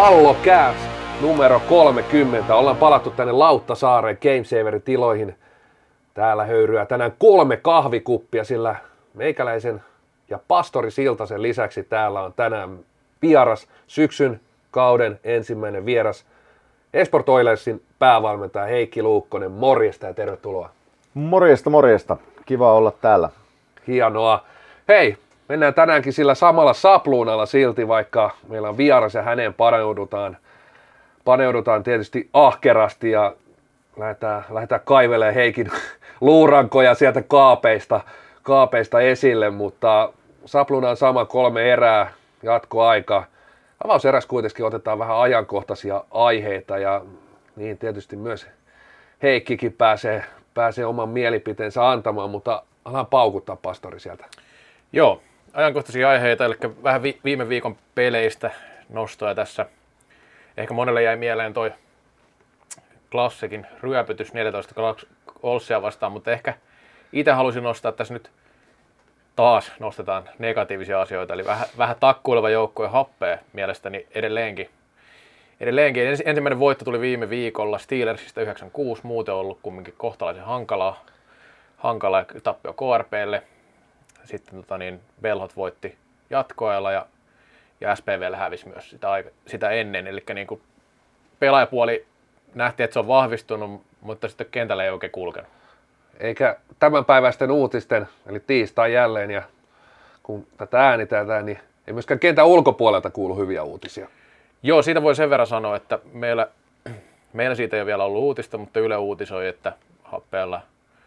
Pallocast numero 30. Ollaan palattu tänne Lauttasaareen Gamesaverin tiloihin. Täällä höyryää tänään 3 kahvikuppia, sillä meikäläisen ja pastori Siltasen lisäksi täällä on tänään vieras, syksyn kauden ensimmäinen vieras, Esport Oilersin päävalmentaja Heikki Luukkonen. Morjesta ja tervetuloa. Morjesta. Kiva olla täällä. Hienoa. Hei, mennään tänäänkin sillä samalla sapluunalla silti, vaikka meillä on vieras ja häneen paneudutaan tietysti ahkerasti ja lähdetään kaivelemaan Heikin luurankoja sieltä kaapeista esille, mutta sapluuna on sama, 3 erää, jatkoaika. Avauserässä kuitenkin otetaan vähän ajankohtaisia aiheita ja niin tietysti myös Heikkikin pääsee oman mielipiteensä antamaan, mutta alan paukuttaa pastori sieltä. Joo, ajankohtaisia aiheita, eli vähän viime viikon peleistä nostoja tässä. Ehkä monelle jäi mieleen toi Classicin ryöpytys 14 Olssia vastaan, mutta ehkä itse halusin nostaa tässä nyt taas nostetaan negatiivisia asioita, eli vähän takkuileva joukkue happea mielestäni edelleenkin. Ensimmäinen voitto tuli viime viikolla Steelersistä 9-6, muuten on ollut kumminkin kohtalaisen hankala tappio KRPlle. Sitten Velhot voitti jatkoajalla ja SPVlle hävisi myös sitä ennen. Eli niin kuin pelaajapuoli nähtiin, että se on vahvistunut, mutta sitten kentällä ei oikein kulkenut. Eikä tämänpäiväisten uutisten, eli tiistai jälleen, ja kun tätä äänitään, niin ei myöskään kentän ulkopuolelta kuulu hyviä uutisia. Joo, siitä voi sen verran sanoa, että meillä siitä ei ole vielä ollut uutista, mutta Yle uutisoi, että Happeella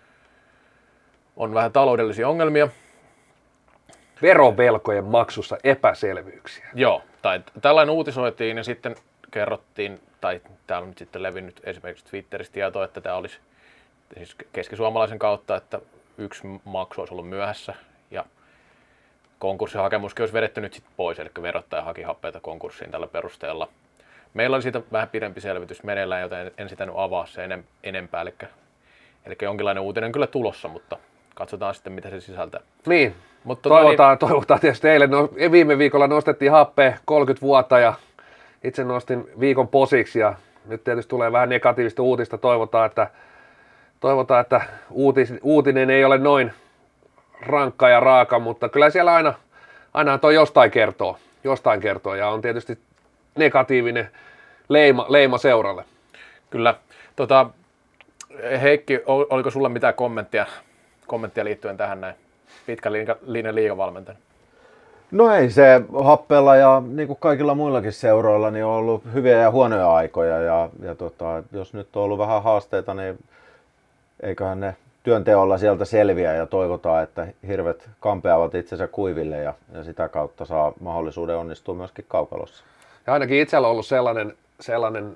on vähän taloudellisia ongelmia. Verovelkojen maksussa epäselvyyksiä. Joo, tai tällainen uutisoitiin ja sitten kerrottiin, tai täällä on nyt sitten levinnyt esimerkiksi Twitteristä tietoa, että tämä olisi siis keskisuomalaisen kautta, että yksi maksu olisi ollut myöhässä ja konkurssihakemuskin olisi vedetty nyt sitten pois, eli verottaja haki Happeelta konkurssiin tällä perusteella. Meillä oli siitä vähän pidempi selvitys meneillään, joten en sitä nyt avaa se enempää, eli jonkinlainen uutinen kyllä tulossa, mutta katsotaan sitten mitä se sisältää. Niin, mutta toivotaan tietysti viime viikolla nostettiin Happea 30 vuotta ja itse nostin viikon posiksi ja nyt tietysti tulee vähän negatiivista uutista, toivotaan, että uutinen ei ole noin rankka ja raaka, mutta kyllä siellä aina toi jostain kertoo ja on tietysti negatiivinen leima seuralle. Kyllä. Heikki, oliko sulla mitään kommenttia liittyen tähän näin pitkän linjan liigavalmentajana? No ei se Happeella ja niin kuin kaikilla muillakin seuroilla niin on ollut hyviä ja huonoja aikoja ja jos nyt on ollut vähän haasteita, niin eiköhän ne työnteolla sieltä selviä ja toivotaan, että hirvet kampeavat itsensä kuiville ja sitä kautta saa mahdollisuuden onnistua myöskin kaukalossa. Ja ainakin itsellä on ollut sellainen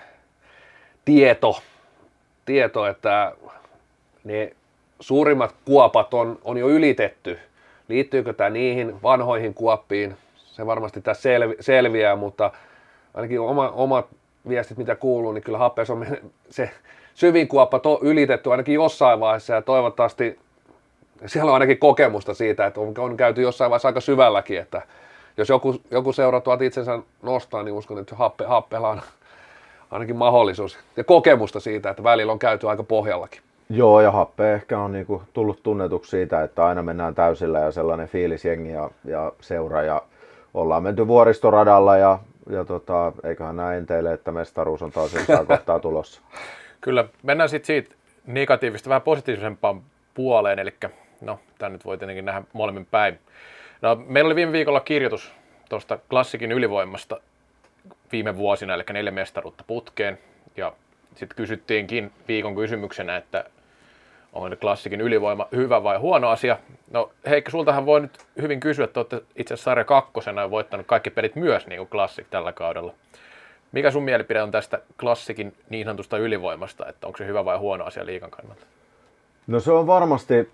tieto, että ne suurimmat kuopat on jo ylitetty. Liittyykö tämä niihin vanhoihin kuoppiin? Se varmasti tässä selviää, mutta ainakin omat viestit, mitä kuuluu, niin kyllä Happeessa on se syvin kuoppa ylitetty ainakin jossain vaiheessa ja toivottavasti siellä on ainakin kokemusta siitä, että on käyty jossain vaiheessa aika syvälläkin, että jos joku seura tuolta itsensä nostaa, niin uskon, että Happeella on ainakin mahdollisuus ja kokemusta siitä, että välillä on käyty aika pohjallakin. Joo, ja Happe ehkä on niinku tullut tunnetuksi siitä, että aina mennään täysillä ja sellainen fiilisjengi ja seura ja ollaan menty vuoristoradalla ja eiköhän näin teille, että mestaruus on taas jossain kohtaa tulossa. Kyllä, mennään sitten siitä negatiivista vähän positiivisempaan puoleen, eli no, tämä nyt voi tietenkin nähdä molemmin päin. No, meillä oli viime viikolla kirjoitus tuosta Classicin ylivoimasta viime vuosina, eli 4 mestaruutta putkeen, ja sitten kysyttiinkin viikon kysymyksenä, että onko Classicin ylivoima hyvä vai huono asia. No Heikki, sultahan voi nyt hyvin kysyä, että olette itse asiassa sarja 2 ja voittanut kaikki pelit myös niin kuin Classic tällä kaudella. Mikä sun mielipide on tästä Classicin niin sanotusta ylivoimasta, että onko se hyvä vai huono asia liigan kannalta? No se on varmasti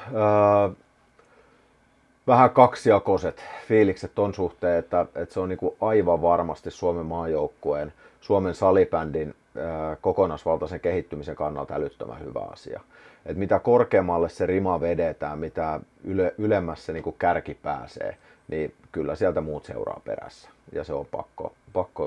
vähän kaksijakoiset fiilikset ton suhteen, että se on niinku aivan varmasti Suomen maajoukkueen, Suomen salibändin kokonaisvaltaisen kehittymisen kannalta älyttömän hyvä asia. Et mitä korkeammalle se rima vedetään, mitä ylemmässä se niinku kärki pääsee, niin kyllä sieltä muut seuraa perässä. Ja se on pakko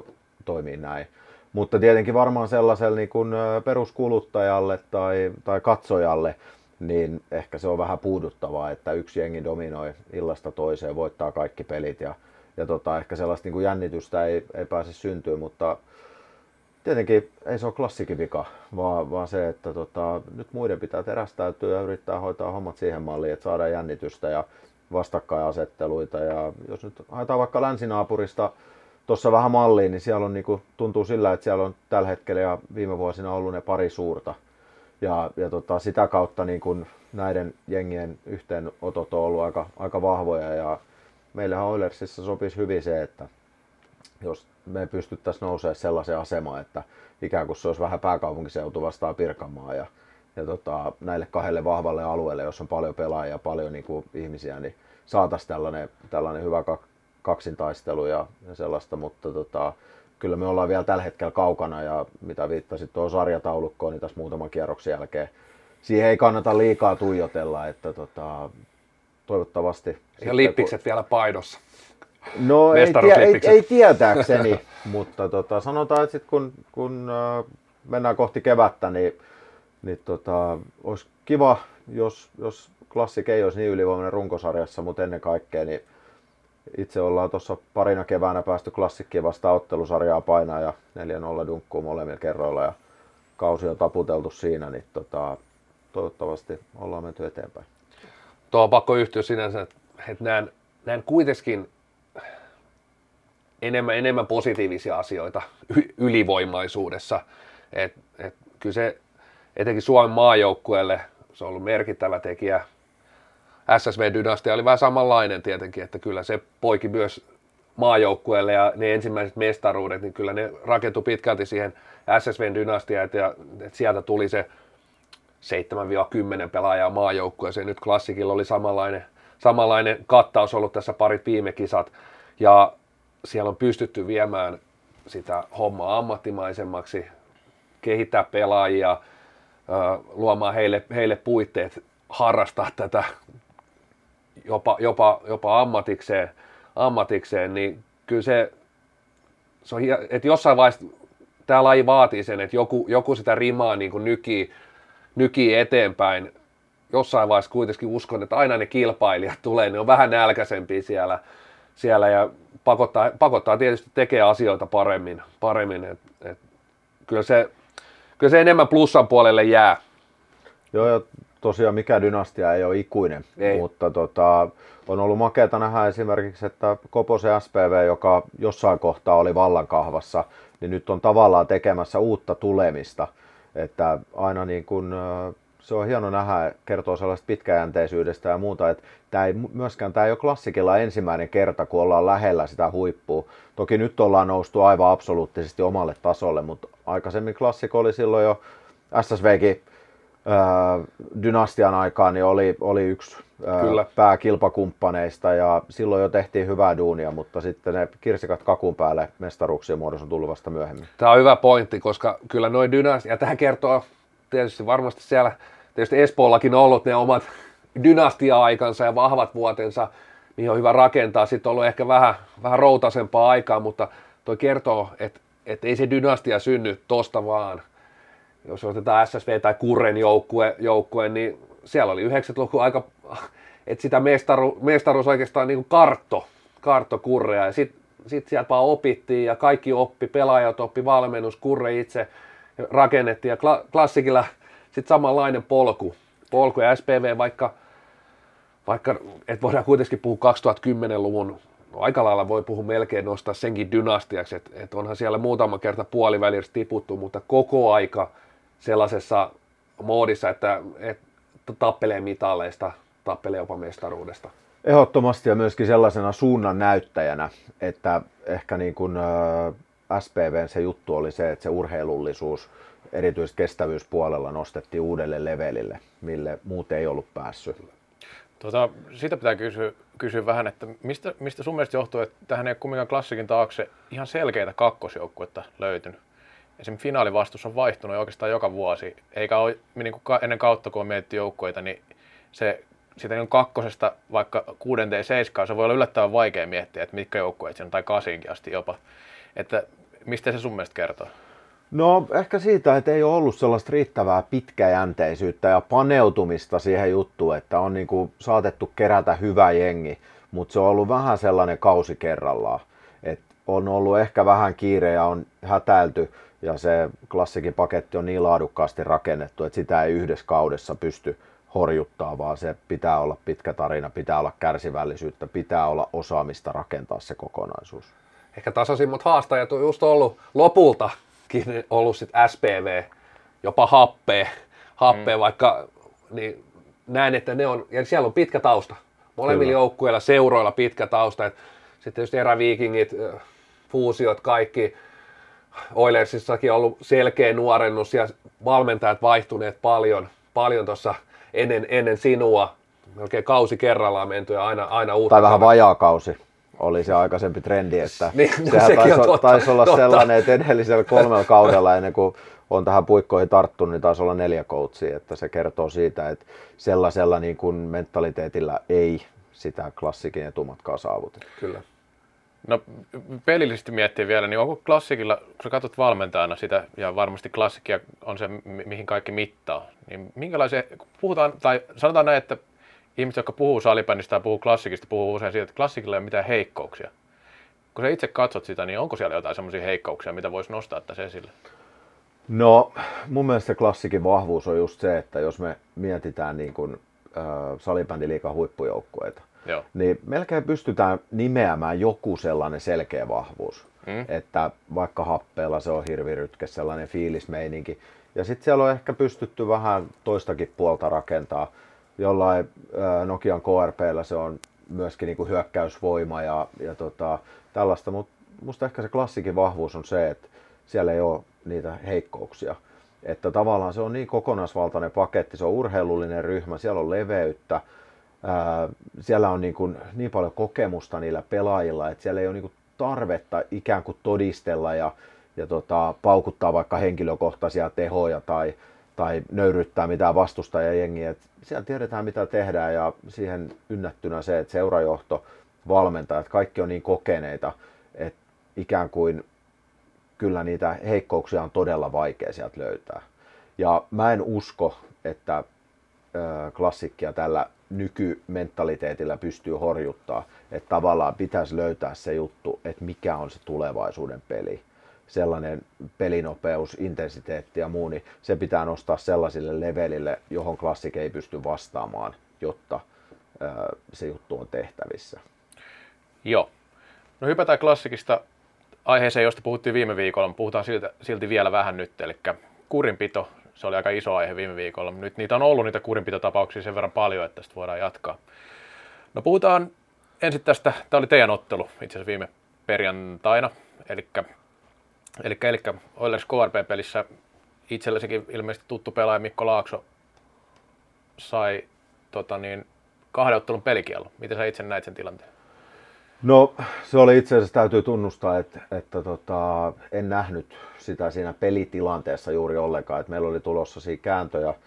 toimii näin. Mutta tietenkin varmaan sellaiselle niin kuin peruskuluttajalle tai katsojalle, niin ehkä se on vähän puuduttavaa, että yksi jengi dominoi illasta toiseen, voittaa kaikki pelit ja ehkä sellaista niin kuin jännitystä ei pääse syntyä, mutta tietenkin ei se ole klassikin vika, vaan se, että nyt muiden pitää terästäytyä ja yrittää hoitaa hommat siihen malliin, että saadaan jännitystä ja vastakkainasetteluita. Ja jos nyt haetaan vaikka länsinaapurista tuossa vähän malliin, niin siellä on, niin kuin, tuntuu sillä, että siellä on tällä hetkellä ja viime vuosina ollut ne pari suurta. Ja sitä kautta niin kuin näiden jengien yhteenotot on ollut aika vahvoja. Ja meillähän Oilersissa sopisi hyvin se, että jos me pystyttäisiin nousemaan sellaiseen asemaan, että ikään kuin se olisi vähän pääkaupunkiseutu vastaan Pirkanmaa ja näille kahdelle vahvalle alueelle, jos on paljon pelaajia ja paljon niin kuin ihmisiä, niin saataisiin tällainen hyvä kaksintaistelu ja sellaista, mutta kyllä me ollaan vielä tällä hetkellä kaukana ja mitä viittasit tuohon sarjataulukkoon, niin tässä muutaman kierroksen jälkeen siihen ei kannata liikaa tuijotella, että toivottavasti... Ja lippikset vielä paidossa. No ei tietääkseni, mutta sanotaan, että sit kun mennään kohti kevättä, niin olisi kiva, jos Classic ei olisi niin ylivoimainen runkosarjassa, mutta ennen kaikkea niin itse ollaan tuossa parina keväänä päästy Classickiin vastaan ottelusarjaa painaa ja 4-0 dunkkuu molemmilla kerroilla ja kausi on taputeltu siinä, niin toivottavasti ollaan menty eteenpäin. Tuo on pakko yhtyä sinänsä, että näen kuitenkin enemmän positiivisia asioita ylivoimaisuudessa. Et kyllä se etenkin Suomen maajoukkueelle se on ollut merkittävä tekijä. SSV-dynastia oli vähän samanlainen tietenkin, että kyllä se poiki myös maajoukkueelle ja ne ensimmäiset mestaruudet, niin kyllä ne rakentui pitkälti siihen SSV-dynastiaan, että sieltä tuli se 7-10 pelaajaa maajoukkueeseen. Nyt Classicilla oli samanlainen kattaus ollut tässä parit viime kisat ja siellä on pystytty viemään sitä hommaa ammattimaisemmaksi, kehittää pelaajia, luomaan heille puitteet harrastaa tätä jopa ammatikseen, niin kyllä se on, että jossain vaiheessa tämä laji vaatii sen, että joku sitä rimaa niin kuin nykii eteenpäin. Jossain vaiheessa kuitenkin uskon, että aina ne kilpailijat tulee, ne on vähän nälkäisempiä siellä ja pakottaa tietysti tekemään asioita paremmin. Kyllä se enemmän plussan puolelle jää. Joo, ja tosiaan mikä dynastia ei ole ikuinen, mutta on ollut makeata nähdä esimerkiksi, että Koposen SPV, joka jossain kohtaa oli vallankahvassa, niin nyt on tavallaan tekemässä uutta tulemista. Että aina niin kuin, se on hieno nähdä, kertoo sellaista pitkäjänteisyydestä ja muuta, että tämä ei ole Klassikilla ensimmäinen kerta, kun ollaan lähellä sitä huippua. Toki nyt ollaan noustu aivan absoluuttisesti omalle tasolle, mutta aikaisemmin Classic oli silloin jo SSVkin dynastian aikaan, niin oli yksi pääkilpakumppaneista ja silloin jo tehtiin hyvää duunia, mutta sitten ne kirsikat kakun päälle mestaruuksien muodossa on tullut vasta myöhemmin. Tämä on hyvä pointti, koska kyllä noin ja tähän kertoo tietysti varmasti siellä, tietysti Espoollakin on ollut ne omat dynastia-aikansa ja vahvat vuotensa, mihin on hyvä rakentaa. Sitten on ollut ehkä vähän routaisempaa aikaa, mutta toi kertoo, että ei se dynastia synny tosta vaan. Jos otetaan SSV tai Kurren joukkue, niin siellä oli 90-luku aika, että sitä mestaruus oikeastaan niin kuin kartto Kurrea. Ja sitten sieltä vaan opittiin ja kaikki oppi, pelaajat oppi, valmennus, Kurre itse rakennettiin. Ja Klassikilla sitten samanlainen polku ja SPV, vaikka että voidaan kuitenkin puhua 2010-luvun, aika lailla voi puhua melkein nostaa senkin dynastiaksi, että onhan siellä muutama kerta puolivälissä tiputtu, mutta koko aika sellaisessa moodissa, että tappelee mitaleista, tappelee jopa mestaruudesta. Ehdottomasti ja myöskin sellaisena suunnan näyttäjänä, että ehkä niin kuin SPVn se juttu oli se, että se urheilullisuus erityisesti kestävyyspuolella nostettiin uudelle levelille, mille muut ei ollut päässyt. Siitä pitää kysyä vähän, että mistä sun mielestä johtuu, että tähän ei ole kumminkaan Classicin taakse ihan selkeitä kakkosjoukkuetta löytynyt. Esimerkiksi finaalivastus on vaihtunut oikeastaan joka vuosi, eikä ole niin kuin ennen kautta, kun on mietitty joukkueita, niin sitä niin kakkosesta vaikka 6. ja 7. se voi olla yllättävän vaikea miettiä, että mitkä joukkueet sen tai 8 asti jopa. Että Mistä se sun mielestä kertoo? No ehkä siitä, että ei ole ollut sellaista riittävää pitkäjänteisyyttä ja paneutumista siihen juttuun, että on niinku saatettu kerätä hyvä jengi, mutta se on ollut vähän sellainen kausi kerrallaan. Et on ollut ehkä vähän kiire ja on hätäilty ja se Classicin paketti on niin laadukkaasti rakennettu, että sitä ei yhdessä kaudessa pysty horjuttaa, vaan se pitää olla pitkä tarina, pitää olla kärsivällisyyttä, pitää olla osaamista rakentaa se kokonaisuus. Ehkä tasaisimmat haastajat on just ollut lopultakin ollut sit SPV, jopa happea vaikka niin näen, että ne on, ja siellä on pitkä tausta. Molemmilla joukkueilla, seuroilla pitkä tausta. Sitten just eräviikingit, fuusiot, kaikki. Oilersissakin on ollut selkeä nuorennus ja valmentajat vaihtuneet paljon tuossa ennen sinua. Melkein kausi kerrallaan menty ja aina uutta. Tai vähän vajaa kausi. Oli se aikaisempi trendi, että niin, sehän taisi olla sellainen, että edellisellä 3 kaudella ennen kuin on tähän puikkoihin tarttunut, niin taisi olla 4 coachia, että se kertoo siitä, että sellaisella niin kuin mentaliteetillä ei sitä Classicin etumatkaa saavutettu. Kyllä. No pelillisesti miettii vielä, niin onko Classicilla, kun sä katsot valmentajana sitä, ja varmasti Classicia on se, mihin kaikki mittaa, niin minkälaisia, puhutaan, tai sanotaan näin, että ihmiset, jotka puhuu salibändistä tai puhuu Classicista, puhuu usein siitä, että Classicilla ei ole mitään heikkouksia. Kun sä itse katsot sitä, niin onko siellä jotain semmoisia heikkouksia, mitä voisi nostaa tässä esille? No mun mielestä Classicin vahvuus on just se, että jos me mietitään niin kuin salibändiliigan huippujoukkueita, niin melkein pystytään nimeämään joku sellainen selkeä vahvuus. Että vaikka Happeella se on hirvirytke, sellainen fiilismeininki. Ja sitten siellä on ehkä pystytty vähän toistakin puolta rakentaa. Jollain Nokian KRP:llä se on myöskin niinku hyökkäysvoima ja tällaista. Mutta musta ehkä se Classicin vahvuus on se, että siellä ei ole niitä heikkouksia. Että tavallaan se on niin kokonaisvaltainen paketti, se on urheilullinen ryhmä, siellä on leveyttä. Siellä on niin paljon kokemusta niillä pelaajilla, että siellä ei ole tarvetta ikään kuin todistella ja paukuttaa vaikka henkilökohtaisia tehoja tai nöyryttää mitään vastustajajengiä. Siellä tiedetään mitä tehdään ja siihen ynnättynä se, että seurajohto, valmentajat, kaikki on niin kokeneita, että ikään kuin kyllä niitä heikkouksia on todella vaikea sieltä löytää. Ja mä en usko, että Classicia tällä nykymentaliteetillä pystyy horjuttaa, että tavallaan pitäisi löytää se juttu, että mikä on se tulevaisuuden peli. Sellainen pelinopeus, intensiteetti ja muu, niin se pitää nostaa sellaisille levelille, johon Classic ei pysty vastaamaan, jotta se juttu on tehtävissä. Joo. No hypätään Classicista aiheeseen, josta puhuttiin viime viikolla, mutta puhutaan silti vielä vähän nyt, eli kurinpito. Se oli aika iso aihe viime viikolla. Nyt niitä on ollut niitä kurinpitotapauksia sen verran paljon, että tästä voidaan jatkaa. No puhutaan ensin tästä, tämä oli teidän ottelu itse asiassa viime perjantaina, eli Oilers KRP-pelissä itsellesikin ilmeisesti tuttu pelaaja Mikko Laakso sai 2 ottelun pelikiellon. Miten sä itse näit sen tilanteen? No se oli itse asiassa, täytyy tunnustaa, että en nähnyt sitä siinä pelitilanteessa juuri ollenkaan. Että meillä oli tulossa siinä kääntö ja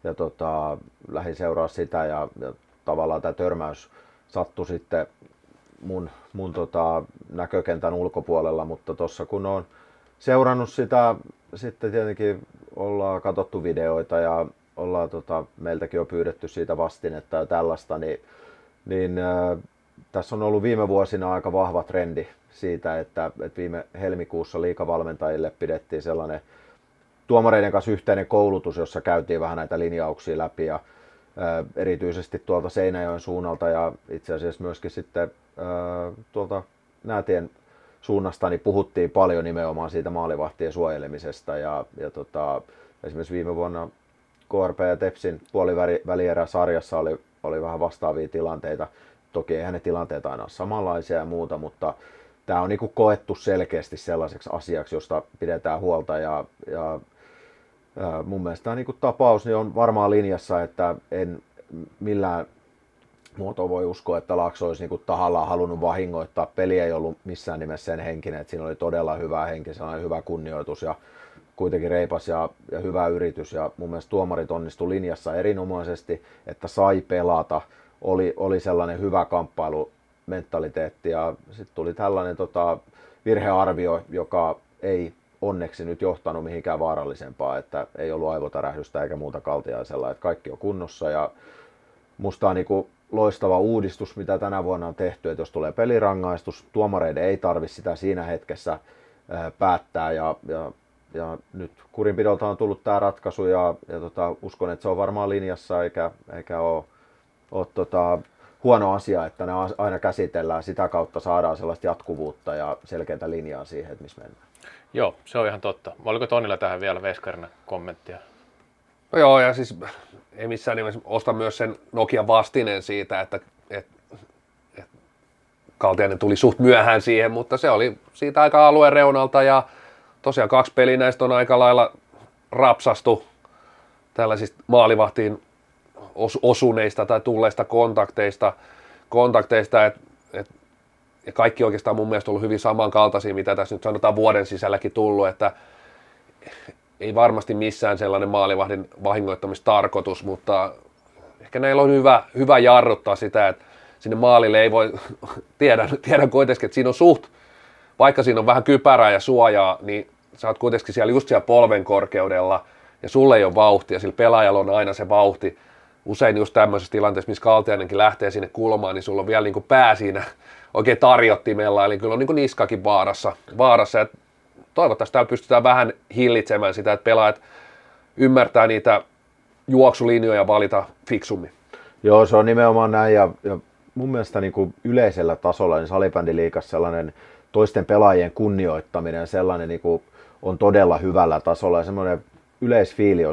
lähdin seuraa sitä ja tavallaan tämä törmäys sattui sitten mun näkökentän ulkopuolella, mutta tuossa kun olen seurannut sitä, sitten tietenkin ollaan katsottu videoita ja ollaan meiltäkin on pyydetty siitä vastinetta ja tällaista, niin tässä on ollut viime vuosina aika vahva trendi siitä, että viime helmikuussa liigavalmentajille pidettiin sellainen tuomareiden kanssa yhteinen koulutus, jossa käytiin vähän näitä linjauksia läpi ja erityisesti tuolta Seinäjoen suunnalta ja itse asiassa myöskin sitten tuolta Näätien suunnasta niin puhuttiin paljon nimenomaan siitä maalivahtien suojelemisesta ja esimerkiksi viime vuonna KRP ja Tepsin puolivälierä-sarjassa oli vähän vastaavia tilanteita. Toki eihän ne tilanteet aina ole samanlaisia ja muuta, mutta tämä on niinku koettu selkeästi sellaiseksi asiaksi, josta pidetään huolta ja mun mielestä tämä niinku tapaus niin on varmaan linjassa, että en millään muotoa voi uskoa, että Laakso olisi niinku tahallaan halunnut vahingoittaa. Peli ei ollut missään nimessä sen henkinen, että siinä oli todella hyvä henki, sellainen hyvä kunnioitus ja kuitenkin reipas ja hyvä yritys ja mun mielestä tuomarit onnistu linjassa erinomaisesti, että sai pelata. Oli sellainen hyvä kamppailumentaliteetti ja sitten tuli tällainen virhearvio, joka ei onneksi nyt johtanut mihinkään vaarallisempaa, että ei ollut aivotärähdystä eikä muuta kaltiaisella, että kaikki on kunnossa ja musta on niin loistava uudistus, mitä tänä vuonna on tehty, että jos tulee pelirangaistus, tuomareiden ei tarvitse sitä siinä hetkessä päättää ja nyt kurinpidolta on tullut tämä ratkaisu ja uskon, että se on varmaan linjassa eikä ole huono asia, että ne aina käsitellään, sitä kautta saadaan sellaista jatkuvuutta ja selkeää linjaa siihen, että missä mennään. Joo, se on ihan totta. Oliko Tonilla tähän vielä veskarina kommenttia? No joo, ja siis ei missään nimessä osta myös sen Nokian vastineen siitä, että Kaltiainen tuli suht myöhään siihen, mutta se oli siitä aika alueen reunalta ja tosiaan 2 peliä näistä on aika lailla rapsastu tällaisista maalivahtiin osuneista tai tulleista kontakteista ja kaikki oikeastaan mun mielestä ollut hyvin samankaltaisia, mitä tässä nyt sanotaan vuoden sisälläkin tullut, että ei varmasti missään sellainen maalivahdin vahingoittamistarkoitus, mutta ehkä näillä on hyvä jarruttaa sitä, että sinne maalille ei voi, tiedän kuitenkin, että siinä on vaikka siinä on vähän kypärää ja suojaa, niin sä oot kuitenkin just siellä polven korkeudella ja sulle ei ole vauhtia, sillä pelaajalla on aina se vauhti. Usein just tämmöisessä tilanteessa, missä Kaltiainenkin lähtee sinne kulmaan, niin sulla on vielä niin kuin pää siinä oikein tarjottimella, eli kyllä on niin kuin niskakin vaarassa. Ja toivottavasti täällä pystytään vähän hillitsemään sitä, että pelaajat ymmärtää niitä juoksulinjoja valita fiksummin. Joo, se on nimenomaan näin ja mun mielestä niin kuin yleisellä tasolla niin salibändiliigassa sellainen toisten pelaajien kunnioittaminen sellainen niin kuin on todella hyvällä tasolla ja semmoinen yleisfiilis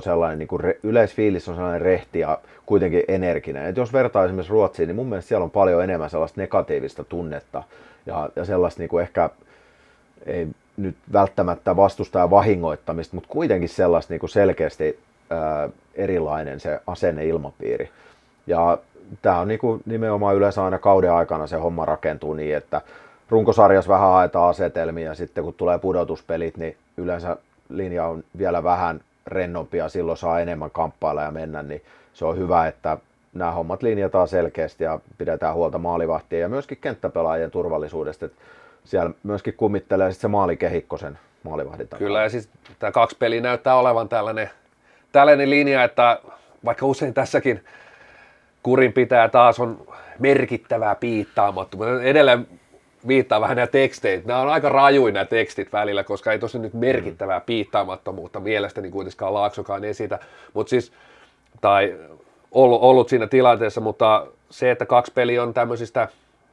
on sellainen rehti ja kuitenkin energinen. Et jos vertaa esimerkiksi Ruotsiin, niin mun mielestä siellä on paljon enemmän sellaista negatiivista tunnetta ja sellaista niin kuin ehkä ei nyt välttämättä vastustajan vahingoittamista, mutta kuitenkin sellaista niin kuin selkeästi erilainen se asenneilmapiiri. Ja tämä on niin kuin nimenomaan yleensä aina kauden aikana se homma rakentuu niin, että runkosarjassa vähän haetaan asetelmia ja sitten kun tulee pudotuspelit, niin yleensä linja on vielä vähän rennompi ja silloin saa enemmän kamppailla ja mennä, niin se on hyvä, että nämä hommat linjataan selkeästi ja pidetään huolta maalivahtien ja myöskin kenttäpelaajien turvallisuudesta, että siellä myöskin kummittelee sitten se maalikehikko sen maalivahdin takana. Kyllä, ja siis tämä 2 peliä näyttää olevan tällainen linja, että vaikka usein tässäkin kurinpitäjä taas on merkittävää piittaamattomuutta, edelleen viittaa vähän nämä teksteitä. Nämä on aika rajuja nämä tekstit välillä, koska ei tosi nyt merkittävää piittaamattomuutta mielestäni kuitenkaan Laaksokaan esitä, mutta siis, tai ollut siinä tilanteessa, mutta se, että 2 peliä on tämmöisistä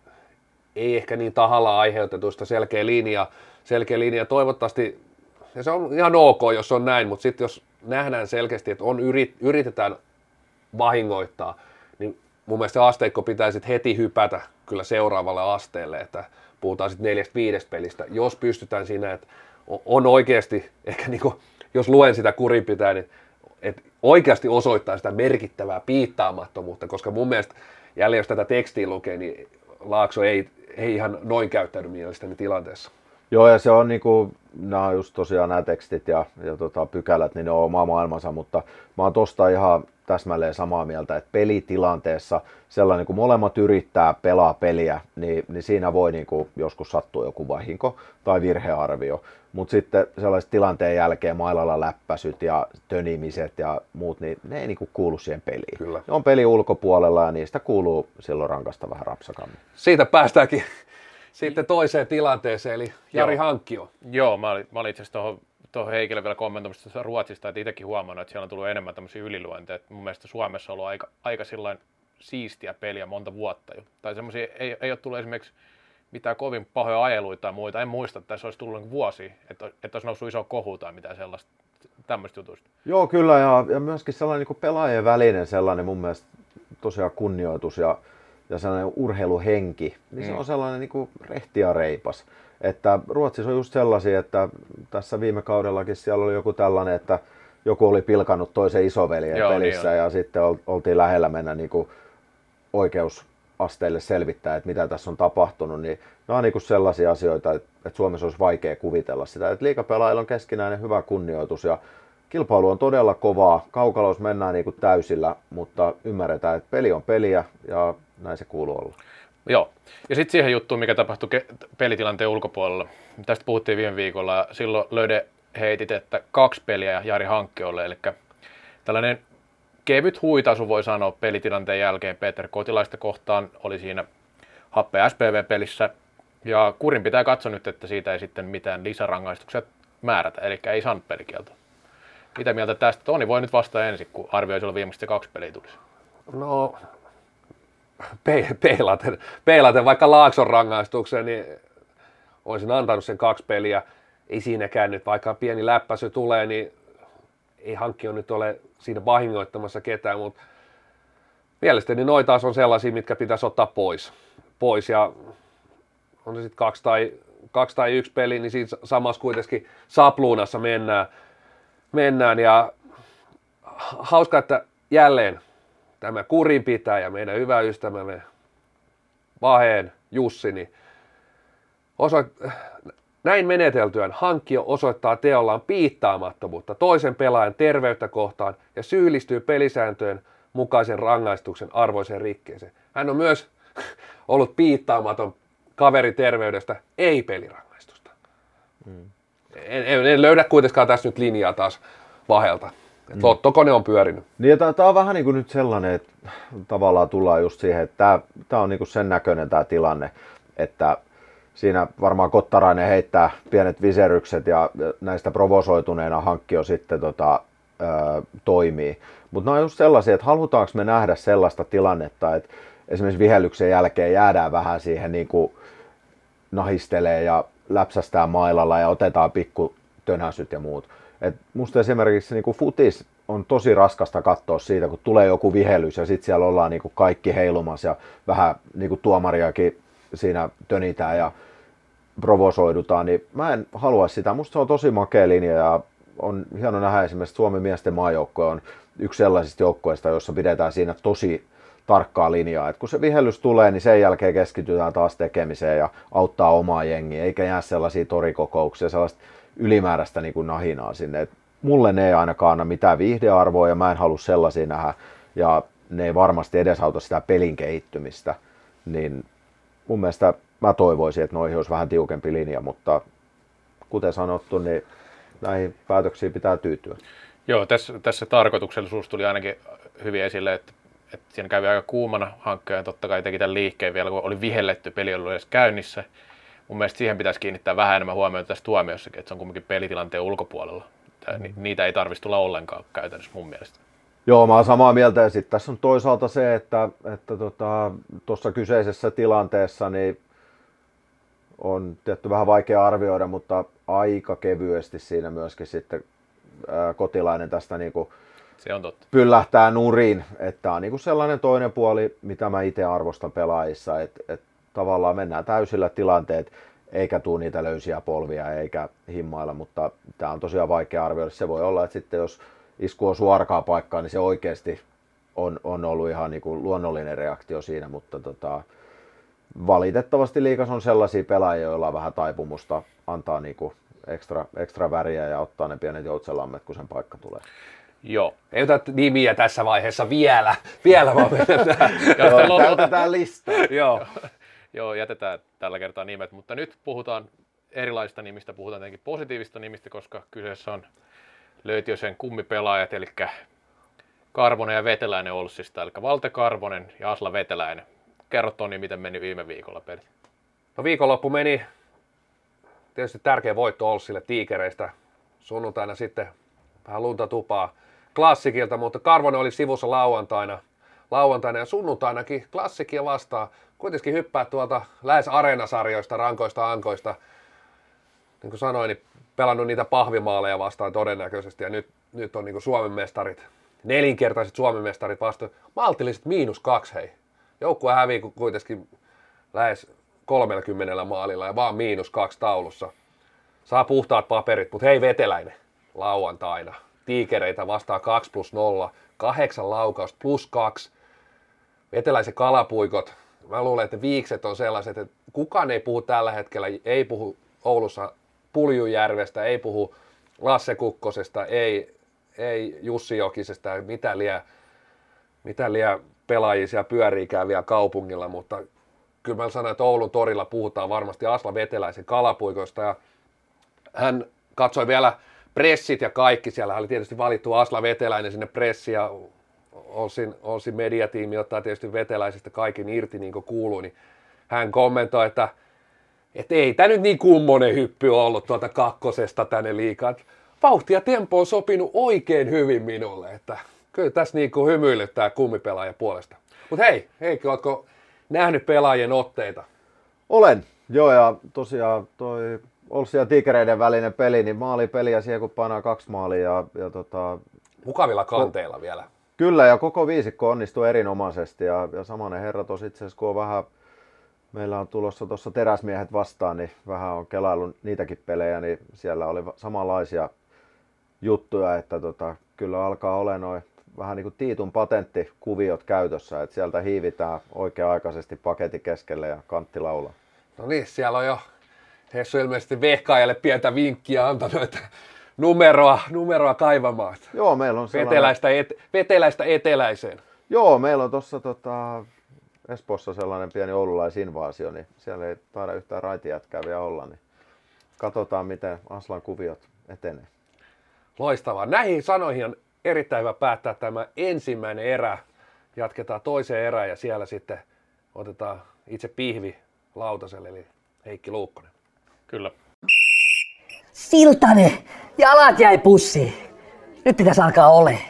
ei ehkä niin tahalla aiheutetuista selkeä linja toivottavasti, ja se on ihan ok, jos on näin, mutta sitten jos nähdään selkeästi, että yritetään vahingoittaa, niin mun mielestä se asteikko pitää sitten heti hypätä kyllä seuraavalle asteelle, että puhutaan sitten 4-5 pelistä, jos pystytään siinä, että on oikeasti, ehkä niin kuin, jos luen sitä kurinpitää, niin että oikeasti osoittaa sitä merkittävää piittaamattomuutta, koska mun mielestä jälleen jos tätä tekstiin lukee, niin Laakso ei ihan noin käyttäydy mielestäni tilanteessa. Joo, ja se on niinku, nämä on just tosiaan nämä tekstit ja pykälät, niin ne on oma maailmansa, mutta mä oon tosta ihan täsmälleen samaa mieltä, että pelitilanteessa sellainen, kun molemmat yrittää pelaa peliä, niin siinä voi niinku joskus sattua joku vahinko tai virhearvio, mutta sitten sellaiset tilanteen jälkeen mailalla läppäsyt ja tönimiset ja muut, niin ne ei niinku kuulu siihen peliin. Kyllä. Ne on peli ulkopuolella ja niistä kuuluu silloin rankasta vähän rapsakammin. Siitä päästäänkin sitten toiseen tilanteeseen, eli Jari Hankkio. Joo, mä olin itse asiassa tuohon Heikille vielä kommentoimassa tuossa Ruotsista, että itsekin huomannut, että siellä on tullut enemmän tämmöisiä yliluenteja. Mun mielestä Suomessa on ollut aika sillain siistiä peliä monta vuotta jo. Tai semmoisia ei ole tullut esimerkiksi mitään kovin pahoja ajeluita tai muita. En muista, että tässä olisi tullut vuosia, että olisi noussut iso kohu tai mitään sellaista tämmöistä jutuista. Joo, kyllä, ja myöskin sellainen niin pelaajien välinen sellainen mun mielestä tosiaan kunnioitus ja sellainen urheiluhenki, niin se on sellainen niin kuin rehti ja reipas. Että Ruotsissa on just sellaisia, että tässä viime kaudellakin siellä oli joku tällainen, että joku oli pilkannut toisen isoveljen pelissä niin ja sitten oltiin lähellä mennä niin kuin oikeusasteille selvittää, että mitä tässä on tapahtunut. Niin nämä on niin kuin sellaisia asioita, että Suomessa olisi vaikea kuvitella sitä. Että liigapelaajilla on keskinäinen hyvä kunnioitus ja kilpailu on todella kovaa. Kaukalossa mennään niin kuin täysillä, mutta ymmärretään, että peli on peliä ja näin se kuuluu olla. Joo. Ja sitten siihen juttuun, mikä tapahtui pelitilanteen ulkopuolella. Tästä puhuttiin viime viikolla ja silloin Löde heitit, että 2 peliä Jari Hankkiolle. Eli tällainen kevyt huitaisu voi sanoa pelitilanteen jälkeen Peter Kotilaista kohtaan oli siinä Happe SPV-pelissä. Ja kurin pitää katsoa nyt, että siitä ei sitten mitään lisärangaistuksia määrätä, eli ei saanut pelikieltoa. Mitä mieltä tästä? Toni voi nyt vastata ensin, kun arvioi silloin viimeisesti 2 peliä tulisi. No, peilaten vaikka Laakson rangaistuksen, niin olisin antanut sen 2 peliä. Ei siinäkään nyt, vaikka pieni läppäsy tulee, niin ei Hankkio nyt ole siinä vahingoittamassa ketään, mutta mielestäni noi taas on sellaisia, mitkä pitäisi ottaa pois. Ja on se sitten 2 tai 1 peli, niin siinä samassa kuitenkin sapluunassa mennään. Ja hauska, että jälleen tämä kurinpitäjä, meidän hyvä ystävämme Vaheen Jussi, niin näin meneteltyään Hankkio osoittaa teollaan piittaamattomuutta toisen pelaajan terveyttä kohtaan ja syyllistyy pelisääntöjen mukaisen rangaistuksen arvoiseen rikkeeseen. Hän on myös ollut piittaamaton kaveri terveydestä, ei pelirangaistusta. En löydä kuitenkaan tässä nyt linjaa taas Vahelta. Lottokone on pyörinyt. Niin, tämä on vähän niin kuin nyt sellainen, että tavallaan tullaan just siihen, että tämä on niin kuin sen näköinen tämä tilanne, että siinä varmaan Kottarainen heittää pienet viserykset ja näistä provosoituneena Hankkio sitten toimii. Mutta nämä on just sellaisia, että halutaanko me nähdä sellaista tilannetta, että esimerkiksi vihellyksen jälkeen jäädään vähän siihen niin kuin nahistelee ja läpsästään mailalla ja otetaan pikku tönhäsyt ja muut. Et musta esimerkiksi niin kuin futis on tosi raskasta katsoa siitä, kun tulee joku vihellys ja sitten siellä ollaan niin kuin kaikki heilumassa ja vähän niin kuin tuomariakin siinä tönitään ja provosoidutaan, niin mä en halua sitä. Musta se on tosi makea linja ja on hieno nähdä esimerkiksi Suomen miesten maajoukkue on yksi sellaisista joukkueista, jossa pidetään siinä tosi tarkkaa linjaa. Et kun se vihellys tulee, niin sen jälkeen keskitytään taas tekemiseen ja auttaa omaa jengiä, eikä jää sellaisia torikokouksia, sellaista ylimääräistä niin kuin nahinaa sinne. Et mulle ne ei ainakaan anna mitään viihdearvoa ja mä en halua sellaisia nähdä ja ne ei varmasti edesauta sitä pelin kehittymistä. Niin mun mielestä mä toivoisin, että noihin olisi vähän tiukempi linja, mutta kuten sanottu, niin näihin päätöksiin pitää tyytyä. Joo, tässä tarkoituksellisuus tuli ainakin hyvin esille, että siinä kävi aika kuumana hankkeen, totta kai teki tämän liikkeen vielä, kun oli vihelletty, peli oli edes käynnissä. Mun mielestä siihen pitäisi kiinnittää vähän enemmän huomiota tässä tuomiossakin, että se on kuitenkin pelitilanteen ulkopuolella. Niitä ei tarvitsisi tulla ollenkaan käytännössä mun mielestä. Joo, mä oon samaa mieltä ja sitten tässä on toisaalta se, että tuossa kyseisessä tilanteessa niin on tietty vähän vaikea arvioida, mutta aika kevyesti siinä myöskin sitten Kotilainen tästä niinku se on totta. Pyllähtää nurin, että on niinku sellainen toinen puoli, mitä mä itse arvostan pelaajissa, että tavallaan mennään täysillä tilanteet, eikä tule niitä löysiä polvia eikä himmailla, mutta tämä on tosiaan vaikea arvioida. Se voi olla, että sitten jos isku on suoraan paikkaan, niin se oikeasti on ollut ihan niinku luonnollinen reaktio siinä, mutta valitettavasti liigas on sellaisia pelaajia, joilla on vähän taipumusta antaa niinku ekstra väriä ja ottaa ne pienet joutsenlammet, kun sen paikka tulee. Joo. Ei ota nimiä tässä vaiheessa vielä vaan Täytetään listaa. Joo, jätetään tällä kertaa nimet, mutta nyt puhutaan erilaisista nimistä, puhutaan tietenkin positiivista nimistä, koska kyseessä on Löytiösen kummipelaajat, eli Karvonen ja Veteläinen Olssista, eli Valte Karvonen ja Asla Veteläinen. Kerro Toni, miten meni viime viikolla pelit? No viikonloppu meni tietysti tärkeä voitto Olssille Tiikereistä. Sunnuntaina sitten vähän lunta tupaa Klassikilta, mutta Karvonen oli sivussa lauantaina ja sunnuntainakin Klassikia vastaan. Kuitenkin hyppää tuolta lähes areenasarjoista, rankoista ankoista. Niin kuin sanoin, niin pelannut niitä pahvimaaleja vastaan todennäköisesti ja nyt on niin kuin Suomen mestarit, nelinkertaiset Suomen mestarit vastaan. Maltilliset -2 hei. Joukkue hävii kuitenkin lähes 30 maalilla ja vaan -2 taulussa. Saa puhtaat paperit, mutta hei Veteläinen lauantaina. Tiikereitä vastaan 2+0, 8 laukausta +2. Veteläisen kalapuikot. Mä luulen, että viikset on sellaiset, että kukaan ei puhu tällä hetkellä, ei puhu Oulussa Puljujärvestä, ei puhu Lasse Kukkosesta, ei Jussi Jokisesta, mitä liian pelaajia siellä pyöriikään vielä kaupungilla, mutta kyllä mä sanoin, että Oulun torilla puhutaan varmasti Asla Veteläisen kalapuikoista ja hän katsoi vielä pressit ja kaikki, siellä oli tietysti valittu Asla Veteläinen sinne pressi ja Olsin mediatiimi ottaa tietysti Veteläisestä kaiken irti niin kuin kuuluu, niin hän kommentoi, että ei tämä nyt niin kummonen hyppy ollut tuolta kakkosesta tänne liikaa. Vauhti ja tempo on sopinut oikein hyvin minulle, että kyllä tässä niin kuin hymyilyttää kummipelaajan puolesta. Mutta hei, Heikki, ootko nähnyt pelaajien otteita? Olen, joo, ja tosiaan toi Olssi ja Tiikereiden välinen peli, niin maalipeliä siihen kun painaa 2 maalia Mukavilla kanteilla vielä. Kyllä, ja koko viisikko onnistui erinomaisesti ja samanen herra tosi itse asiassa, kun on vähän, meillä on tulossa tuossa Teräsmiehet vastaan, niin vähän on kelaillut niitäkin pelejä, niin siellä oli samanlaisia juttuja, että kyllä alkaa olla noin vähän niin kuin Tiitun patenttikuviot käytössä, että sieltä hiivitään oikea-aikaisesti paketin keskelle ja kantti laulaa. No niin, siellä on jo Hessu ilmeisesti vehkaajalle pientä vinkkiä antanut, että numeroa kaivamaan. Joo, meillä on sellainen... Veteläistä eteläiseen. Joo, meillä on tuossa Espoossa sellainen pieni oululaisinvaasio, niin siellä ei taida yhtään raitijätkää vielä olla, niin katsotaan miten Aslan kuviot etenee. Loistavaa. Näihin sanoihin on erittäin hyvä päättää tämä ensimmäinen erä. Jatketaan toiseen erään ja siellä sitten otetaan itse pihvi lautaselle, eli Heikki Luukkonen. Kyllä. Siltanen! Jalat jäi pussiin. Nyt pitäisi alkaa ole.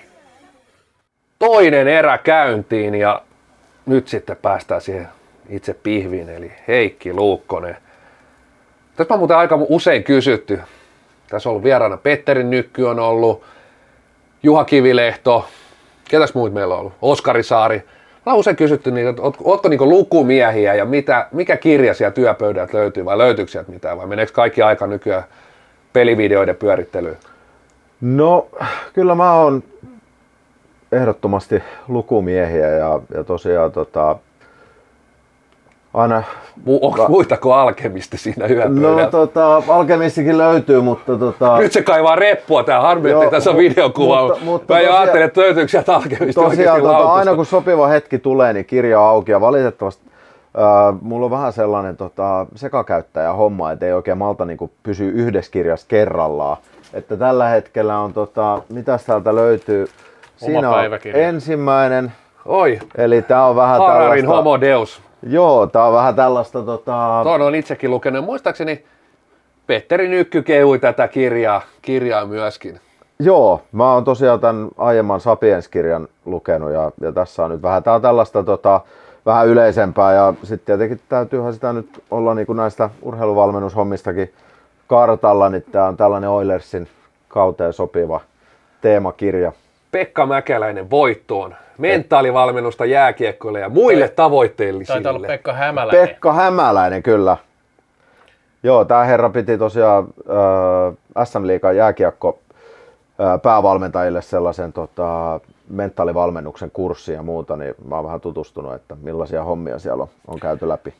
Toinen erä käyntiin ja nyt sitten päästään siihen itse pihviin, eli Heikki Luukkonen. Tässä on muuten aika usein kysytty. Tässä on ollut vieraana Petteri Nykky on ollut, Juha Kivilehto, ketäs muut meillä on ollut, Oskari Saari. Mä on usein kysytty, että ootko niinku lukumiehiä ja mikä kirja siellä työpöydältä löytyy vai löytyykö sieltä mitään vai meneekö kaikki aika nykyään pelivideoiden pyörittelyyn? No kyllä mä oon ehdottomasti lukumiehiä ja tosiaan aina... Onko muita kuin Alkemisti siinä yöpöydällä? No Alkemistikin löytyy, mutta Nyt se kaivaa reppua tää, harmi, ettei tässä on videokuva. Mä jo ajattelin, että löytyykö sieltä Alkemisti tosiaan aina kun sopiva hetki tulee, niin kirja on auki ja valitettavasti mulla on vähän sellainen sekakäyttäjä homma, että ei oikein malta niin pysyä yhdessä kirjassa kerrallaan. Että tällä hetkellä on, mitäs täältä löytyy? Siinä on ensimmäinen. Oi. Eli tää on vähän Hararin tällaista... Homo Deus. Joo, tää on vähän tällaista... Tuon on itsekin lukenut. Muistaakseni Petteri Nykky kehui tätä kirjaa myöskin. Joo, mä oon tosiaan tämän aiemman Sapiens-kirjan lukenut ja tässä on nyt vähän, tää on tällaista vähän yleisempää ja sitten tietenkin täytyyhän sitä nyt olla niin kuin näistä urheiluvalmennushommistakin kartalla, niin tää on tällainen Oilersin kauteen sopiva teemakirja. Pekka Mäkeläinen voittoon. Mentaalivalmennusta jääkiekkoille ja muille tavoitteellisille. Taitaa olla Pekka Hämäläinen. Pekka Hämäläinen, kyllä. Joo, tää herra piti tosiaan SM-liigan jääkiekko päävalmentajille sellaisen mentaalivalmennuksen kurssin ja muuta, niin mä oon vähän tutustunut, että millaisia hommia siellä on käyty läpi.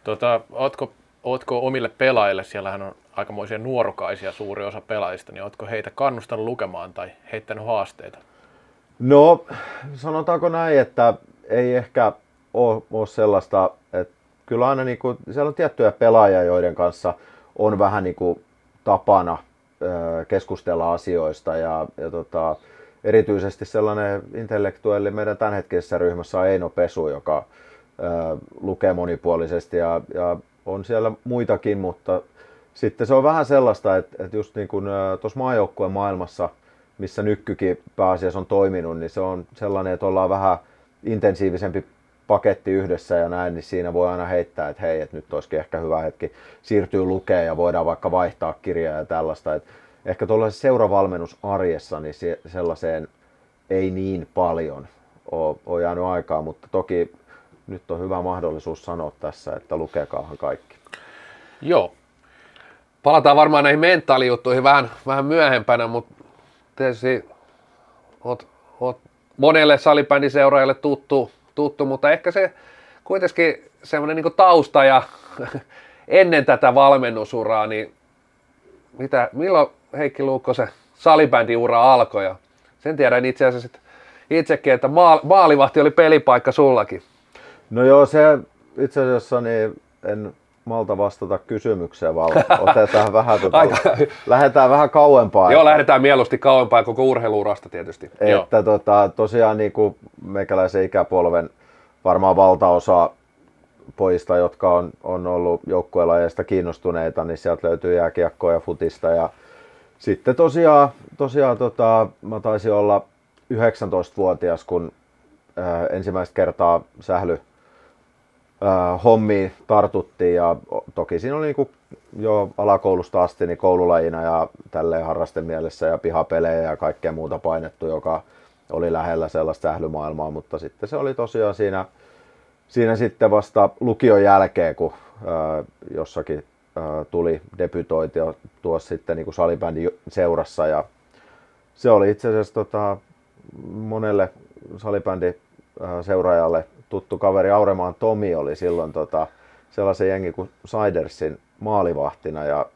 Ootko omille pelaajille, siellähän on aikamoisia nuorukaisia suuri osa pelaajista, niin ootko heitä kannustanut lukemaan tai heittänyt haasteita? No, sanotaanko näin, että ei ehkä ole sellaista, että kyllä aina niinku, siellä on tiettyjä pelaajia, joiden kanssa on vähän niinku tapana keskustella asioista ja erityisesti sellainen intellektuelli meidän tämänhetkisessä ryhmässä on Eino Pesu, joka lukee monipuolisesti ja on siellä muitakin, mutta sitten se on vähän sellaista, että just niin kuin tuossa maajoukkueen maailmassa, missä Nykkykin pääasiassa on toiminut, niin se on sellainen, että ollaan vähän intensiivisempi paketti yhdessä ja näin, niin siinä voi aina heittää, että hei, että nyt olisikin ehkä hyvä hetki siirtyy lukemaan ja voidaan vaikka vaihtaa kirjaa ja tällaista. Että ehkä tuollaisessa seuravalmennusarjessa niin sellaiseen ei niin paljon ole jäänyt aikaa, mutta toki nyt on hyvä mahdollisuus sanoa tässä, että lukekaahan kaikki. Joo. Palataan varmaan näihin mentaalijuttuihin vähän myöhempänä, mutta tietysti oot monelle salibändiseuraajalle tuttu, mutta ehkä se kuitenkin semmoinen niin tausta ja ennen tätä valmennusuraa, niin milloin Heikki Luukkosen salibändiura alkoi? Ja sen tiedän itse asiassa itsekin, että maalivahti oli pelipaikka sullakin. No joo, se itse asiassa niin en malta vastata kysymykseen, vaan otetaan vähän, lähdetään vähän kauempaa. Joo, lähdetään mieluusti kauempaa koko urheiluurasta tietysti. Että tosiaan niin kuin meikäläisen ikäpolven varmaan valtaosa pojista, jotka on ollut joukkuelajeista kiinnostuneita, niin sieltä löytyy jääkiekkoa ja futista. Ja sitten tosiaan mä taisin olla 19-vuotias, kun ensimmäistä kertaa hommiin tartuttiin, ja toki siinä oli niinku jo alakoulusta asti niin koululajina ja tälleen harrastemielessä ja pihapelejä ja kaikkea muuta painettu, joka oli lähellä sellaista sählymaailmaa, mutta sitten se oli tosiaan siinä sitten vasta lukion jälkeen, kun jossakin tuli debytointi tuossa sitten niin kuin salibändin seurassa, ja se oli itse asiassa monelle salibändin seuraajalle tuttu kaveri. Auremaan Tomi oli silloin sellaisen jengi kuin Sidersin maalivahtina, ja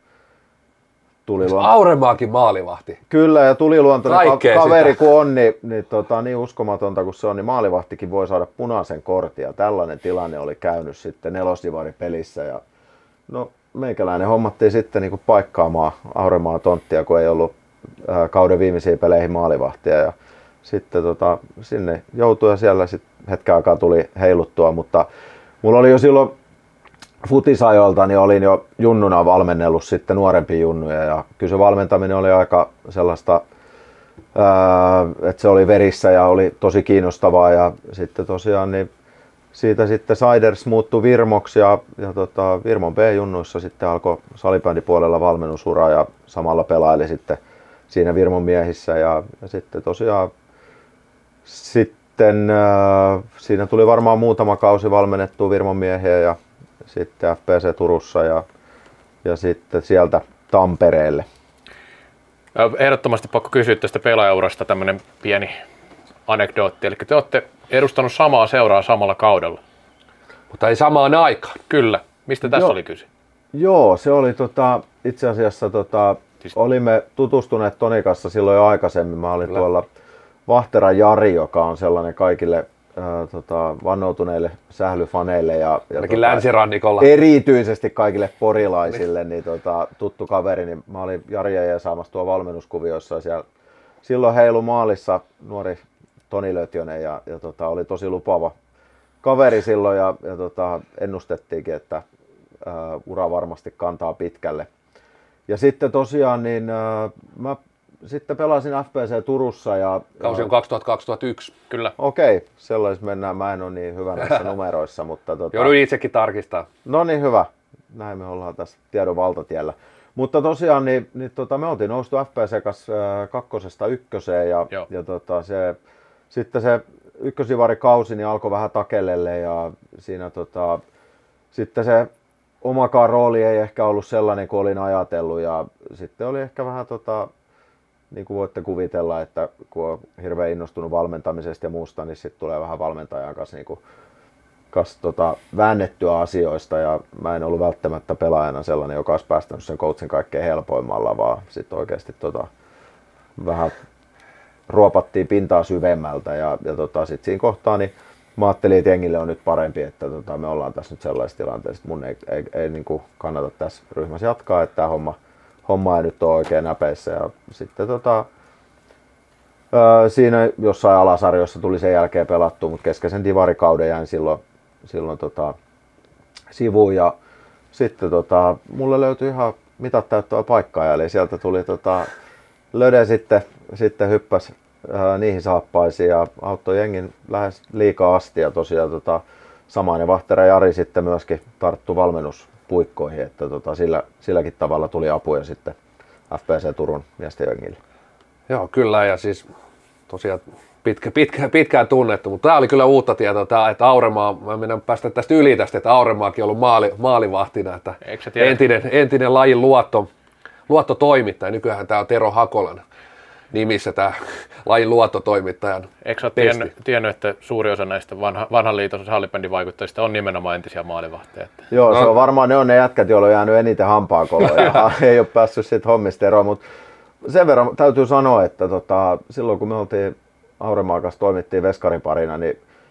Auremaakin maalivahti. Kyllä, ja tuliluontoinen kaveri kun on, niin uskomatonta kuin se on, niin maalivahtikin voi saada punaisen kortin, ja tällainen tilanne oli käynyt sitten nelosdivaripelissä, ja no meikäläinen hommattiin sitten niin kuin paikkaamaan Auremaan tonttia, kun ei ollut kauden viimeisiin peleihin maalivahtia, ja sitten sinne joutui, ja siellä sitten hetken aikaa tuli heiluttua, mutta mulla oli jo silloin futisajoilta, niin olin jo junnuna valmennellut sitten nuorempia junnuja, ja kyllä se valmentaminen oli aika sellaista, että se oli verissä ja oli tosi kiinnostavaa, ja sitten tosiaan niin siitä sitten Siders muuttui Virmoksi, ja Virmon B-junnuissa sitten alkoi salibändipuolella valmennusura, ja samalla pelaili sitten siinä Virmon miehissä, ja sitten tosiaan sitten siinä tuli varmaan muutama kausi valmennettua Virmon miehiä, ja sitten FPC Turussa ja sitten sieltä Tampereelle. Ehdottomasti pakko kysyä tästä pelaajaurasta tämmöinen pieni anekdootti. Eli te olette edustanut samaa seuraa samalla kaudella. Mutta ei samaan aikaan. Kyllä. Mistä tässä oli kyse? Joo, se oli itse asiassa olimme tutustuneet Tonin kanssa silloin jo aikaisemmin. Mä olin tuolla Vahteran Jari, joka on sellainen kaikille vannoutuneille sählyfaneille ja länsirannikolla. Erityisesti kaikille porilaisille niin tuttu kaveri, niin mä olin Jari ja saamassa tuo valmennuskuvioissa, ja siellä silloin heilu maalissa nuori Toni Lötjönen, ja oli tosi lupaava kaveri silloin, ja ennustettiinkin, että ura varmasti kantaa pitkälle. Ja sitten tosiaan niin mä sitten pelasin FPC Turussa. Kausi on 2000-2001. Kyllä. Okei, sellaisessa mennään. Mä en ole niin hyvä näissä numeroissa, mutta joudun itsekin tarkistaa. No niin, hyvä. Näin me ollaan tässä tiedon valtatiellä. Mutta tosiaan niin me oltiin noustu FPC kanssa 2-1 ja sitten se ykkösivarikausi niin alkoi vähän takellelle, ja siinä sitten se omakaan rooli ei ehkä ollut sellainen kuin olin ajatellut, ja sitten oli ehkä vähän niin kuin voitte kuvitella, että kun on hirveän innostunut valmentamisesta ja muusta, niin sitten tulee vähän valmentajan kanssa, väännettyä asioista, ja mä en ollut välttämättä pelaajana sellainen, joka olisi päästänyt sen coachin kaikkein helpoimmalla, vaan sitten oikeasti vähän ruopattiin pintaa syvemmältä, ja sitten siinä kohtaa niin mä ajattelin, että jengille on nyt parempi, että me ollaan tässä nyt sellaisessa tilanteessa, että mun ei niin kuin kannata tässä ryhmässä jatkaa, että tämä homma ei nyt ole oikein näpeissä, ja sitten siinä jossain alasarjossa tuli sen jälkeen pelattua, mutta keskeisen divarikauden jäin silloin sivuun, ja sitten mulle löytyi ihan mitat täyttävä paikka, eli sieltä tuli Löde sitten hyppäsi niihin saappaisiin ja auttoi jengin lähes liikaa asti, ja tosiaan samainen Vahtera Jari sitten myöskin tarttui valmennuspuikkoihin, että silläkin tavalla tuli apuja sitten FPC Turun miesten jengille. Joo, kyllä, ja siis tosiaan pitkään tunnettu, mutta tämä oli kyllä uutta tietoa, että Auremaa, mä mennään päästä tästä yli tästä, että Auremaakin on ollut maalivahtina, että entinen lajin luottotoimittaja, nykyään tämä on Tero Hakolan nimissä tämä lajin luottotoimittajan. Eikö sä tiennyt, että suuri osa näistä vanhan liiton salibändin vaikuttajista on nimenomaan entisiä maalivahteja? Joo, se on varmaan ne jätkät, joilla on jäänyt eniten hampaakoloja ja ei ole päässyt siitä hommista eroon, mutta sen verran täytyy sanoa, että silloin kun me oltiin Auremaan kanssa toimittiin veskariparina, niin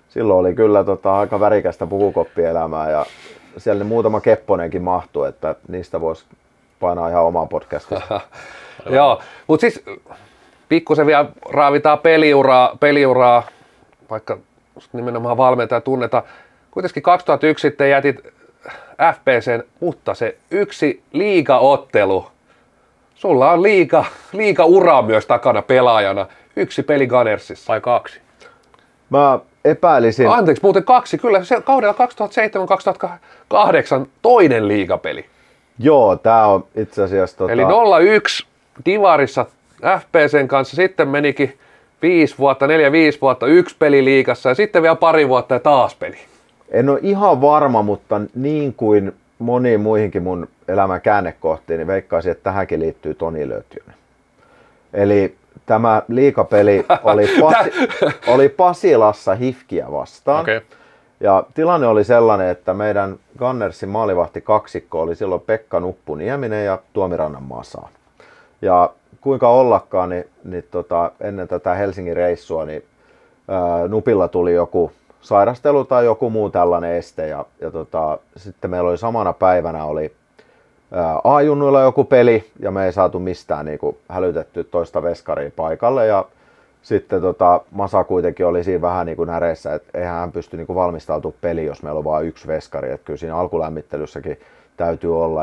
silloin oli kyllä aika värikästä pukukoppielämää ja siellä muutama kepponenkin mahtui, että niistä voisi painaa ihan omaa podcastia. Joo, mutta siis pikkusen vielä raavitaan peliuraa, vaikka nimenomaan valmentaja tunnetaan. Kuitenkin 2001 sitten jätit FPC:n, mutta se yksi liigaottelu. Sulla on liiga ura myös takana pelaajana. Yksi peli Gunnersissa. Vai 2? Mä epäilisin. Anteeksi, muuten 2. Kyllä se kaudella 2007-2008 toinen liigapeli. Joo, tää on itse asiassa Eli 0-1 Divarissa FPC:n kanssa. Sitten menikin 4-5 vuotta yksi peli liigassa ja sitten vielä pari vuotta ja taas peli. En ole ihan varma, mutta niin kuin moniin muihinkin mun elämän käännekohtiin, niin veikkaisin, että tähänkin liittyy Toni Lötjönen. Eli tämä liigapeli oli Pasilassa HIFKiä vastaan. Okay. Ja tilanne oli sellainen, että meidän Gunnersin maalivahti kaksikko oli silloin Pekka Nuppu-Nieminen ja Tuomirannan Masa. Ja kuinka ollakaan, niin ennen tätä Helsingin reissua, niin Nupilla tuli joku sairastelu tai joku muu tällainen este. Ja sitten meillä oli samana päivänä A-junnuilla joku peli ja me ei saatu mistään niin kuin hälytetty toista veskaria paikalle. Ja sitten Masa kuitenkin oli siinä vähän niin kuin näreissä, että eihän hän pysty niin kuin valmistautumaan peliin, jos meillä on vain yksi veskari. Että kyllä siinä alkulämmittelyssäkin täytyy olla.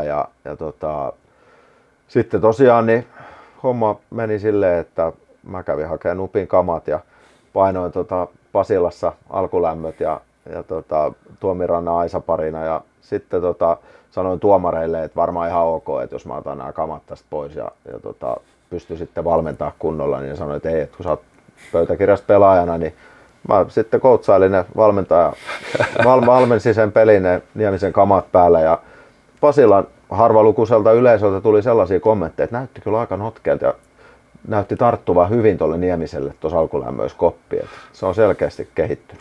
Sitten tosiaan niin homma meni silleen, että mä kävin hakemaan Nupin kamat ja painoin Pasilassa alkulämmöt ja Tuomirannan Aisa-parina ja sitten sanoin tuomareille, että varmaan ihan ok, että jos mä otan nämä kamat tästä pois ja pystyn sitten valmentaa kunnolla, niin sanoin, että ei, että kun sä oot pöytäkirjasta pelaajana, niin mä sitten coachailin ne valmentaja, valmensin sen pelin, ne Niemisen kamat päällä ja Pasilan harvalukuiselta yleisöltä tuli sellaisia kommentteja, että näytti kyllä aika notkeelta ja näytti tarttuvan hyvin tuolle Niemiselle tuossa alkulämmöiskoppiin. Se on selkeästi kehittynyt.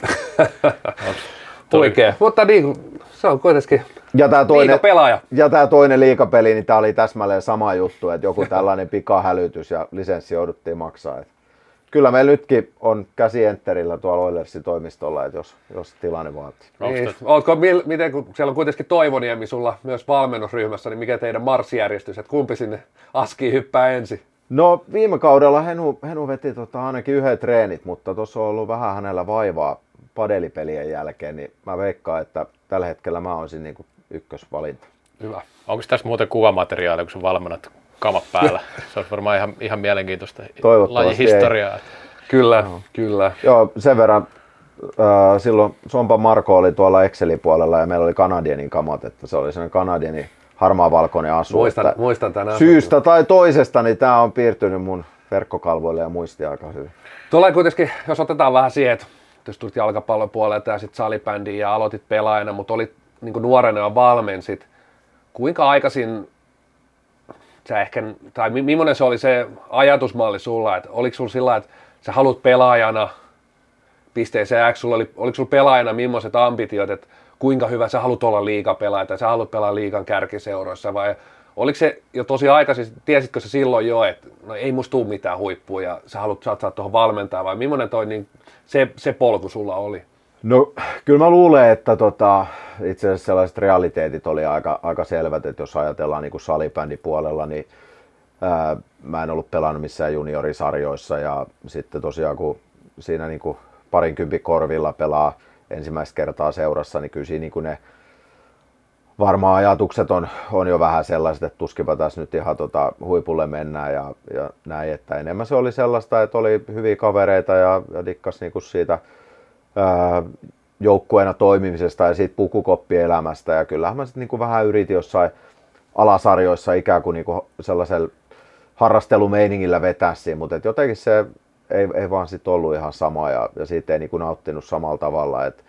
Oikein, mutta niin, se on kuitenkin liigapelaaja. Ja tämä toinen liigapeli, niin tämä oli täsmälleen sama juttu, että joku tällainen pikahälytys ja lisenssi jouduttiin maksaa. Kyllä meillä nytkin on käsi enterillä tuolla Oilersin toimistolla, että jos tilanne vaatii. Niin. Miten, kun siellä on kuitenkin Toivoniemi sulla myös valmennusryhmässä, niin mikä teidän marssijärjestys, että kumpi sinne askiin hyppää ensin? No viime kaudella Henu veti ainakin yhden treenit, mutta tuossa on ollut vähän hänellä vaivaa padelipelien jälkeen, niin mä veikkaan, että tällä hetkellä mä olisin niin kuin ykkösvalinta. Hyvä. Onko tässä muuten kuvamateriaalia, kun sä valmennat kamat päällä? Se olisi varmaan ihan mielenkiintoista lajihistoriaa. Kyllä. Joo, sen verran silloin Sompa Marko oli tuolla Excelin puolella ja meillä oli Canadienin kamat, että se oli sellainen Canadienin harmaa-valkoinen asu. Muistan tämän syystä tai toisesta, niin tämä on piirtynyt mun verkkokalvoille ja muistia aika hyvin. Tuolla kuitenkin, jos otetaan vähän siihen, että jos tulit jalkapallon puolelta ja sitten salibändiin ja aloitit pelaajana, mutta olit niin kuin nuorena ja valmensit. Kuinka aikaisin sä ehkä, tai millainen se oli se ajatusmalli sulla, että oliko sulla sillä, että sä haluat pelaajana pisteeseen X, oliko sulla pelaajana millaiset ambitiot, että kuinka hyvä sä haluat olla liigapelaaja tai sä haluat pelaa liigan kärkiseuroissa vai oliko se jo tosi aikaisin, tiesitkö sä silloin jo, että no ei musta tule mitään huippua ja sä haluat satsaa tuohon valmentaa vai millainen toi niin se polku sulla oli? No kyllä mä luulen, että itse asiassa sellaiset realiteetit oli aika selvät, että jos ajatellaan niin kuin salibändipuolella, niin mä en ollut pelannut missään juniorisarjoissa ja sitten tosiaan kun siinä niin kuin parinkympin korvilla pelaa ensimmäistä kertaa seurassa, niin kyllä siinä niin kuin ne varmaan ajatukset on jo vähän sellaiset, että tuskinpa tässä nyt ihan huipulle mennään ja näin, että enemmän se oli sellaista, että oli hyviä kavereita ja dikkas niinku siitä joukkueena toimimisesta ja siitä pukukoppielämästä ja kyllähän mä sitten niinku vähän yritin jossain alasarjoissa ikään kuin niinku sellaisella harrastelumeiningillä vetää siinä, mutta jotenkin se ei vaan sitten ollut ihan sama ja siitä ei niinku nauttinut samalla tavalla, että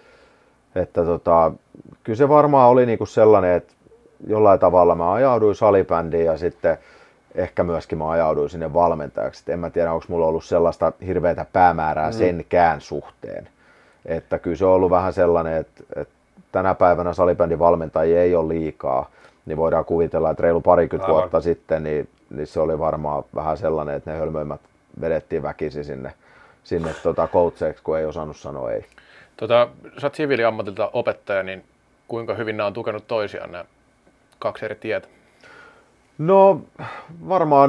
kyllä se varmaan oli niinku sellainen, että jollain tavalla mä ajauduin salibändiin ja sitten ehkä myöskin mä ajauduin sinne valmentajaksi. En mä tiedä, onko mulla ollut sellaista hirveätä päämäärää senkään suhteen. Että kyllä se on ollut vähän sellainen, että tänä päivänä salibändin valmentajia ei ole liikaa. Niin voidaan kuvitella, että reilu parikymmentä vuotta sitten niin se oli varmaan vähän sellainen, että ne hölmöimmät vedettiin väkisin sinne coacheiksi, kun ei osannut sanoa ei. Sä oot siviiliammatilta opettaja, niin kuinka hyvin nämä on tukenut toisiaan nämä kaksi eri tietä? No varmaan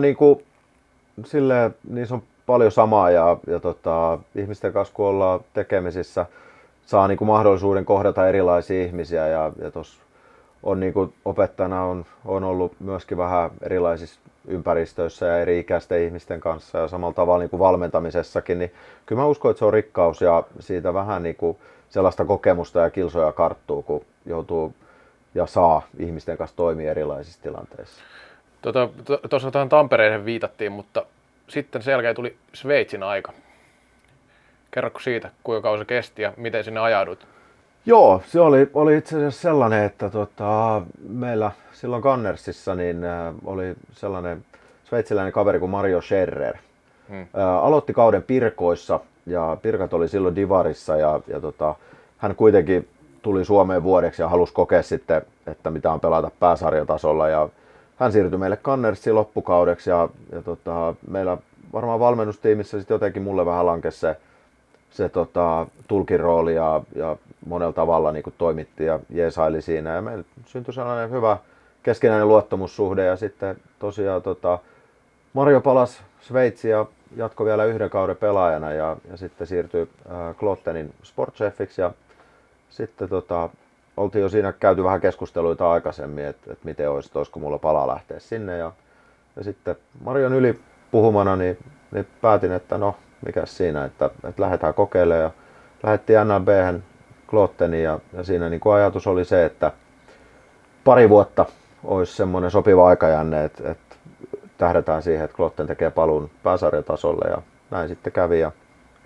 silleen, niissä on paljon samaa ja ihmisten kanssa kun ollaan tekemisissä, saa mahdollisuuden kohdata erilaisia ihmisiä ja tuossa on opettajana on ollut myöskin vähän erilaisissa ympäristöissä ja eri ikäisten ihmisten kanssa ja samalla tavalla valmentamisessakin, niin kyllä mä uskon, että se on rikkaus ja siitä vähän sellaista kokemusta ja kilsoja karttuu, kun joutuu ja saa ihmisten kanssa toimia erilaisissa tilanteissa. Tuossa tähän Tampereeseen viitattiin, mutta sitten sen jälkeen tuli Sveitsin aika. Kerrotko siitä, kuinka kauan se kesti ja miten sinne ajaudut? Joo, se oli itse asiassa sellainen, että meillä silloin Gannersissa niin oli sellainen sveitsiläinen kaveri kuin Mario Scherrer. Aloitti kauden Pirkoissa ja Pirkat oli silloin Divarissa ja hän kuitenkin tuli Suomeen vuodeksi ja halusi kokea sitten, että mitä on pelata pääsarjatasolla ja hän siirtyi meille Gannersiin loppukaudeksi ja meillä varmaan valmennustiimissä sitten jotenkin mulle vähän lankesi se tulkin rooli ja monella tavalla toimittiin ja jeesaili siinä ja meillä syntyi sellainen hyvä keskinäinen luottamussuhde ja sitten tosiaan Mario palasi Sveitsiin ja jatkoi vielä yhden kauden pelaajana ja sitten siirtyi Klottenin sportchefiksi ja sitten oltiin jo siinä käyty vähän keskusteluita aikaisemmin, että miten olisiko mulla palaa lähteä sinne ja sitten Marion yli puhumana niin päätin, että no mikäs siinä, että lähdetään kokeilemaan ja lähdettiin NLB:hen Klotteniin ja siinä ajatus oli se, että pari vuotta olisi semmoinen sopiva aikajänne, että tähdätään siihen, että Klotten tekee paluun pääsarjatasolle ja näin sitten kävi ja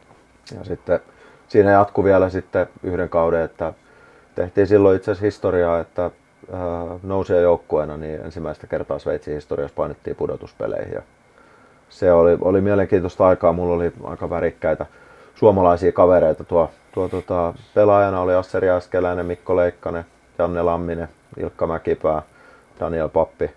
sitten siinä jatkui vielä sitten yhden kauden, että tehtiin silloin itse asiassa historiaa, että nousijajoukkueena niin ensimmäistä kertaa Sveitsin historiassa painettiin pudotuspeleihin. Ja se oli mielenkiintoista aikaa, mulla oli aika värikkäitä suomalaisia kavereita. Tuo pelaajana oli Asseri Jääskeläinen, Mikko Leikkanen, Janne Lamminen, Ilkka Mäkipää, Daniel Pappi.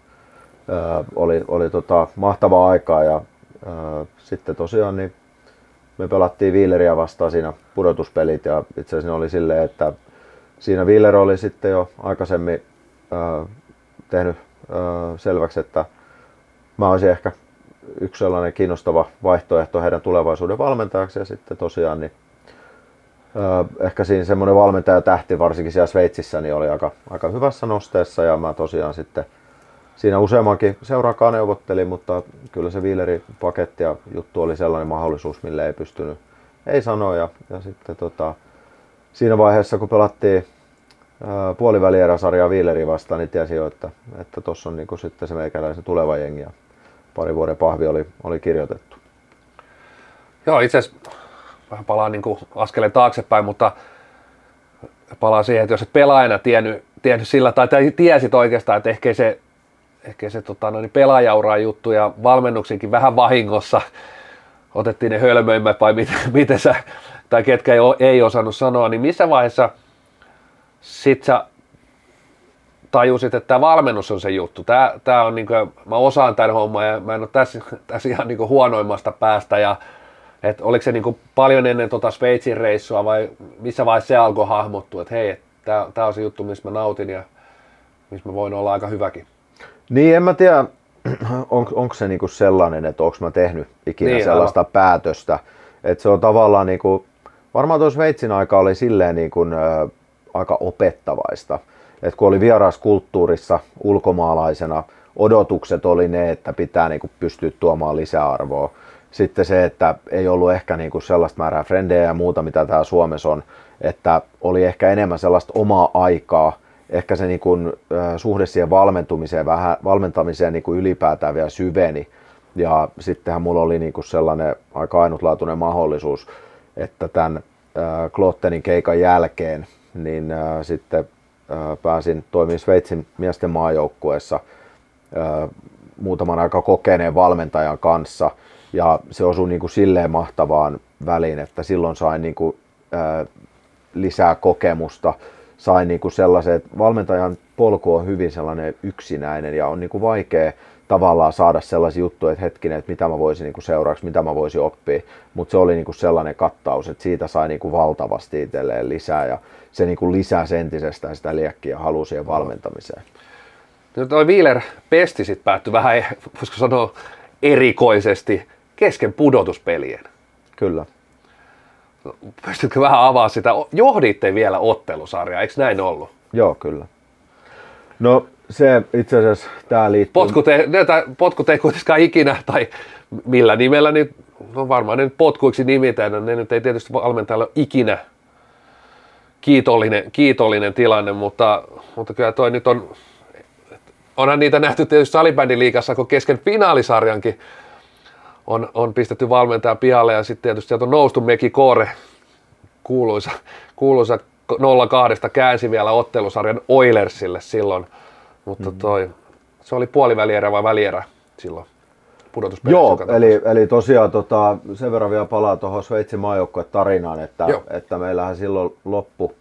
Oli mahtavaa aikaa ja sitten tosiaan niin me pelattiin Wieleriä vastaan siinä pudotuspelit ja itse asiassa oli silleen, että siinä Wieler oli sitten jo aikaisemmin tehnyt selväksi, että mä olisin ehkä yksi sellainen kiinnostava vaihtoehto heidän tulevaisuuden valmentajaksi ja sitten tosiaan niin ehkä siinä semmoinen valmentajatähti varsinkin siellä Sveitsissä niin oli aika hyvässä nosteessa ja mä tosiaan sitten siinä useammankin seuraakaan neuvottelin, mutta kyllä se Wielerin paketti ja juttu oli sellainen mahdollisuus, mille ei pystynyt ei sanoa ja sitten siinä vaiheessa kun pelattiin puolivälieräsarjaa Wieleriä vastaan, niin tiesin jo, että tuossa on sitten se meikäläisen tuleva jengi ja pari vuoden pahvi oli kirjoitettu. Joo, itse asiassa vähän palaan askeleen taaksepäin, mutta palaan siihen, että jos et pelaajana tiennyt sillä tai tiesit oikeastaan, että ehkä se pelaajauraan juttu ja valmennuksenkin vähän vahingossa otettiin ne hölmöimmät vai miten sä, tai ketkä ei osannut sanoa, niin missä vaiheessa sit sä tajusit, että tämä valmennus on se juttu. Tää on mä osaan tämän homman ja mä en ole tässä ihan huonoimmasta päästä ja että oliko se paljon ennen Sveitsin reissua vai missä vaiheessa se alkoi hahmottua, että hei, tää on se juttu, missä mä nautin ja missä mä voin olla aika hyväkin. Niin, en mä tiedä, onko se sellainen, että onko mä tehnyt ikinä sellaista päätöstä. Että se on tavallaan, varmaan tuo Sveitsin aika oli silleen aika opettavaista. Että kun oli vieraskulttuurissa ulkomaalaisena, odotukset oli ne, että pitää pystyä tuomaan lisäarvoa. Sitten se, että ei ollut ehkä sellaista määrää frendejä ja muuta, mitä täällä Suomessa on, että oli ehkä enemmän sellaista omaa aikaa. Ehkä se suhde siihen valmentamiseen ylipäätään vielä syveni. Ja sittenhän mulla oli sellainen aika ainutlaatuinen mahdollisuus, että tämän Klottenin keikan jälkeen niin sitten pääsin toimimaan Sveitsin miesten maajoukkueessa muutaman aika kokeneen valmentajan kanssa. Ja se osui silleen mahtavaan väliin, että silloin sain lisää kokemusta. Sain sellaisen, että valmentajan polku on hyvin sellainen yksinäinen ja on vaikea tavallaan saada sellaisia juttuja, että hetkinen, että mitä mä voisin niin kuin seuraavaksi, mitä mä voisin oppia. Mutta se oli niin kuin sellainen kattaus, että siitä sai niin kuin valtavasti itselleen lisää ja se niin kuin lisäsi entisestään sitä liekkiä ja halua siihen valmentamiseen. No toi Wheeler-pesti sitten päättyi vähän, voisiko sanoa, erikoisesti kesken pudotuspelien. Kyllä. Pystytkö vähän avaamaan sitä? Johditte vielä ottelusarjaa, eikö näin ollut? Joo, kyllä. No se itse asiassa tää liittyy... Potkut ei kuitenkaan ikinä, tai millä nimellä, niin no varmaan ne nyt potkuiksi nimitään, ne nyt ei tietysti valmentajalle ole ikinä kiitollinen tilanne, mutta kyllä toi nyt onhan niitä nähty tietysti salibändiliigassa, kun kesken finaalisarjankin on pistetty valmentajan pihalle ja sitten tietysti sieltä on noustu Meki Kore, kuuluisa 0-2 käänsi vielä ottelusarjan Oilersille silloin, mutta se oli puolivälierä vai välierä silloin pudotuspelissä? Joo, eli tosiaan sen verran vielä palaa tuohon Sveitsin maajoukkueen tarinaan, että meillähän silloin loppu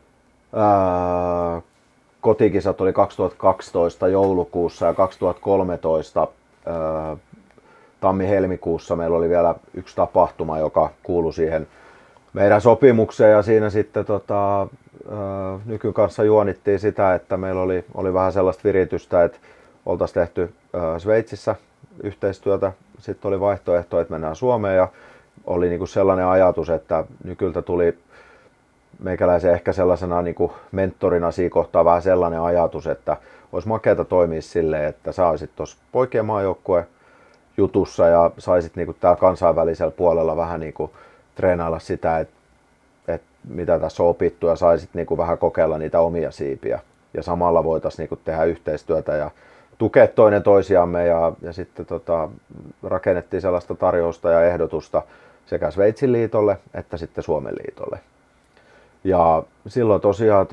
kotikisat oli 2012 joulukuussa ja 2013 tammi-helmikuussa meillä oli vielä yksi tapahtuma, joka kuului siihen meidän sopimukseen ja siinä sitten Nykyn kanssa juonittiin sitä, että meillä oli vähän sellaista viritystä, että oltaisiin tehty Sveitsissä yhteistyötä, sitten oli vaihtoehto, että mennään Suomeen ja oli niinku sellainen ajatus, että Nykyltä tuli meikäläisen ehkä sellaisena niinku mentorina siinä kohtaa vähän sellainen ajatus, että olisi makeata toimia silleen, että sä olisit tuossa poikien maajoukkueen jutussa ja saisit niinku täällä kansainvälisellä puolella vähän niinku treenailla sitä, että mitä tässä on opittu ja saisit niinku vähän kokeilla niitä omia siipiä. Ja samalla voitaisiin niinku tehdä yhteistyötä ja tukea toinen toisiamme ja sitten rakennettiin sellaista tarjousta ja ehdotusta sekä Sveitsin liitolle että sitten Suomen liitolle. Ja silloin tosiaan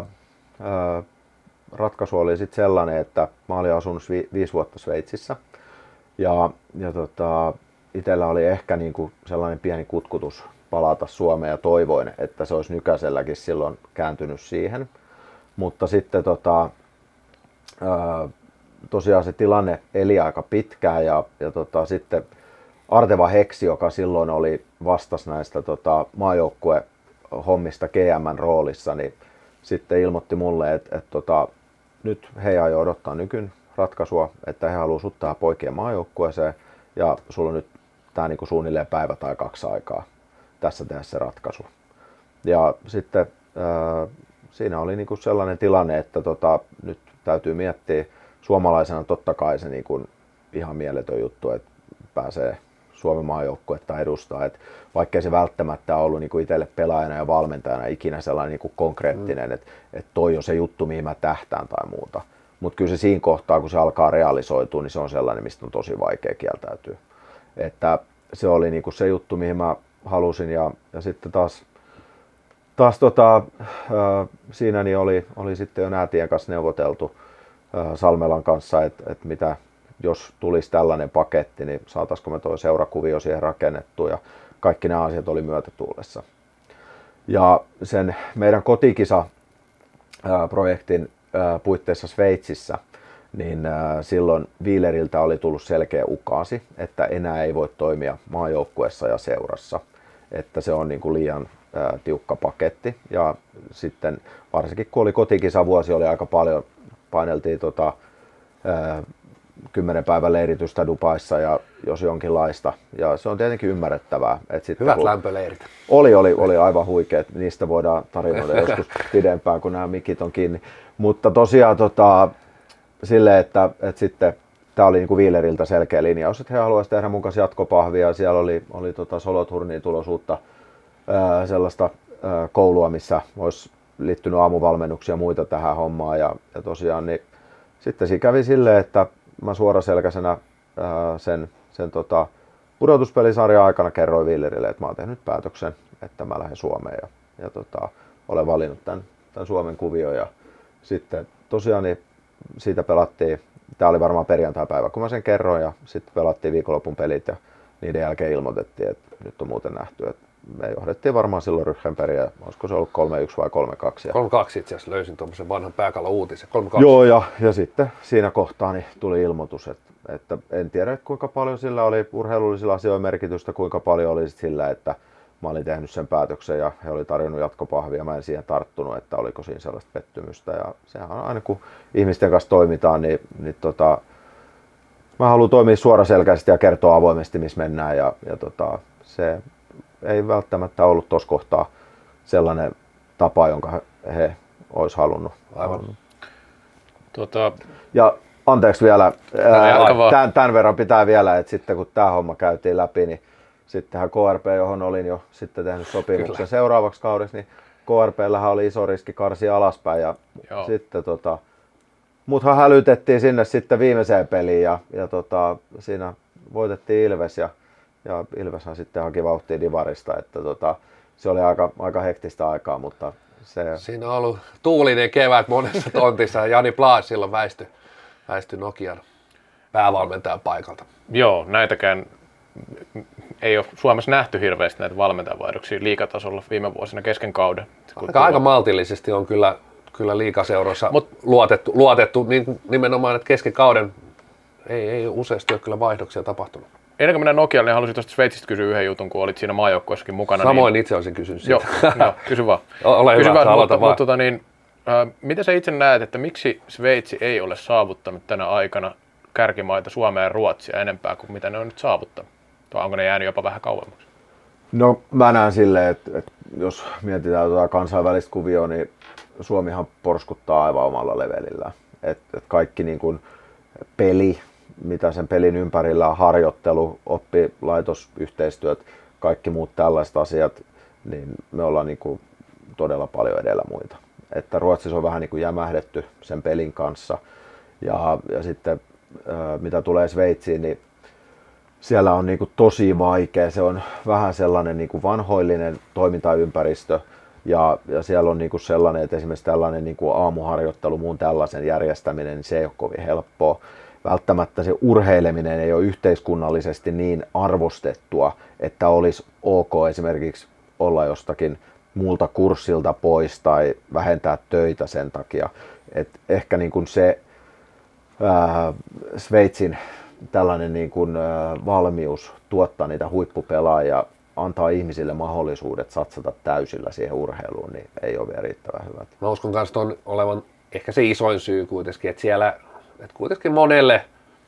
ratkaisu oli sitten sellainen, että mä olin asunut 5 vuotta Sveitsissä ja itsellä oli ehkä niinku sellainen pieni kutkutus palata Suomeen ja toivoin, että se olisi Nykäselläkin silloin kääntynyt siihen. Mutta sitten tosiaan se tilanne eli aika pitkään ja sitten Arteva Heksi, joka silloin oli vastas näistä maajoukkue hommista GM:n roolissa, niin sitten ilmoitti mulle, että nyt he ei aio odottaa Nykyn ratkaisua, että he haluaa sut tähän poikien maajoukkueeseen ja sulla on nyt tää niinku suunnilleen päivä tai 2 aikaa tässä tehdä se ratkaisu. Ja sitten siinä oli niinku sellainen tilanne, että nyt täytyy miettiä suomalaisena totta kai se niinku ihan mieletön juttu, että pääsee Suomen maajoukkuetta edustaa, että vaikkei se välttämättä ollut niinku itselle pelaajana ja valmentajana ikinä sellainen niinku konkreettinen, että toi on se juttu, mihin mä tähtään tai muuta. Mutta kyllä se siinä kohtaa, kun se alkaa realisoitua, niin se on sellainen, mistä on tosi vaikea kieltäytyä. Että se oli niinku se juttu, mihin mä halusin ja sitten taas siinä niin oli sitten jo Näätien kanssa neuvoteltu Salmelan kanssa, että mitä jos tulisi tällainen paketti, niin saataisiko me tuo seurakuvio siihen rakennettua ja kaikki nämä asiat oli myötätuulessa. Ja sen meidän kotikisa-projektin puitteissa Sveitsissä, niin silloin Wheeleriltä oli tullut selkeä ukaasi, että enää ei voi toimia maajoukkueessa ja seurassa, että se on niin kuin liian tiukka paketti. Ja sitten varsinkin kun oli kotikisavuosi, oli aika paljon, paineltiin 10 päivän leiritystä Dubaissa ja jos jonkinlaista. Ja se on tietenkin ymmärrettävää. Että sitten hyvät lämpöleirit. Oli aivan huikeat. Niistä voidaan tarinoida joskus pidempään, kun nämä mikit on kiinni. Mutta tosiaan silleen, että sitten tämä oli niinku Wheeleriltä selkeä linjaus, että he haluaisivat tehdä mun kanssa jatkopahvia. Siellä oli Soloturniin tulosuutta sellaista koulua, missä olisi liittynyt aamuvalmennuksia ja muita tähän hommaan. Ja tosiaan niin sitten siinä kävi silleen, että mä suoraselkäisenä sen pudotuspelisarjan aikana kerroin Wheelerille, että mä oon tehnyt päätöksen, että mä lähden Suomeen ja olen valinnut tämän Suomen kuvion. Ja sitten tosiaan niin siitä pelattiin, tää oli varmaan perjantaipäivä, kun mä sen kerroin ja sitten pelattiin viikonlopun pelit ja niiden jälkeen ilmoitettiin, että nyt on muuten nähty, että me johdettiin varmaan silloin Ryhkenperiä, olisiko se ollut 3-1 vai 3-2. 3-2 itse asiassa löysin tuommoisen vanhan pääkallon uutisen. 3-2. Joo, ja sitten siinä kohtaa niin tuli ilmoitus, että Että en tiedä, kuinka paljon sillä oli urheilullisilla asioilla merkitystä, kuinka paljon oli sillä, että mä olin tehnyt sen päätöksen ja he oli tarjonnut jatkopahvia. Mä en siihen tarttunut, että oliko siinä sellaista pettymystä. Ja sehän on aina kun ihmisten kanssa toimitaan, niin mä haluan toimia suoraselkäisesti ja kertoa avoimesti, missä mennään. Ja se ei välttämättä ollut tuossa kohtaa sellainen tapa, jonka he olisi halunnut. Ja anteeksi vielä, tämän verran pitää vielä, että sitten kun tämä homma käytiin läpi, niin sittenhän KRP, johon olin jo sitten tehnyt sopimuksen Kyllä. seuraavaksi kaudeksi, niin KRP:llähän oli iso riski karsia alaspäin ja sitten muthan hälytettiin sinne sitten viimeiseen peliin ja siinä voitettiin Ilves ja Ilveshän sitten haki vauhtia Divarista, että se oli aika hektistä aikaa, mutta siinä on ollut tuulinen kevät monessa tontissa ja Jani Plaas silloin väistyi Nokian päävalmentajan paikalta. Joo, näitäkään ei ole Suomessa nähty hirveästi näitä valmentajavaihdoksia liigatasolla viime vuosina kesken kauden. Aika maltillisesti on kyllä liigaseuroissa luotettu niin nimenomaan, että kesken kauden ei useasti ole kyllä vaihdoksia tapahtunut. Ennen kuin mennään Nokialle, niin haluaisin tuosta Sveitsistä kysyä yhden jutun, kun olit siinä maajoukkueessakin mukana. Samoin itse olisin kysynyt siitä. Joo, kysy vaan. Ole hyvä, aloita vaan. Miten sä itse näet, että miksi Sveitsi ei ole saavuttanut tänä aikana kärkimaita Suomea ja Ruotsia enempää kuin mitä ne on nyt saavuttanut? Tai onko ne jäänyt jopa vähän kauemmaksi? No mä näen silleen, että jos mietitään kansainvälistä kuvioa, niin Suomihan porskuttaa aivan omalla levelillään. Että kaikki niin kuin peli, mitä sen pelin ympärillä on, harjoittelu, oppilaitosyhteistyöt, kaikki muut tällaiset asiat, niin me ollaan niin kuin todella paljon edellä muita. Että Ruotsissa on vähän niin kuin jämähdetty sen pelin kanssa ja sitten mitä tulee Sveitsiin, niin siellä on niin kuin tosi vaikea. Se on vähän sellainen niin kuin vanhoillinen toimintaympäristö ja siellä on niin kuin sellainen, että esimerkiksi tällainen niin kuin aamuharjoittelu, muun tällaisen järjestäminen, niin se ei ole kovin helppoa. Välttämättä se urheileminen ei ole yhteiskunnallisesti niin arvostettua, että olisi ok esimerkiksi olla jostakin muulta kurssilta pois tai vähentää töitä sen takia. Et ehkä niin kuin se Sveitsin tällainen niin kuin, valmius tuottaa niitä huippupelaajia, antaa ihmisille mahdollisuudet satsata täysillä siihen urheiluun, niin ei ole vielä riittävän hyvät. Mä uskon kanssa tuon olevan ehkä se isoin syy kuitenkin, että siellä että kuitenkin monelle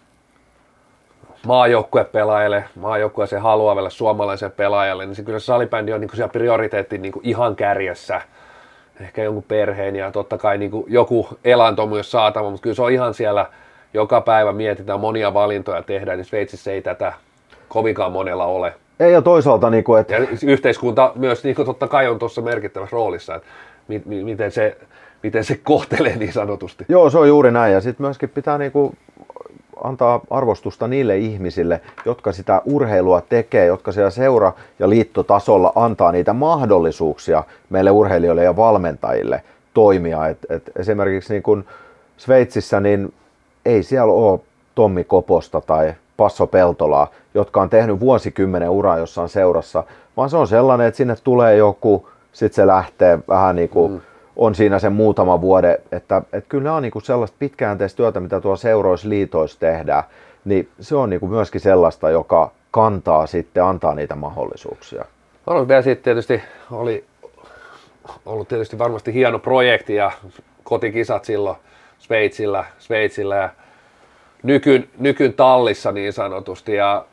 maajoukkuepelaajalle, maajoukkueeseen haluavalle suomalaiselle pelaajalle, niin se kyllä se salibändi on niin kuin siellä prioriteetti niin kuin ihan kärjessä. Ehkä jonkun perheen ja totta kai niin kuin joku elanto myös saatava, mutta kyllä se on ihan siellä joka päivä mietitään, monia valintoja tehdään, niin Sveitsissä ei tätä kovinkaan monella ole. Ei ja toisaalta niin että ja yhteiskunta myös niin kuin totta kai on tuossa merkittävässä roolissa, että miten se kohtelee niin sanotusti. Joo, se on juuri näin ja sitten myöskin pitää niin kuin antaa arvostusta niille ihmisille, jotka sitä urheilua tekee, jotka siellä seura- ja liittotasolla antaa niitä mahdollisuuksia meille urheilijoille ja valmentajille toimia. Et esimerkiksi niin kuin Sveitsissä niin ei siellä ole Tommi Koposta tai Passo Peltolaa, jotka on tehnyt vuosikymmenen uraa jossain seurassa, vaan se on sellainen, että sinne tulee joku, sitten se lähtee vähän niin kuin on siinä sen muutama vuoden, että kyllä ne on niinku sellaista pitkäjänteistä työtä, mitä tuolla seuroissa liitoissa tehdään, niin se on niinku myöskin sellaista, joka kantaa sitten, antaa niitä mahdollisuuksia. Vielä siitä tietysti oli ollut tietysti varmasti hieno projekti ja kotikisat silloin Sveitsillä ja nykyn tallissa niin sanotusti ja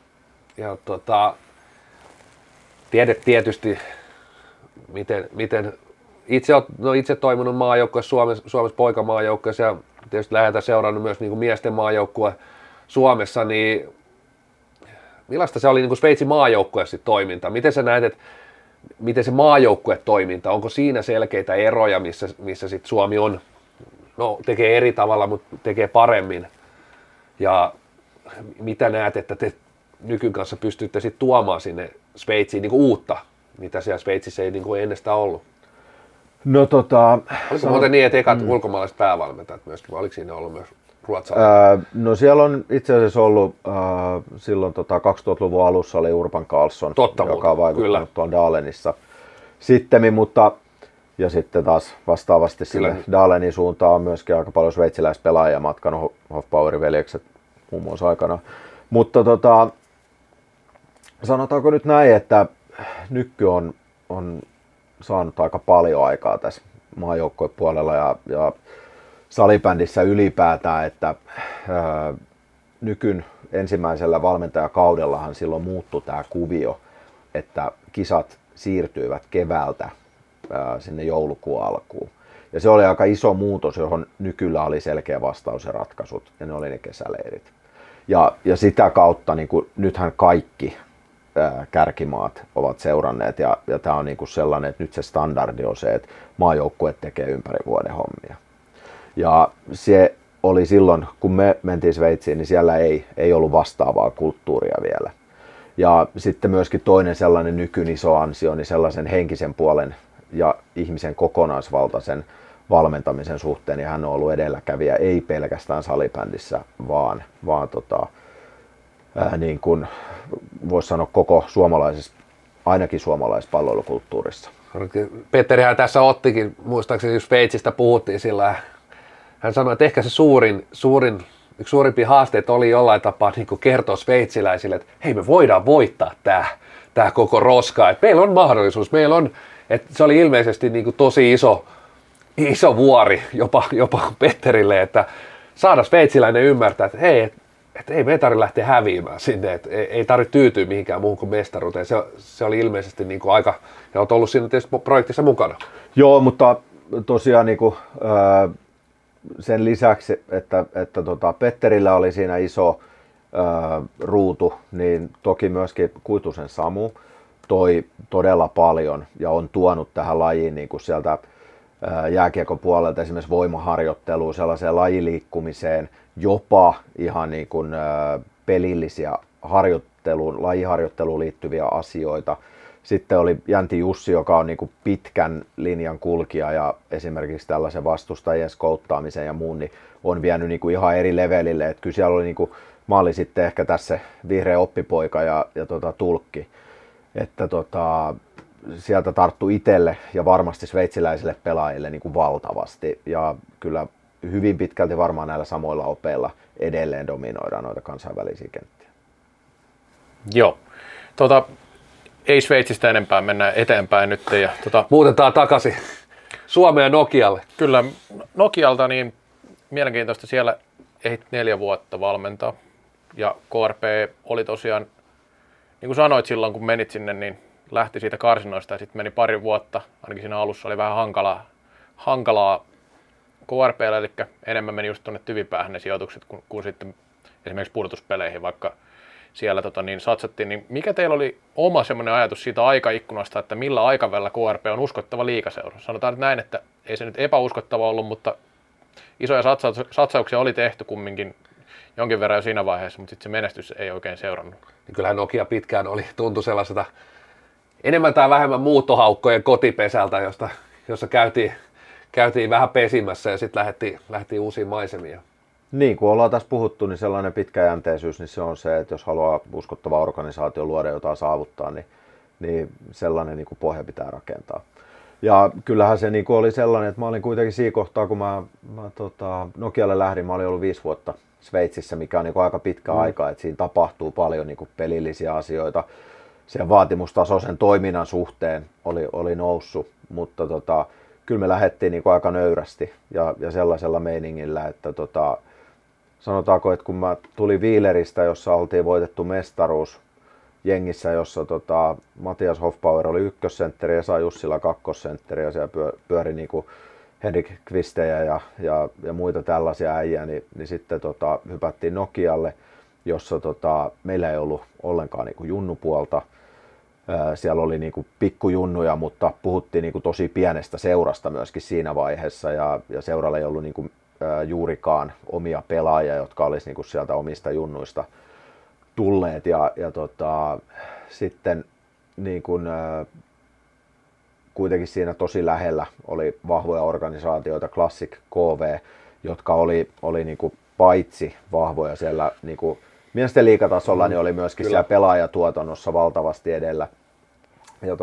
tietysti miten itse toiminut maajoukkueessa Suomessa poikamaajoukkueessa ja tietysti lähdetään seurannut myös niin kuin miesten maajoukkue Suomessa, niin millaista se oli niin kuin Sveitsin maajoukkueessa toiminta? Miten sä näet, että miten se maajoukkuetoiminta, onko siinä selkeitä eroja, missä sit Suomi on, tekee eri tavalla, mutta tekee paremmin? Ja mitä näet, että te nykyn kanssa pystytte sitten tuomaan sinne Sveitsiin niin kuin uutta, mitä siellä Sveitsissä ei niin kuin ennestään ollut? No oliko muuten niin, että ekat ulkomaalaiset päävalmentajat myöskin, vai oliko siinä ollut myös ruotsalainen? No siellä on itse asiassa ollut silloin 2000-luvun alussa oli Urban Karlsson, joka on vaikuttanut tuolla Dalenissa sittemmin, mutta ja sitten taas vastaavasti sinne Dalenin suuntaan on myöskin aika paljon sveitsiläispelaajia matkanut, Hofbauerin veljekset muun muassa aikana. Mutta sanotaanko nyt näin, että Nykky on saanut aika paljon aikaa tässä maajoukkuepuolella ja salibändissä ylipäätään, että Nykyn ensimmäisellä valmentajakaudellahan silloin muuttui tämä kuvio, että kisat siirtyivät keväältä sinne joulukuun alkuun. Ja se oli aika iso muutos, johon Nykyllä oli selkeä vastaus ja ratkaisut, ja ne oli ne kesäleirit. Ja sitä kautta niin kuin, nythän kaikki kärkimaat ovat seuranneet, ja tämä on niin kuin sellainen, että nyt se standardi on se, että maajoukkueet tekee ympäri vuoden hommia. Ja se oli silloin, kun me mentiin Sveitsiin, niin siellä ei ollut vastaavaa kulttuuria vielä. Ja sitten myöskin toinen sellainen Nykyn iso ansio, niin sellaisen henkisen puolen ja ihmisen kokonaisvaltaisen valmentamisen suhteen, niin hän on ollut edelläkävijä, ei pelkästään salibändissä, vaan niin kuin voisi sanoa koko suomalaisessa, ainakin suomalaispalloilukulttuurissa. Petterihän tässä ottikin, muistaakseni jos Sveitsistä puhuttiin sillä, hän sanoi, että ehkä se yksi suurimpia haasteita oli jollain tapaa niin kuin kertoa sveitsiläisille, että hei, me voidaan voittaa tämä koko roska, että meillä on mahdollisuus, että se oli ilmeisesti niin kuin tosi iso vuori jopa Petterille, että saada sveitsiläinen ymmärtää, että hei, että ei me tarvitse lähteä häviämään sinne, että ei tarvitse tyytyä mihinkään muuhun kuin mestaruuteen. Se oli ilmeisesti niin kuin aika, ja olet ollut siinä tietysti projektissa mukana. Joo, mutta tosiaan niin kuin, sen lisäksi, että Petterillä oli siinä iso ruutu, niin toki myöskin Kuitusen Samu toi todella paljon ja on tuonut tähän lajiin niin kuin sieltä jääkiekon puolelta esimerkiksi voimaharjoitteluun, sellaiseen lajiliikkumiseen, jopa ihan niin kuin pelillisiä lajiharjoitteluun liittyviä asioita. Sitten oli Jänti Jussi, joka on niin kuin pitkän linjan kulkija ja esimerkiksi tällaisen vastustajien skouttaamisen ja muun, niin on vienyt niin kuin ihan eri levelille. Että kyllä siellä oli niin kuin, mä olin sitten ehkä tässä vihreä oppipoika ja tulkki. Että sieltä tarttui itselle ja varmasti sveitsiläisille pelaajille niin kuin valtavasti. Ja kyllä hyvin pitkälti varmaan näillä samoilla opeilla edelleen dominoidaan noita kansainvälisiä kenttiä. Joo. Ei Sveitsistä enempää, mennään eteenpäin nyt. Ja, muutetaan takaisin Suomeen ja Nokialle. Kyllä, Nokialta niin mielenkiintoista, siellä ehdit 4 vuotta valmentaa. Ja KRP oli tosiaan, niin kuin sanoit silloin kun menit sinne, niin lähti siitä karsinoista ja sitten meni pari vuotta, ainakin siinä alussa oli vähän hankalaa KRP:llä, eli enemmän meni just tuonne tyvipäähän ne sijoitukset kuin sitten esimerkiksi pudotuspeleihin, vaikka siellä niin satsattiin, niin mikä teillä oli oma semmoinen ajatus siitä aikaikkunasta, että millä aikavälillä KRP on uskottava liigaseura? Sanotaan nyt näin, että ei se nyt epäuskottava ollut, mutta isoja satsauksia oli tehty kumminkin jonkin verran jo siinä vaiheessa, mutta sitten se menestys ei oikein seurannut. Niin kyllähän Nokia pitkään tuntui sellaiselta enemmän tai vähemmän muuttohaukkojen kotipesältä, jossa käytiin vähän pesimässä ja sitten lähdettiin uusiin maisemiin. Niin kuin ollaan tässä puhuttu, niin sellainen pitkäjänteisyys, niin se on se, että jos haluaa uskottava organisaatio luoda jotain saavuttaa, niin sellainen niin kuin pohja pitää rakentaa. Ja kyllähän se niin kuin oli sellainen, että mä olin kuitenkin siinä kohtaa, kun mä Nokialle lähdin, mä olin ollut 5 vuotta Sveitsissä, mikä on niin kuin aika pitkä aika, että siinä tapahtuu paljon niin kuin pelillisiä asioita. Sen vaatimustasoisen toiminnan suhteen oli noussut, mutta kyllä me lähdettiin niin kuin aika nöyrästi ja sellaisella meiningillä, että sanotaanko, että kun mä tulin Wieleristä, jossa oltiin voitettu mestaruus jengissä, jossa Matias Hofbauer oli ykkössentteri ja Jussila kakkosentteri ja siellä pyöri niin kuin Henrik Kvistejä ja muita tällaisia äijää, niin sitten hypättiin Nokialle, jossa meillä ei ollut ollenkaan niin kuin junnupuolta. Siellä oli niin kuin pikkujunnuja, mutta puhuttiin niin kuin tosi pienestä seurasta myöskin siinä vaiheessa ja seuralla ei ollut niin kuin juurikaan omia pelaajia, jotka olisi niin kuin sieltä omista junnuista tulleet ja sitten niin kuin, kuitenkin siinä tosi lähellä oli vahvoja organisaatioita, Classic KV, jotka oli niin kuin paitsi vahvoja siellä niin kuin miesten liigatasolla, niin oli myöskin siellä pelaajatuotannossa valtavasti edellä. Ja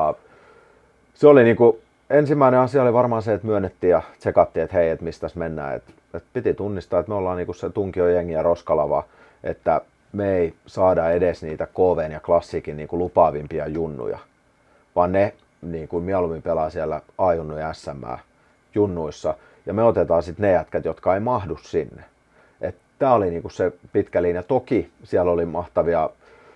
se oli niin kuin, ensimmäinen asia oli varmaan se, että myönnettiin ja tsekattiin, että hei, että mistäs mennään. Et piti tunnistaa, että me ollaan niin kuin se tunkiojengi ja roskalava että me ei saada edes niitä KV:n ja Classicin niin kuin lupaavimpia junnuja, vaan ne niin kuin mieluummin pelaa siellä A-junnu ja SM junnuissa, ja me otetaan sitten ne jätkät, jotka ei mahdu sinne. Tämä oli niinku se pitkä linja. Toki siellä oli mahtavia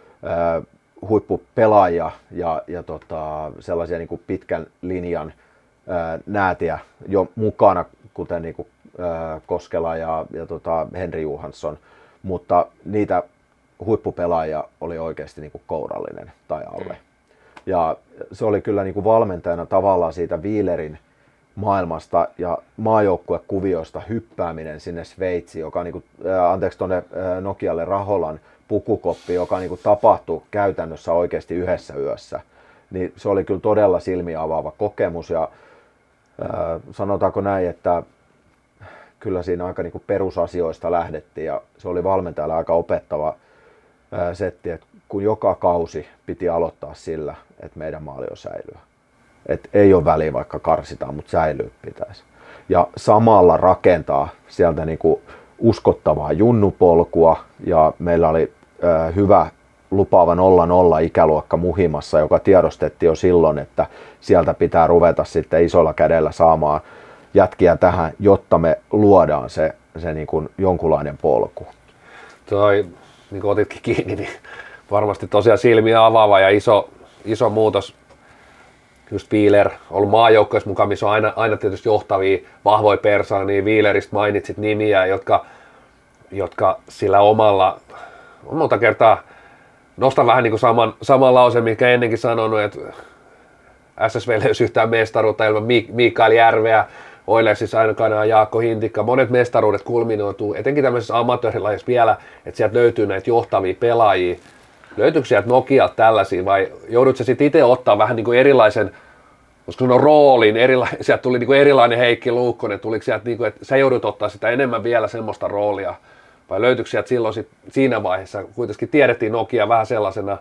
huippupelaajia ja sellaisia niinku pitkän linjan näätiä jo mukana, kuten niinku, Koskela ja Henri Johansson, mutta niitä huippupelaajia oli oikeasti niinku kourallinen tai alle. Ja se oli kyllä niinku valmentajana tavallaan siitä Wielerin maailmasta ja maajoukkuekuvioista hyppääminen sinne Sveitsiin, joka niinku, tuonne Nokialle Raholan pukukoppi, joka niinku tapahtui käytännössä oikeasti yhdessä yössä. Niin se oli kyllä todella silmiä avaava kokemus ja sanotaanko näin, että kyllä siinä aika niinku perusasioista lähdettiin ja se oli valmentajalle aika opettava setti, että kun joka kausi piti aloittaa sillä, että meidän maali on säilyä. Et ei ole väliä vaikka karsitaan, mutta säilyy pitäisi. Ja samalla rakentaa sieltä niinku uskottavaa junnupolkua ja meillä oli hyvä lupaava 0-0 ikäluokka muhimassa, joka tiedostettiin jo silloin, että sieltä pitää ruveta sitten isolla kädellä saamaan jätkiä tähän, jotta me luodaan se niin kuin jonkunlainen polku. Toi, niin kuin otitkin kiinni, niin varmasti tosiaan silmiä avaava ja iso muutos. Just Wieler, ollut maajoukkoissa mukaan, missä on aina tietysti johtavia, vahvoja persoonia. Wieleristä mainitsit nimiä, jotka sillä omalla, monta kertaa nostan vähän niin kuin saman lauseen, mikä ennenkin sanonut, että SSV ei olisi yhtään mestaruutta ilman Mikael Järveä, Oilersissa ainakaan Jaakko Hintikka. Monet mestaruudet kulminoituu, etenkin tämmöisessä amatöörilajissa vielä, että sieltä löytyy näitä johtavia pelaajia. Löytyykö sieltä Nokialta tällaisia vai joudutko sitten itse ottaa vähän niin kuin erilaisen, koska sanoa roolin, sieltä tuli niin kuin erilainen Heikki Luukkonen, tuliko sieltä niin kuin, että sä joudut ottaa sitä enemmän vielä semmoista roolia vai löytyykö sieltä silloin siinä vaiheessa, kuitenkin tiedettiin Nokia vähän sellaisena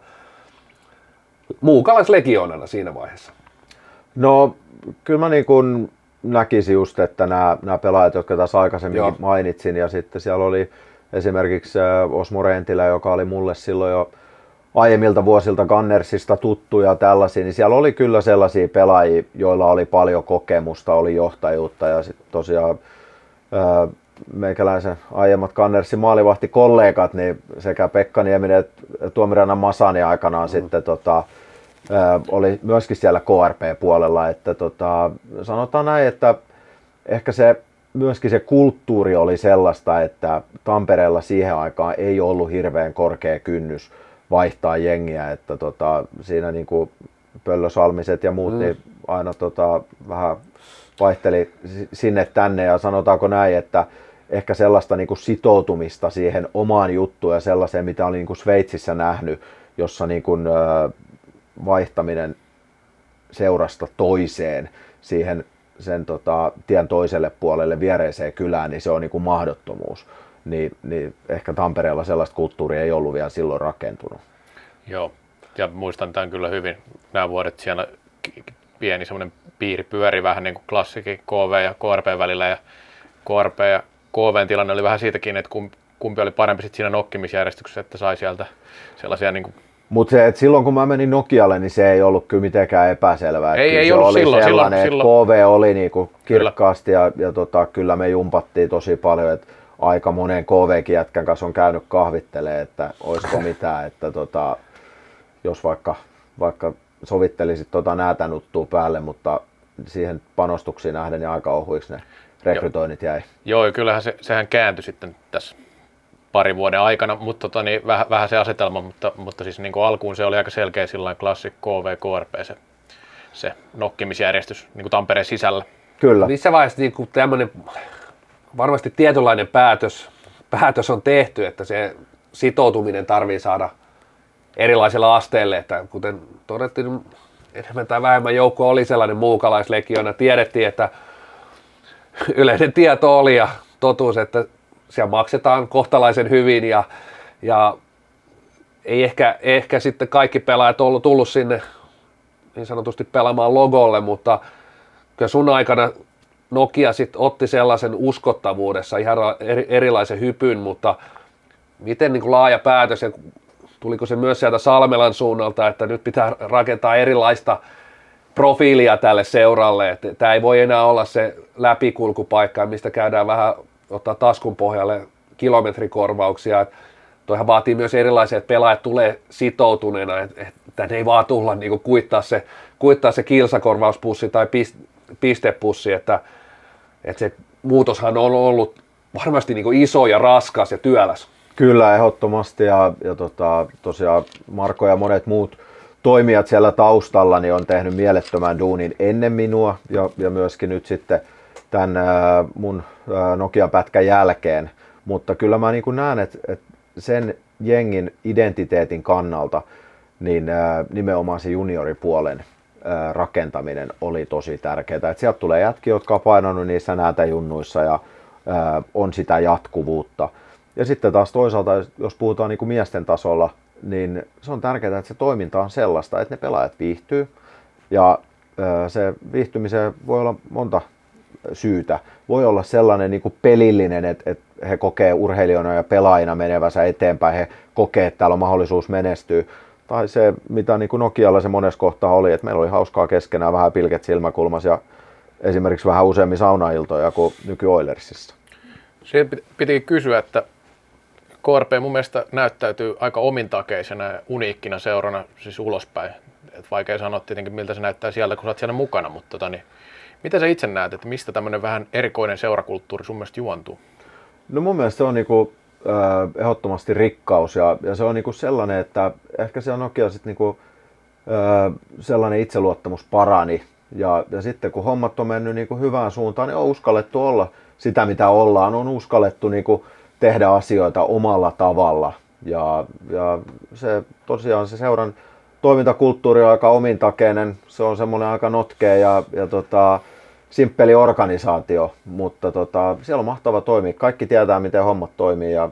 muukalaislegionana siinä vaiheessa? No kyllä mä niin kuin näkisin just, että nämä pelaajat, jotka tässä aikaisemmin mainitsin ja sitten siellä oli esimerkiksi Osmo Rentilä, joka oli mulle silloin jo aiemmilta vuosilta Gunnersista tuttu ja tällaisia, niin siellä oli kyllä sellaisia pelaajia, joilla oli paljon kokemusta, oli johtajuutta ja sitten tosiaan meikäläisen aiemmat Gunnersin maalivahtikollegat, niin sekä Pekka Nieminen että Tuomirannan Masani aikanaan sitten oli myöskin siellä KRP-puolella, että sanotaan näin, että ehkä myöskin se kulttuuri oli sellaista, että Tampereella siihen aikaan ei ollut hirveän korkea kynnys vaihtaa jengiä, että siinä niin kuin Pöllösalmiset ja muut niin aina vähän vaihteli sinne tänne ja sanotaanko näin, että ehkä sellaista niin kuin sitoutumista siihen omaan juttuun ja sellaiseen, mitä oli niin kuin Sveitsissä nähnyt, jossa niin kuin vaihtaminen seurasta toiseen siihen sen tien toiselle puolelle viereiseen kylään, niin se on niin kuin mahdottomuus. Niin ehkä Tampereella sellaista kulttuuria ei ollut vielä silloin rakentunut. Joo, ja muistan tämän kyllä hyvin. Nämä vuodet siellä pieni semmoinen piiri pyöri vähän niin kuin Classicin KV ja KRP välillä, ja KRP ja KVn tilanne oli vähän siitäkin, että kumpi oli parempi sit siinä nokkimisjärjestyksessä, että sai sieltä sellaisia niin kuin. Mutta silloin kun mä menin Nokialle, niin se ei ollut kyllä mitenkään epäselvää. Ei ollut oli silloin. Että KV oli niinku kirkkaasti ja kyllä me jumpattiin tosi paljon, että aika monen KV-kin jätkän kanssa on käynyt kahvittelemaan, että olisiko mitään, että jos vaikka sovittelisit näätänuttua päälle, mutta siihen panostuksiin nähden niin aika ohuiksi ne rekrytoinnit jäi. Joo, kyllähän sehän kääntyi sitten tässä parin vuoden aikana, mutta vähän se asetelma, mutta siis niin kuin alkuun se oli aika selkeä sillain Classic KV KRP se nokkimisjärjestys niin kuin Tampereen sisällä. Kyllä. Missä vaiheessa niin kuin tämmöinen varmasti tietynlainen päätös on tehty, että se sitoutuminen tarvii saada erilaisella asteelle, että kuten todettiin, enemmän tai vähemmän joukko oli sellainen muukalaislegiona, tiedettiin, että yleinen tieto oli ja totuus, että siellä maksetaan kohtalaisen hyvin ja ei ehkä sitten kaikki pelaajat ollut tullut sinne niin sanotusti pelaamaan logolle, mutta kyllä sun aikana Nokia sitten otti sellaisen uskottavuudessa ihan erilaisen hypyn, mutta miten niin kuin laaja päätös ja tuliko se myös sieltä Salmelan suunnalta, että nyt pitää rakentaa erilaista profiilia tälle seuralle, että tämä ei voi enää olla se läpikulkupaikka, mistä käydään vähän ottaa taskun pohjalle kilometrikorvauksia. Toihan vaatii myös erilaisia, että pelaajat tulee sitoutuneena, että ne ei vaan tulla niin kuin kuittaa se kilsakorvauspussi tai pistepussi, että se muutoshan on ollut varmasti niin kuin iso ja raskas ja työläs. Kyllä, ehdottomasti ja tosiaan Marko ja monet muut toimijat siellä taustalla niin on tehnyt mielettömän duunin ennen minua ja myöskin nyt sitten tämän mun Nokia-pätkän jälkeen, mutta kyllä mä niin kuin näen, että sen jengin identiteetin kannalta niin nimenomaan se junioripuolen rakentaminen oli tosi tärkeää. Että sieltä tulee jätkiä, jotka on painanut niissä näätäjunnuissa ja on sitä jatkuvuutta. Ja sitten taas toisaalta, jos puhutaan niin kuin miesten tasolla, niin se on tärkeää, että se toiminta on sellaista, että ne pelaajat viihtyy. Ja se viihtymiseen voi olla monta syytä. Voi olla sellainen niin kuin pelillinen, että he kokee urheilijoina ja pelaajina menevänsä eteenpäin, he kokee, että täällä on mahdollisuus menestyä. Tai se, mitä niin kuin Nokialla se monessa kohtaa oli, että meillä oli hauskaa keskenään, vähän pilket silmäkulmas ja esimerkiksi vähän useammin saunailtoja kuin nyky-Oilersissa. Siihen piti kysyä, että KRP mun mielestä näyttäytyy aika omintakeisena ja uniikkina seurana siis ulospäin. Et vaikea sanoa tietenkin, miltä se näyttää sieltä, kun sä oot siellä mukana, mutta niin, miten sä itse näet, että mistä tämmöinen vähän erikoinen seurakulttuuri sun mielestä juontuu? No mun mielestä se on niinku, ehdottomasti rikkaus ja se on niinku sellainen, että ehkä se on Nokia sit niinku, sellainen itseluottamus parani ja sitten kun hommat on mennyt niinku hyvään suuntaan, niin on uskallettu olla sitä mitä ollaan, on uskallettu niinku tehdä asioita omalla tavalla ja se tosiaan se seuran toimintakulttuuri on aika omintakeinen, se on semmoinen aika notkea ja simppeli organisaatio, mutta siellä on mahtava toimia. Kaikki tietää, miten hommat toimii ja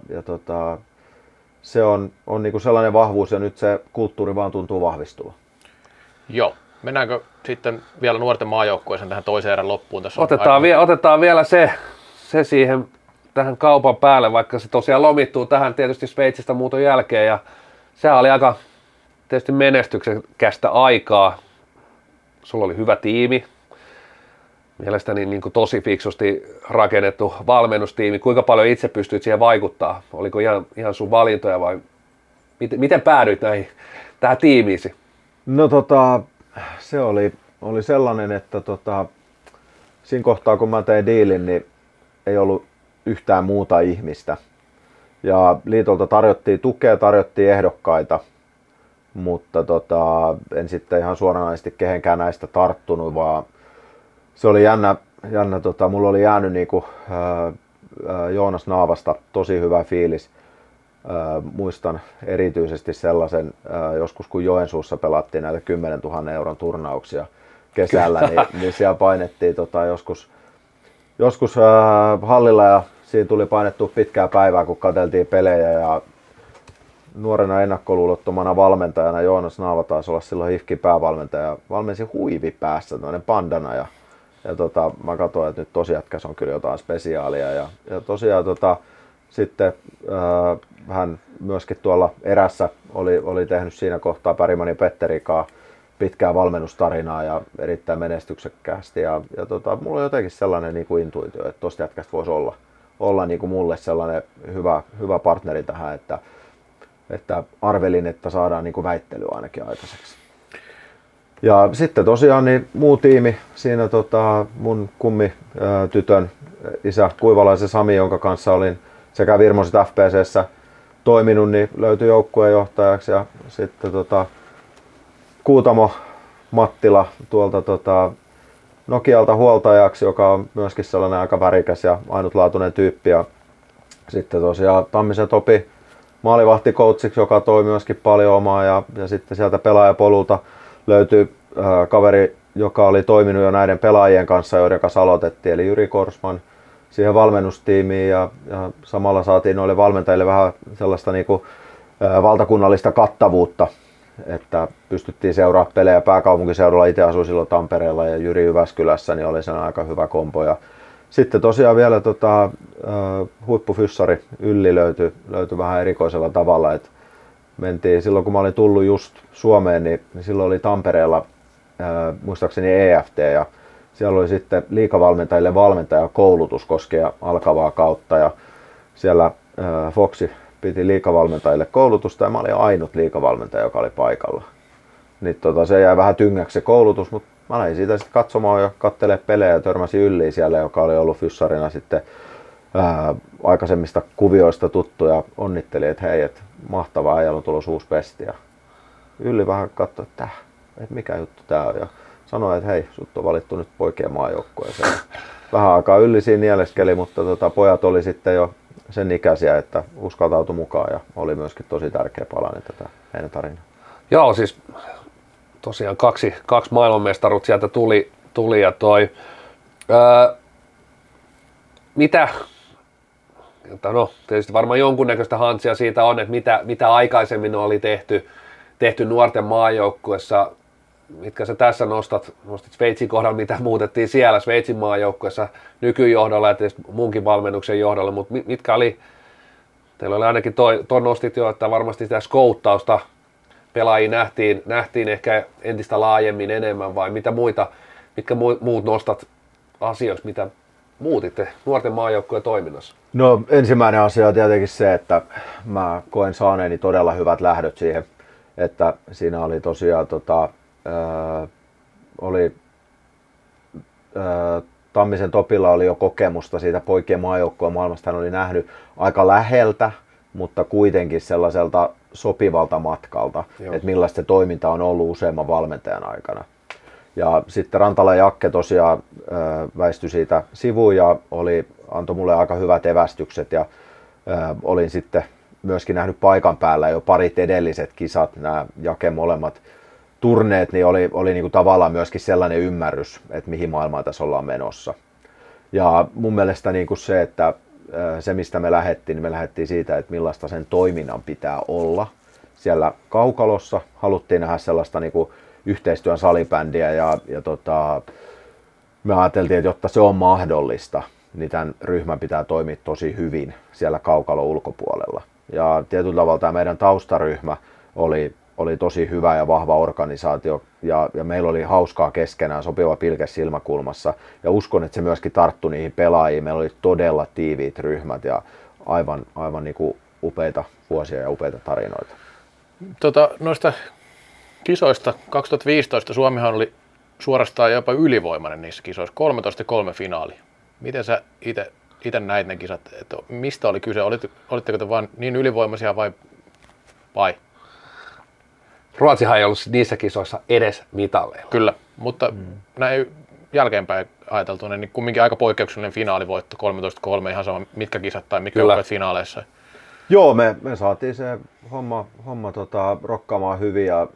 se on niinku sellainen vahvuus ja nyt se kulttuuri vaan tuntuu vahvistua. Joo. Mennäänkö sitten vielä nuorten maajoukkueeseen tähän toiseen erän loppuun? Tässä otetaan vielä se siihen tähän kaupan päälle, vaikka se tosiaan lomittuu tähän tietysti Sveitsistä muuton jälkeen ja se oli aika tietysti menestyksekästä aikaa. Sulla oli hyvä tiimi. Mielestäni niin kuin tosi fiksusti rakennettu valmennustiimi. Kuinka paljon itse pystyit siihen vaikuttaa? Oliko ihan sun valintoja vai miten päädyit tähän tiimiisi? No se oli sellainen, että siinä kohtaa kun mä tein diilin, niin ei ollut yhtään muuta ihmistä. Ja liitolta tarjottiin tukea, tarjottiin ehdokkaita, mutta en sitten ihan suoranaisesti kehenkään näistä tarttunut, vaan se oli jännä mulla oli jäänyt niinku, Joonas Naavasta tosi hyvä fiilis. Muistan erityisesti sellaisen, joskus kun Joensuussa pelattiin näitä 10 000 euron turnauksia kesällä, niin siellä painettiin joskus hallilla ja siinä tuli painettua pitkää päivää, kun katseltiin pelejä ja nuorena ennakkoluulottomana valmentajana Joonas Naava taisi olla silloin HIFKin päävalmentaja, valmensi huivi päässä, tämmöinen bandana ja mä katsoin, että nyt tosiaan on kyllä jotain spesiaalia ja tosiaan sitten hän myöskin tuolla erässä oli tehnyt siinä kohtaa Pärimanin Petterikaa pitkää valmennustarinaa ja erittäin menestyksekkäästi ja mulla on jotenkin sellainen niin kuin intuitio, että tosta jätkästä voisi olla niin kuin mulle sellainen hyvä partneri tähän, että arvelin, että saadaan niin kuin väittelyä ainakin aikaiseksi. Ja sitten tosiaan niin muu tiimi, siinä mun kummitytön isä Kuivalaisen Sami, jonka kanssa olin sekä Virmoset FPC:ssä toiminut, niin löytyi joukkueenjohtajaksi ja sitten Kuutamo Mattila tuolta Nokialta huoltajaksi, joka on myöskin sellainen aika värikäs ja ainutlaatuinen tyyppi. Ja sitten tosiaan Tammisen Topi maalivahtikoutssiksi, joka toi myöskin paljon omaa ja sitten sieltä pelaajapolulta löytyi kaveri, joka oli toiminut jo näiden pelaajien kanssa, joiden kanssa aloitettiin, eli Jyri Korsman siihen valmennustiimiin ja samalla saatiin noille valmentajille vähän sellaista niinku valtakunnallista kattavuutta, että pystyttiin seuraamaan pelejä pääkaupunkiseudulla. Itse asuin silloin Tampereella ja Jyri Jyväskylässä, niin oli se aika hyvä kombo. Ja Sitten tosiaan vielä huippufyssari Ylli löytyi vähän erikoisella tavalla, että mentiin silloin kun mä olin tullut just Suomeen, niin silloin oli Tampereella muistaakseni EFT ja siellä oli sitten liigavalmentajille valmentajakoulutus koskee alkavaa kautta ja siellä Foxi piti liigavalmentajille koulutusta ja mä olin ainut liigavalmentaja, joka oli paikalla. Niin se jäi vähän tyngäksi se koulutus, mutta mä lähdin siitä sitten katsomaan ja katselemaan pelejä ja törmäsin Ylliin siellä, joka oli ollut fyssarina sitten aikaisemmista kuvioista tuttu ja onnitteli, että hei, että mahtavaa, äijällä on tulossa uusi pesti. Ja Ylli vähän katsoi, että mikä juttu tää on ja sanoi, että hei, sut on valittu nyt poikien maajoukkueeseen. Vähän aikaa Ylli siinä nieleskeli, mutta pojat oli sitten jo sen ikäisiä, että uskaltautui mukaan ja oli myöskin tosi tärkeä palanen tätä heidän tarinaa. Joo, siis tosiaan kaksi maailmanmestaruut sieltä tuli ja mitä, no tietysti varmaan jonkunnäköistä hantsia siitä on, että mitä aikaisemmin oli tehty nuorten maajoukkuessa, mitkä sä tässä nostit Sveitsin kohdalla, mitä muutettiin siellä Sveitsin maajoukkuessa nykyjohdolla ja tietysti muunkin valmennuksen johdolla, mutta mitkä oli, teillä oli ainakin toi nostit jo, että varmasti sitä skouttausta pelaajia nähtiin ehkä entistä laajemmin enemmän vai mitkä muut nostat asioiksi, mitä muutitte nuorten maajoukkueen toiminnassa? No ensimmäinen asia on tietenkin se, että mä koen saaneeni todella hyvät lähdöt siihen, että siinä oli tosiaan Tammisen Topilla oli jo kokemusta siitä poikien maajoukkueen maailmasta, hän oli nähnyt aika läheltä, mutta kuitenkin sellaiselta sopivalta matkalta, että millaista se toiminta on ollut useamman valmentajan aikana. Ja sitten Rantala Jakke tosiaan väistyi siitä sivuun ja antoi mulle aika hyvät evästykset ja olin sitten myöskin nähnyt paikan päällä jo parit edelliset kisat, nämä Jaken molemmat turneet, niin oli niin kuin tavallaan myöskin sellainen ymmärrys, että mihin maailmaan tässä ollaan menossa. Ja mun mielestä niin kuin se, että se mistä me lähdettiin siitä, että millaista sen toiminnan pitää olla. Siellä kaukalossa haluttiin nähdä sellaista niin kuin yhteistyön salibändiä ja me ajateltiin, että jotta se on mahdollista, niin tämän ryhmän pitää toimia tosi hyvin siellä kaukalon ulkopuolella. Ja tietyllä tavalla tämä meidän taustaryhmä oli tosi hyvä ja vahva organisaatio ja meillä oli hauskaa keskenään, sopiva pilke silmäkulmassa ja uskon, että se myöskin tarttui niihin pelaajiin. Meillä oli todella tiiviit ryhmät ja aivan niin kuin upeita vuosia ja upeita tarinoita. Noista kisoista 2015 Suomihan oli suorastaan jopa ylivoimainen niissä kisoissa, 13-3 finaali. Miten sä itse näit ne kisat, että mistä oli kyse, olitteko te vain niin ylivoimaisia vai? Ruotsihan ei ollut niissä kisoissa edes mitalleilla. Kyllä, mutta näin jälkeenpäin ajateltuna, niin kumminkin aika poikkeuksellinen finaalivoitto, 13-3, ihan sama mitkä kisat tai mitkä joukkueet finaaleissa. Joo, me saatiin se homma rokkaamaan hyvin ja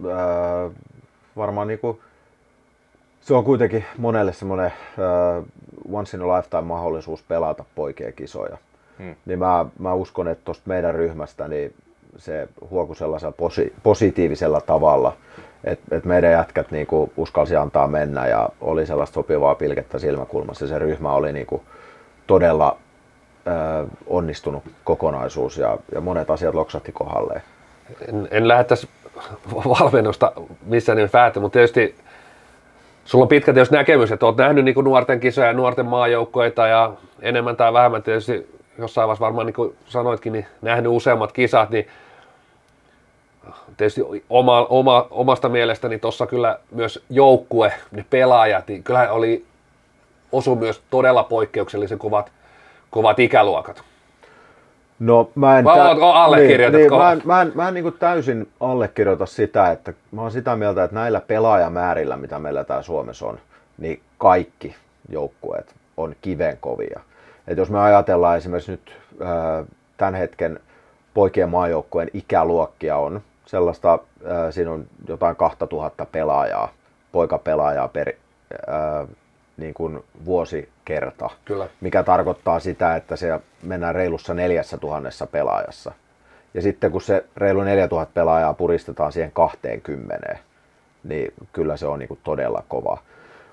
varmaan niinku, se on kuitenkin monelle semmoinen once in a lifetime mahdollisuus pelata poikien kisoja. Niin mä uskon, että tuosta meidän ryhmästä niin se huokui sellaisella positiivisella tavalla, että meidän jätkät niinku uskalsi antaa mennä ja oli sellaista sopivaa pilkettä silmäkulmassa. Se ryhmä oli niinku todella onnistunut kokonaisuus ja monet asiat loksahti kohdalleen. En lähde tässä valmennusta missään nimessä päätä, mutta tietysti sulla on pitkä näkemys, että olet nähnyt niin kuin nuorten kisoja ja nuorten maajoukkoita ja enemmän tai vähemmän tietysti jossain vaiheessa varmaan niin kuin sanoitkin, niin nähnyt useammat kisat, niin tietysti omasta mielestäni tuossa kyllä myös joukkue, ne pelaajat, niin kyllä osu myös todella poikkeuksellisen kovat ikäluokat. No mä en mä en niin kuin täysin allekirjoita sitä, että mä oon sitä mieltä, että näillä pelaajamäärillä, mitä meillä täällä Suomessa on, niin kaikki joukkueet on kivenkovia. Et jos me ajatellaan esimerkiksi nyt tämän hetken poikien maajoukkueen ikäluokkia on sellaista, siinä on jotain 2000 pelaajaa, poikapelaajaa per niin kuin vuosikerta, kyllä, mikä tarkoittaa sitä, että se mennään reilussa 4000 pelaajassa. Ja sitten kun se reilu 4000 pelaajaa puristetaan siihen 20, niin kyllä se on niin kuin todella kova.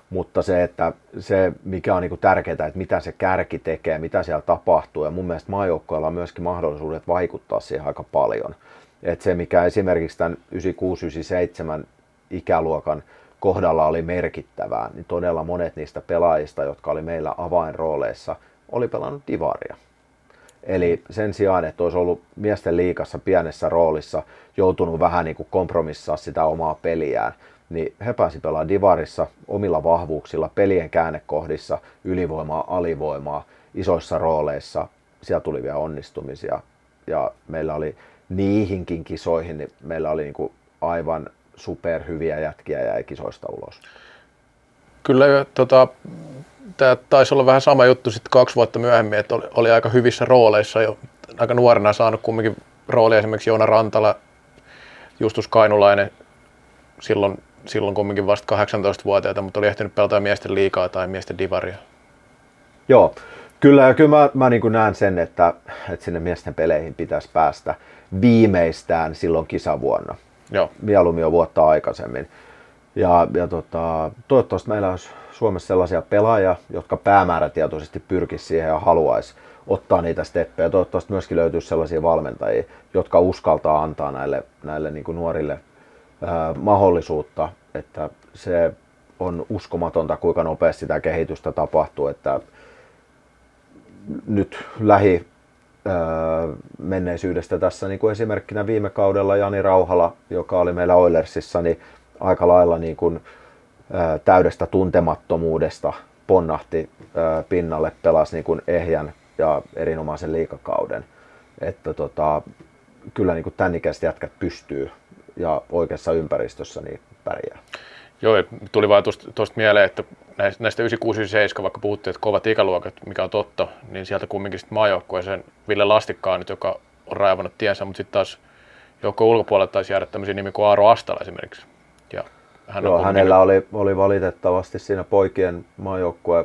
mutta se mikä on niin kuin tärkeää, että mitä se kärki tekee, mitä siellä tapahtuu, ja mun mielestä maajoukkoilla on myöskin mahdollisuudet vaikuttaa siihen aika paljon. Et se mikä esimerkiksi tämän 96-97 ikäluokan kohdalla oli merkittävää, niin todella monet niistä pelaajista, jotka oli meillä avainrooleissa, oli pelannut divaria. Eli sen sijaan, että olisi ollut miesten liigassa pienessä roolissa, joutunut vähän niin kuin kompromissaa sitä omaa peliään, niin he pääsi pelaamaan divarissa omilla vahvuuksilla, pelien käännekohdissa, ylivoimaa, alivoimaa, isoissa rooleissa. Siellä tuli vielä onnistumisia ja meillä oli niihinkin kisoihin, niin meillä oli niin kuin aivan superhyviä jätkiä jäi kisoista ulos. Kyllä, tämä taisi olla vähän sama juttu sitten 2 vuotta myöhemmin, että oli aika hyvissä rooleissa jo aika nuorena saanut kumminkin roolia esimerkiksi Joona Rantala, Justus Kainulainen, silloin kumminkin vasta 18-vuotiaita, mutta oli ehtinyt pelata miesten liigaa tai miesten divaria. Joo, kyllä mä niin kuin näen sen, että sinne miesten peleihin pitäisi päästä viimeistään silloin kisavuonna. Joo. Mieluummin jo vuotta aikaisemmin. Ja toivottavasti meillä olisi Suomessa sellaisia pelaajia, jotka päämäärätietoisesti pyrkisi siihen ja haluaisi ottaa niitä steppejä. Toivottavasti myöskin löytyisi sellaisia valmentajia, jotka uskaltaa antaa näille niin kuin nuorille mahdollisuutta. Että se on uskomatonta, kuinka nopeasti sitä kehitystä tapahtuu. Että nyt menneisyydestä tässä niin kuin esimerkkinä viime kaudella Jani Rauhala, joka oli meillä Oilersissa, niin aika lailla niin kuin, täydestä tuntemattomuudesta ponnahti pinnalle, pelasi niin kuin ehjän ja erinomaisen liigakauden. Että kyllä niin kuin tämän ikäiset jätkät pystyy ja oikeassa ympäristössä niin pärjää. Joo, tuli vaan tuosta mieleen, että näistä 96-97, vaikka puhuttiin, että kovat ikäluokat, mikä on totta, niin sieltä kumminkin sitten maajoukkueeseen Ville Lastikkaan nyt, joka on raivannut tiensä, mutta sitten taas joukkojen ulkopuolelle taisi jäädä tämmöisiä nimiä kuin Aaro Astala esimerkiksi. Ja hänellä oli valitettavasti siinä poikien maajoukkueen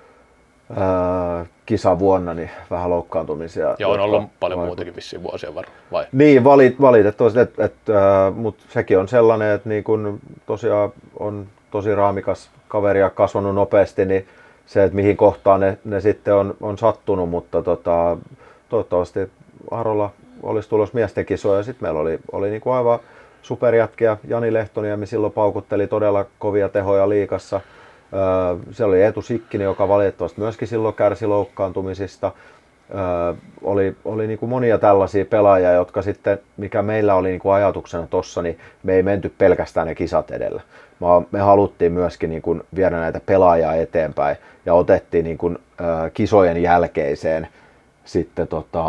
kisavuonna niin vähän loukkaantumisia. Ja on ollut paljon muutakin vissiin vuosien varrella, vai? Niin, valitettavasti, mutta sekin on sellainen, että niin kun tosiaan on tosi raamikas kaveri ja kasvanut nopeasti, niin se, että mihin kohtaan ne sitten on sattunut, mutta toivottavasti Arolla olisi tulossa miesten kisoja. Sitten meillä oli niin kuin aivan superjätkiä. Jani Lehtoniemi silloin paukutteli todella kovia tehoja liigassa. Siellä oli Eetu Sikkinen, joka valitettavasti myöskin silloin kärsi loukkaantumisista. Oli niin kuin monia tällaisia pelaajia, jotka sitten, mikä meillä oli niin kuin ajatuksena tossa, niin me ei menty pelkästään ne kisat edellä. Me haluttiin myöskin niin kuin viedä näitä pelaajia eteenpäin ja otettiin niin kuin, kisojen jälkeiseen sitten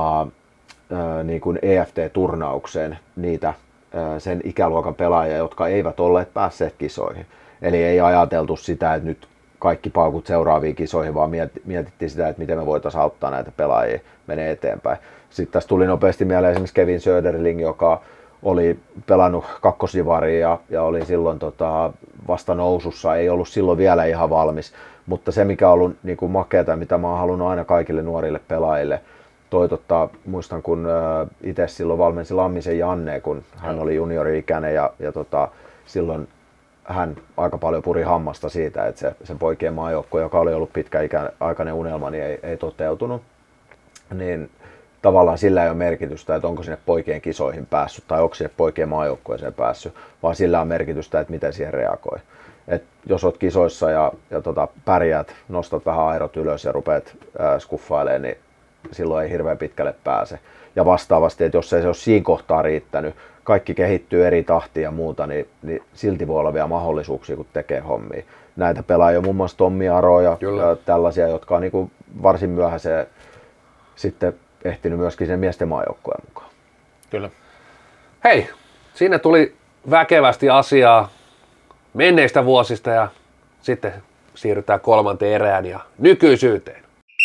niin kuin EFT-turnaukseen niitä sen ikäluokan pelaajia, jotka eivät olleet päässeet kisoihin. Eli ei ajateltu sitä, että nyt kaikki paukut seuraaviin kisoihin, vaan mietittiin sitä, että miten me voitaisiin auttaa näitä pelaajia menee eteenpäin. Sitten tässä tuli nopeasti mieleen esimerkiksi Kevin Söderling, joka oli pelannut kakkosdivaria ja oli silloin vasta nousussa, ei ollut silloin vielä ihan valmis. Mutta se, mikä on ollut niin kuin makeata, mitä mä oon halunnut aina kaikille nuorille pelaajille toitottaa, muistan kun itse silloin valmensi Lammisen Janne, kun hän oli juniori-ikäinen ja silloin hän aika paljon puri hammasta siitä, että se poikien maajoukkue, joka oli ollut pitkäaikainen unelma, niin ei toteutunut. Niin tavallaan sillä ei ole merkitystä, että onko sinne poikien kisoihin päässyt tai onko sinne poikien maajoukkueeseen päässyt, vaan sillä on merkitystä, että miten siihen reagoi. Et jos olet kisoissa ja pärjäät, nostat vähän airot ylös ja rupeat skuffailemaan, niin silloin ei hirveän pitkälle pääse. Ja vastaavasti, että jos ei se ole siinä kohtaa riittänyt, kaikki kehittyy eri tahtiin ja muuta, niin silti voi olla vielä mahdollisuuksia, kun tekee hommia. Näitä pelaajia on muun muassa Tommi Aro ja tällaisia, jotka on niin kuin varsin myöhäiseen sitten ehtinyt myöskin sen miesten maajoukkueen mukaan. Kyllä. Hei, siinä tuli väkevästi asiaa menneistä vuosista ja sitten siirrytään 3. erään ja nykyisyyteen.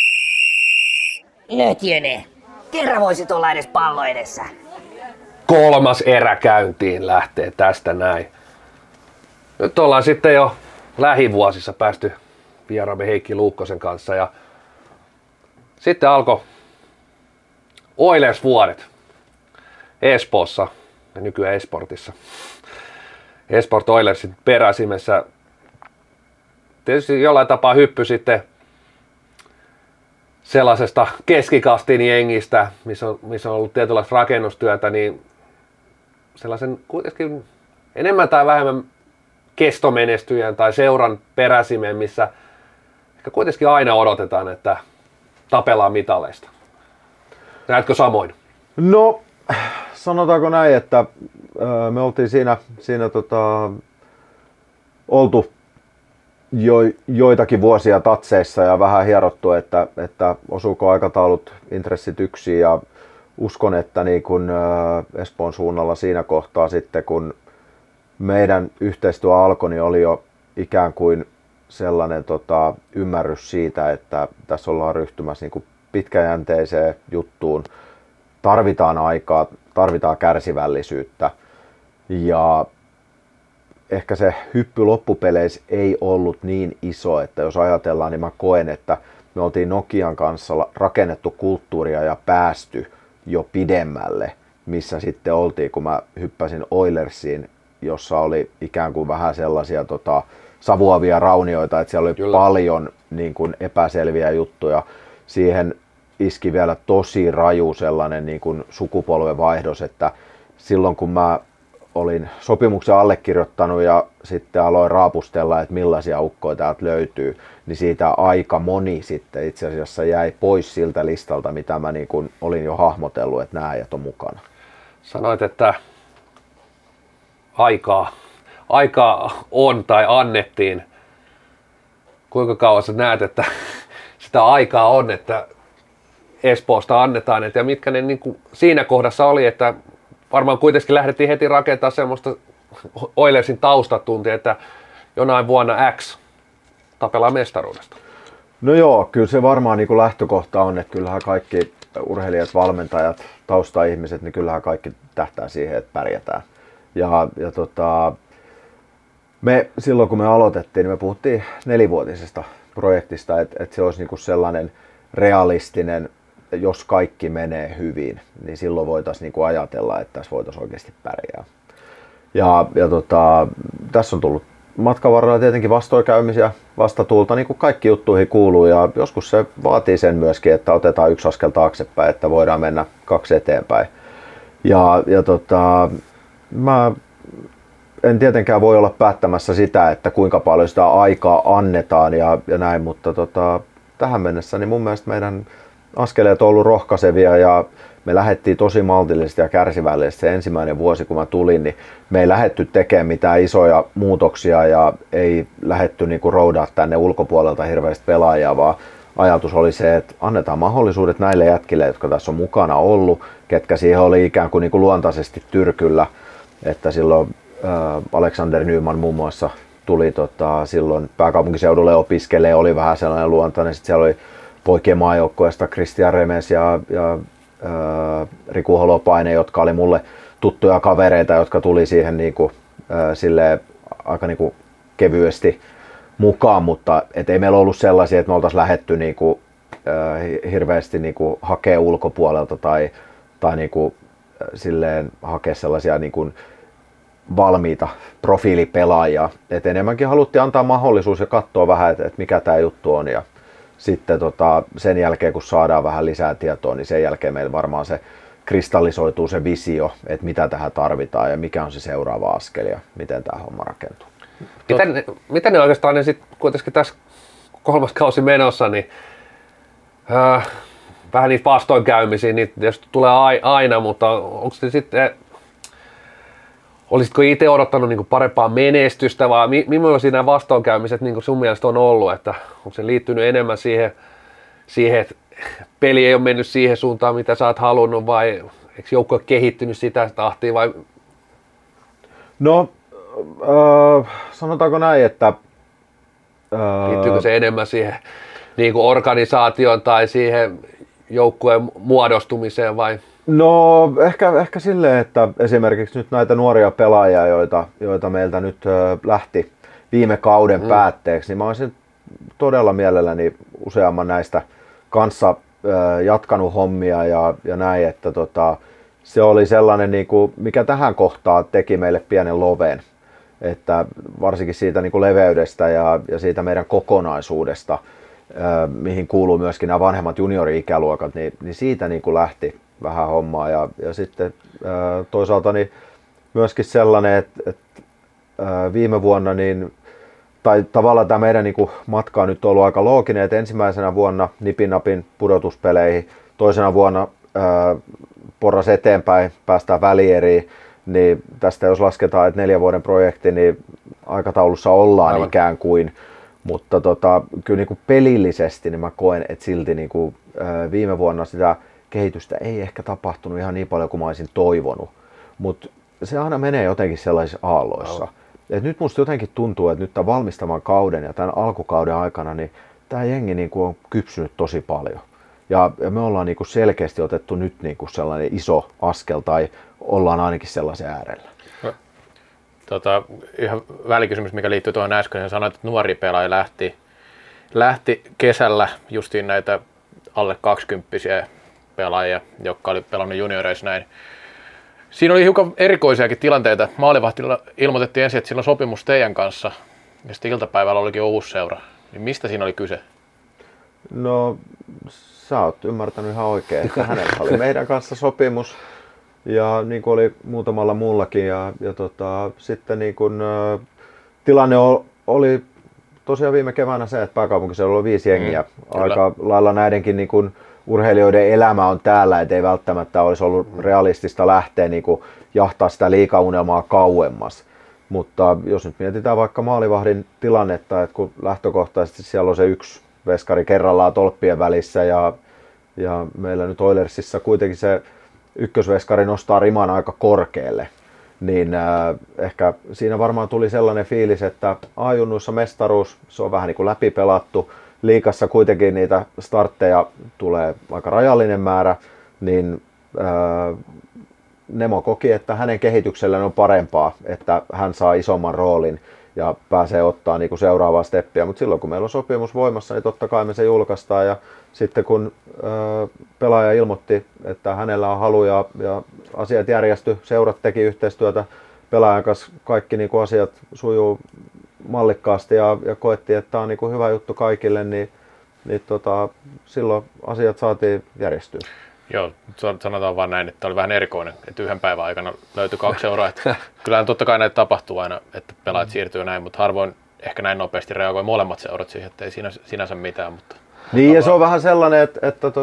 Nötjöne, kerran voisit olla edes pallo edessä. 3. erä käyntiin lähtee tästä näin. Nyt ollaan sitten jo lähivuosissa päästy vieraamme Heikki Luukkosen kanssa ja sitten alkoi Oilers-vuodet Espoossa ja nykyään Esportissa. Esport Oilersin peräsimessä tietysti jollain tapaa hyppy sitten sellaisesta keskikastin jengistä, missä on ollut tietynlaista rakennustyötä, niin sellaisen kuitenkin enemmän tai vähemmän kestomenestyjän tai seuran peräsimen, missä ehkä kuitenkin aina odotetaan, että tapellaan mitaleista. Näetkö samoin? No, sanotaanko näin, että me oltiin siinä oltu joitakin vuosia tatseissa ja vähän hierottu, että osuuko aikataulut intressit yksin, ja uskon, että niin kun Espoon suunnalla siinä kohtaa sitten, kun meidän yhteistyö alkoi, niin oli jo ikään kuin sellainen ymmärrys siitä, että tässä ollaan ryhtymässä niin kuin pitkäjänteiseen juttuun. Tarvitaan aikaa, tarvitaan kärsivällisyyttä, ja ehkä se hyppy loppupeleissä ei ollut niin iso, että jos ajatellaan, niin mä koen, että me oltiin Nokian kanssa rakennettu kulttuuria ja päästy jo pidemmälle, missä sitten oltiin, kun mä hyppäsin Oilersiin, jossa oli ikään kuin vähän sellaisia savuavia raunioita, että siellä oli Kyllä. paljon niin kuin epäselviä juttuja. Siihen iski vielä tosi raju sellainen niin kuin sukupolvenvaihdos, että silloin kun mä olin sopimuksen allekirjoittanut ja sitten aloin raapustella, että millaisia ukkoja täältä löytyy, niin siitä aika moni sitten itse asiassa jäi pois siltä listalta, mitä mä niin kuin olin jo hahmotellut, että nämä äijät on mukana. Sanoit, että aikaa on tai annettiin. Kuinka kauan sä näet, että sitä aikaa on, että Espoosta annetaan, ja mitkä ne niin kuin siinä kohdassa oli, että varmaan kuitenkin lähdettiin heti rakentamaan semmoista Oilersin taustatuntia, että jonain vuonna X tapellaan mestaruudesta. No joo, kyllä se varmaan niin kuin lähtökohta on, että kyllähän kaikki urheilijat, valmentajat, taustaihmiset, niin kyllähän kaikki tähtää siihen, että pärjätään. Ja me silloin kun me aloitettiin, niin me puhuttiin 4-vuotisesta projektista, että se olisi niin kuin sellainen realistinen, jos kaikki menee hyvin, niin silloin voitaisiin niin kuin ajatella, että tässä voitaisiin oikeasti pärjää. Ja tässä on tullut matkan varrella tietenkin vastoinkäymisiä, vastatuulta, niin kuin kaikki juttuihin kuuluu, ja joskus se vaatii sen myöskin, että otetaan 1 askel taaksepäin, että voidaan mennä 2 eteenpäin. Mä en tietenkään voi olla päättämässä sitä, että kuinka paljon sitä aikaa annetaan ja näin, mutta tähän mennessä niin mun mielestä meidän askeleet on ollut rohkaisevia, ja me lähdettiin tosi maltillisesti ja kärsivällisesti. Se ensimmäinen vuosi, kun mä tulin, niin me ei lähdetty tekemään mitään isoja muutoksia ja ei lähdetty niinku roudaa tänne ulkopuolelta hirveästi pelaajia, vaan ajatus oli se, että annetaan mahdollisuudet näille jätkille, jotka tässä on mukana ollut, ketkä siihen oli ikään kuin niinku luontaisesti tyrkyllä. Että silloin Alexander Nyman muun muassa tuli silloin pääkaupunkiseudulle opiskelee, oli vähän sellainen luontainen. Sitten siellä oli poikien maajoukkueesta Christian Remes ja Riku Holopainen, jotka oli mulle tuttuja kavereita, jotka tuli siihen niinku, aika niinku kevyesti mukaan, mutta ei meillä ollut sellaisia, että me oltaisiin lähdetty niinku, hirveästi niinku hakea ulkopuolelta tai niinku, hakea sellaisia niinku valmiita profiilipelaajia. Et enemmänkin haluttiin antaa mahdollisuus ja katsoa vähän, että mikä tämä juttu on. Ja sitten sen jälkeen, kun saadaan vähän lisää tietoa, niin sen jälkeen meillä varmaan se kristallisoituu se visio, että mitä tähän tarvitaan ja mikä on se seuraava askel ja miten tämä homma rakentuu. Miten ne oikeastaan ne sitten kuitenkin tässä 3. kausi menossa, niin vähän niitä vastoinkäymisiä, niitä tietysti tulee aina, mutta onko se sitten, olisitko itse odottanut niin kuin parempaa menestystä vai millaisia nämä vastoinkäymiset niin kuin sun mielestä on ollut, että onko se liittynyt enemmän siihen, että peli ei ole mennyt siihen suuntaan, mitä sä oot halunnut, vai eikö joukkue kehittynyt sitä tahtia vai? No, sanotaanko näin, että liittyykö se enemmän siihen niin kuin organisaatioon tai siihen joukkueen muodostumiseen vai? No ehkä silleen, että esimerkiksi nyt näitä nuoria pelaajia, joita meiltä nyt lähti viime kauden päätteeksi, niin mä olisin todella mielelläni useamman näistä kanssa jatkanut hommia ja näin, että se oli sellainen, niin kuin, mikä tähän kohtaan teki meille pienen loven. että varsinkin siitä niin kuin leveydestä ja siitä meidän kokonaisuudesta, mihin kuuluu myöskin nämä vanhemmat juniori-ikäluokat, niin siitä niin kuin lähti vähän hommaa. Ja sitten toisaalta niin myöskin sellainen, että viime vuonna, tai tavallaan tämä meidän niin kuin matka on nyt ollut aika looginen, että ensimmäisenä vuonna nipin-napin pudotuspeleihin, toisena vuonna porras eteenpäin, päästään välieriin, niin tästä jos lasketaan, että 4 vuoden projekti, niin aikataulussa ollaan aivan ikään kuin, mutta kyllä niin kuin pelillisesti niin mä koen, että silti niin kuin, viime vuonna sitä kehitystä ei ehkä tapahtunut ihan niin paljon kuin mä olisin toivonut, mutta se aina menee jotenkin sellaisissa aalloissa. Et nyt musta jotenkin tuntuu, että nyt tämän valmistavan kauden ja tämän alkukauden aikana niin tämä jengi niin kuin on kypsynyt tosi paljon. Ja me ollaan niin kuin selkeästi otettu nyt niin kuin sellainen iso askel tai ollaan ainakin sellaisen äärellä. Ihan välikysymys, mikä liittyy tuohon äsken, sanoit, että nuori pelaaja lähti kesällä justiin näitä alle 20-vuotiaita pelaajia, jotka oli pelannut junioreissa näin. Siinä oli hiukan erikoisiakin tilanteita. Maalivahtilla ilmoitettiin ensin, että sillä on sopimus teidän kanssa, ja sitten iltapäivällä olikin Ousseura. Niin mistä siinä oli kyse? No, sä oot ymmärtänyt ihan oikein, että hänellä oli meidän kanssa sopimus, ja niin kuin oli muutamalla muullakin. Ja sitten niin kuin, tilanne oli tosiaan viime keväänä se, että pääkaupunkiseudulla oli 5 jengiä. Aika lailla näidenkin niin kuin urheilijoiden elämä on täällä, et ei välttämättä olisi ollut realistista lähteä niin kuin jahtaa sitä liigaunelmaa kauemmas. Mutta jos nyt mietitään vaikka maalivahdin tilannetta, että kun lähtökohtaisesti siellä on se yksi veskari kerrallaan tolppien välissä ja meillä nyt Oilersissa kuitenkin se ykkösveskari nostaa riman aika korkealle, niin ehkä siinä varmaan tuli sellainen fiilis, että A-junnuissa mestaruus, se on vähän niin kuin läpipelattu. Liigassa kuitenkin niitä startteja tulee aika rajallinen määrä, niin Nemo koki, että hänen kehitykselleen on parempaa, että hän saa isomman roolin ja pääsee ottaa niin kuin seuraavaa steppiä. Mutta silloin kun meillä on sopimus voimassa, niin totta kai me se julkaistaan. Ja sitten kun pelaaja ilmoitti, että hänellä on halu ja asiat järjestyi, seurat teki yhteistyötä pelaajan kanssa, kaikki niin kuin asiat sujuu mallikkaasti ja koettiin, että tämä on niin kuin hyvä juttu kaikille, niin silloin asiat saatiin järjestyä. Joo, sanotaan vaan näin, että oli vähän erikoinen, että yhden päivän aikana löytyi 2 euroa. Kyllähän totta kai näitä tapahtuu aina, että pelaajat siirtyy näin, mutta harvoin ehkä näin nopeasti reagoi molemmat seurat siihen, että ei sinänsä mitään. Niin ja se on vähän sellainen, että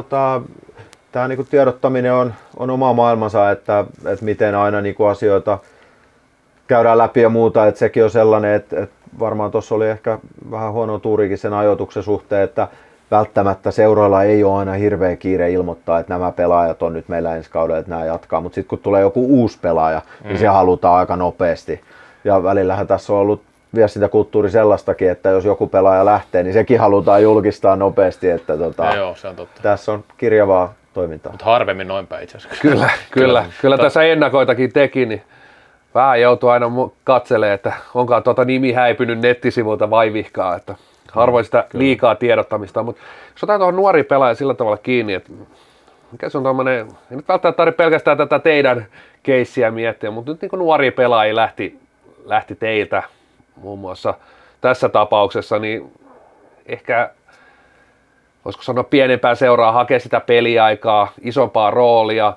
tämä niinku tiedottaminen on oma maailmansa, että miten aina niinku asioita käydään läpi ja muuta, että sekin on sellainen, että varmaan tuossa oli ehkä vähän huono tuurikin sen ajoituksen suhteen, että välttämättä seuroilla ei ole aina hirveä kiire ilmoittaa, että nämä pelaajat on nyt meillä ensi kaudella, että nämä jatkaa, mutta sitten kun tulee joku uusi pelaaja, niin se halutaan aika nopeasti. Ja välillähän tässä on ollut viestintäkulttuuri sellaistakin, että jos joku pelaaja lähtee, niin sekin halutaan julkistaa nopeasti, että joo, se on totta. Tässä on kirjavaa toimintaa. Mutta harvemmin noin päin itse asiassa. Kyllä tässä ennakoitakin teki, niin vähän joutuu aina katselemaan, että onkaan nimi häipynyt nettisivulta vai vihkaa, että harvoin sitä liikaa tiedottamista, mutta jos otetaan tuohon nuori pelaaja sillä tavalla kiinni, että mikä se on tommoinen, ei nyt välttämättä tarvitse pelkästään tätä teidän keissiä miettiä, mutta nyt niin kuin nuori pelaaja lähti teiltä muun muassa tässä tapauksessa, niin ehkä voisiko sanoa pienempää seuraa, hakea sitä peliaikaa, isompaa roolia.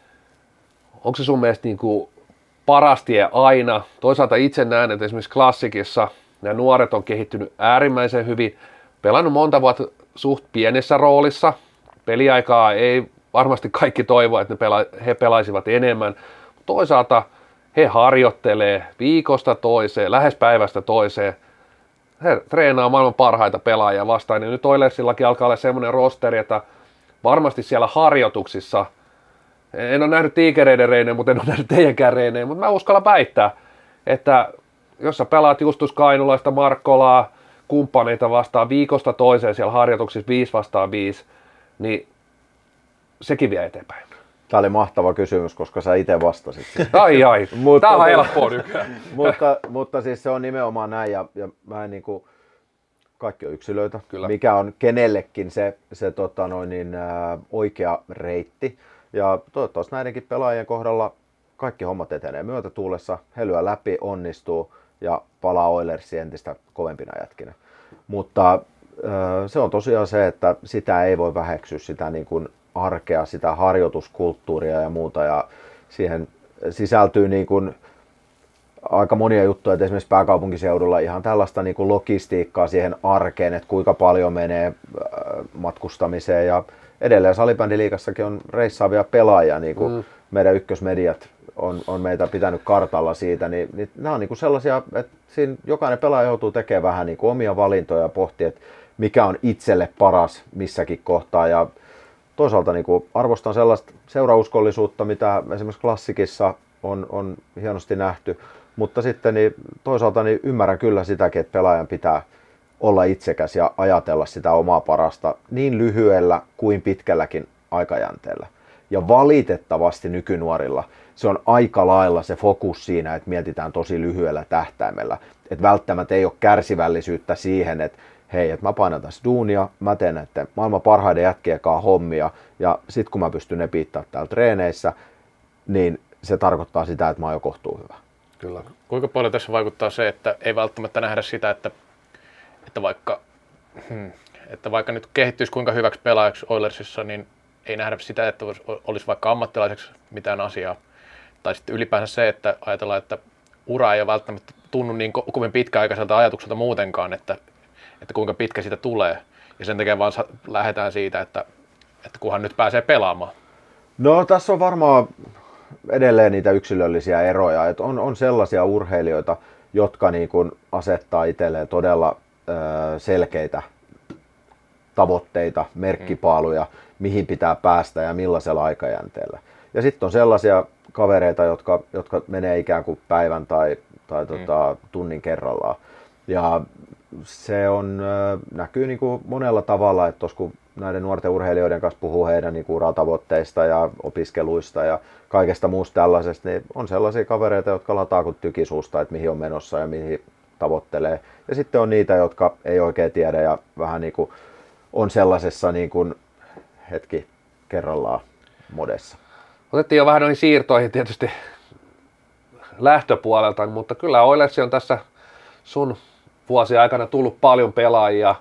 Onko se sun mielestä niin kuin paras tie aina? Toisaalta itse näen, että esimerkiksi klassikissa nämä nuoret on kehittynyt äärimmäisen hyvin, pelannut monta vuotta suht pienessä roolissa. Peliaikaa ei varmasti kaikki toivo, että he pelaisivat enemmän. Toisaalta he harjoittelee viikosta toiseen, lähes päivästä toiseen. He treenaa maailman parhaita pelaajia vastaan. Ja nyt Oilersillakin alkaa olla semmoinen rosteri, että varmasti siellä harjoituksissa, en ole nähnyt Tiikereiden reineen, mutta en ole nähnyt teidänkään reineen, mutta mä uskallan väittää, että jos sä pelaat Justus Kainulaista, Markkolaa, kumppaneita vastaan viikosta toiseen siellä harjoituksissa 5 vastaan 5, niin sekin vie eteenpäin. Tämä oli mahtava kysymys, koska sä itse vastasit. Ai. Tämä on helppoa nykyään. mutta siis se on nimenomaan näin ja mä en niinku, kaikki on yksilöitä, Kyllä. Mikä on kenellekin se oikea reitti. Ja toivottavasti näidenkin pelaajien kohdalla kaikki hommat etenee myötätuulessa, he lyö läpi, onnistuu ja palaa Oilersiin entistä kovempina jätkinä. Mutta se on tosiaan se, että sitä ei voi väheksyä, sitä niin kuin arkea, sitä harjoituskulttuuria ja muuta, ja siihen sisältyy niin kuin aika monia juttuja, että esimerkiksi pääkaupunkiseudulla ihan tällaista niin kuin logistiikkaa siihen arkeen, että kuinka paljon menee matkustamiseen, ja edelleen salibändiliigassakin on reissaavia pelaajia, niin kuin meidän ykkösmediat on meitä pitänyt kartalla siitä, niin nämä on niin kuin sellaisia, että siinä jokainen pelaaja joutuu tekemään vähän niin kuin omia valintoja ja pohtia, että mikä on itselle paras missäkin kohtaa, ja toisaalta niin kuin arvostan sellaista seurauskollisuutta, mitä esimerkiksi klassikissa on hienosti nähty, mutta sitten niin toisaalta niin ymmärrän kyllä sitäkin, että pelaajan pitää olla itsekäs ja ajatella sitä omaa parasta niin lyhyellä kuin pitkälläkin aikajänteellä. Ja valitettavasti nykynuorilla se on aika lailla se fokus siinä, että mietitään tosi lyhyellä tähtäimellä. Että välttämättä ei ole kärsivällisyyttä siihen, että hei, että mä painan tässä duunia, mä teen näiden maailman parhaiden jätkien kanssa hommia, ja sit kun mä pystyn ne piittää täällä treeneissä, niin se tarkoittaa sitä, että mä oon jo kohtuu hyvä. Kyllä. Kuinka paljon tässä vaikuttaa se, että ei välttämättä nähdä sitä, että vaikka nyt kehittyisi kuinka hyväksi pelaajaksi Oilersissa, niin ei nähdä sitä, että olisi vaikka ammattilaiseksi mitään asiaa. Tai sitten ylipäänsä se, että ajatellaan, että ura ei ole välttämättä tunnu niin kovin pitkäaikaiselta ajatukselta muutenkaan, että kuinka pitkä siitä tulee. Ja sen takia vaan lähdetään siitä, että kunhan nyt pääsee pelaamaan. No tässä on varmaan edelleen niitä yksilöllisiä eroja. Että on sellaisia urheilijoita, jotka niin kuin asettaa itselleen todella selkeitä tavoitteita, merkkipaaluja, mihin pitää päästä ja millaisella aikajänteellä. Ja sitten on sellaisia kavereita, jotka menee ikään kuin päivän tai tunnin kerrallaan. Ja se näkyy niin kuin monella tavalla, että kun näiden nuorten urheilijoiden kanssa puhuu heidän niin kuin uratavoitteista ja opiskeluista ja kaikesta muusta tällaisesta, niin on sellaisia kavereita, jotka lataa kuin tykisuusta, että mihin on menossa ja mihin tavoittelee. Ja sitten on niitä, jotka ei oikein tiedä ja vähän niin kuin on sellaisessa niin kuin hetki kerrallaan modessa. Otettiin jo vähän noihin siirtoihin tietysti lähtöpuolelta, mutta kyllä Oilersi on tässä sun vuosien aikana tullut paljon pelaajia,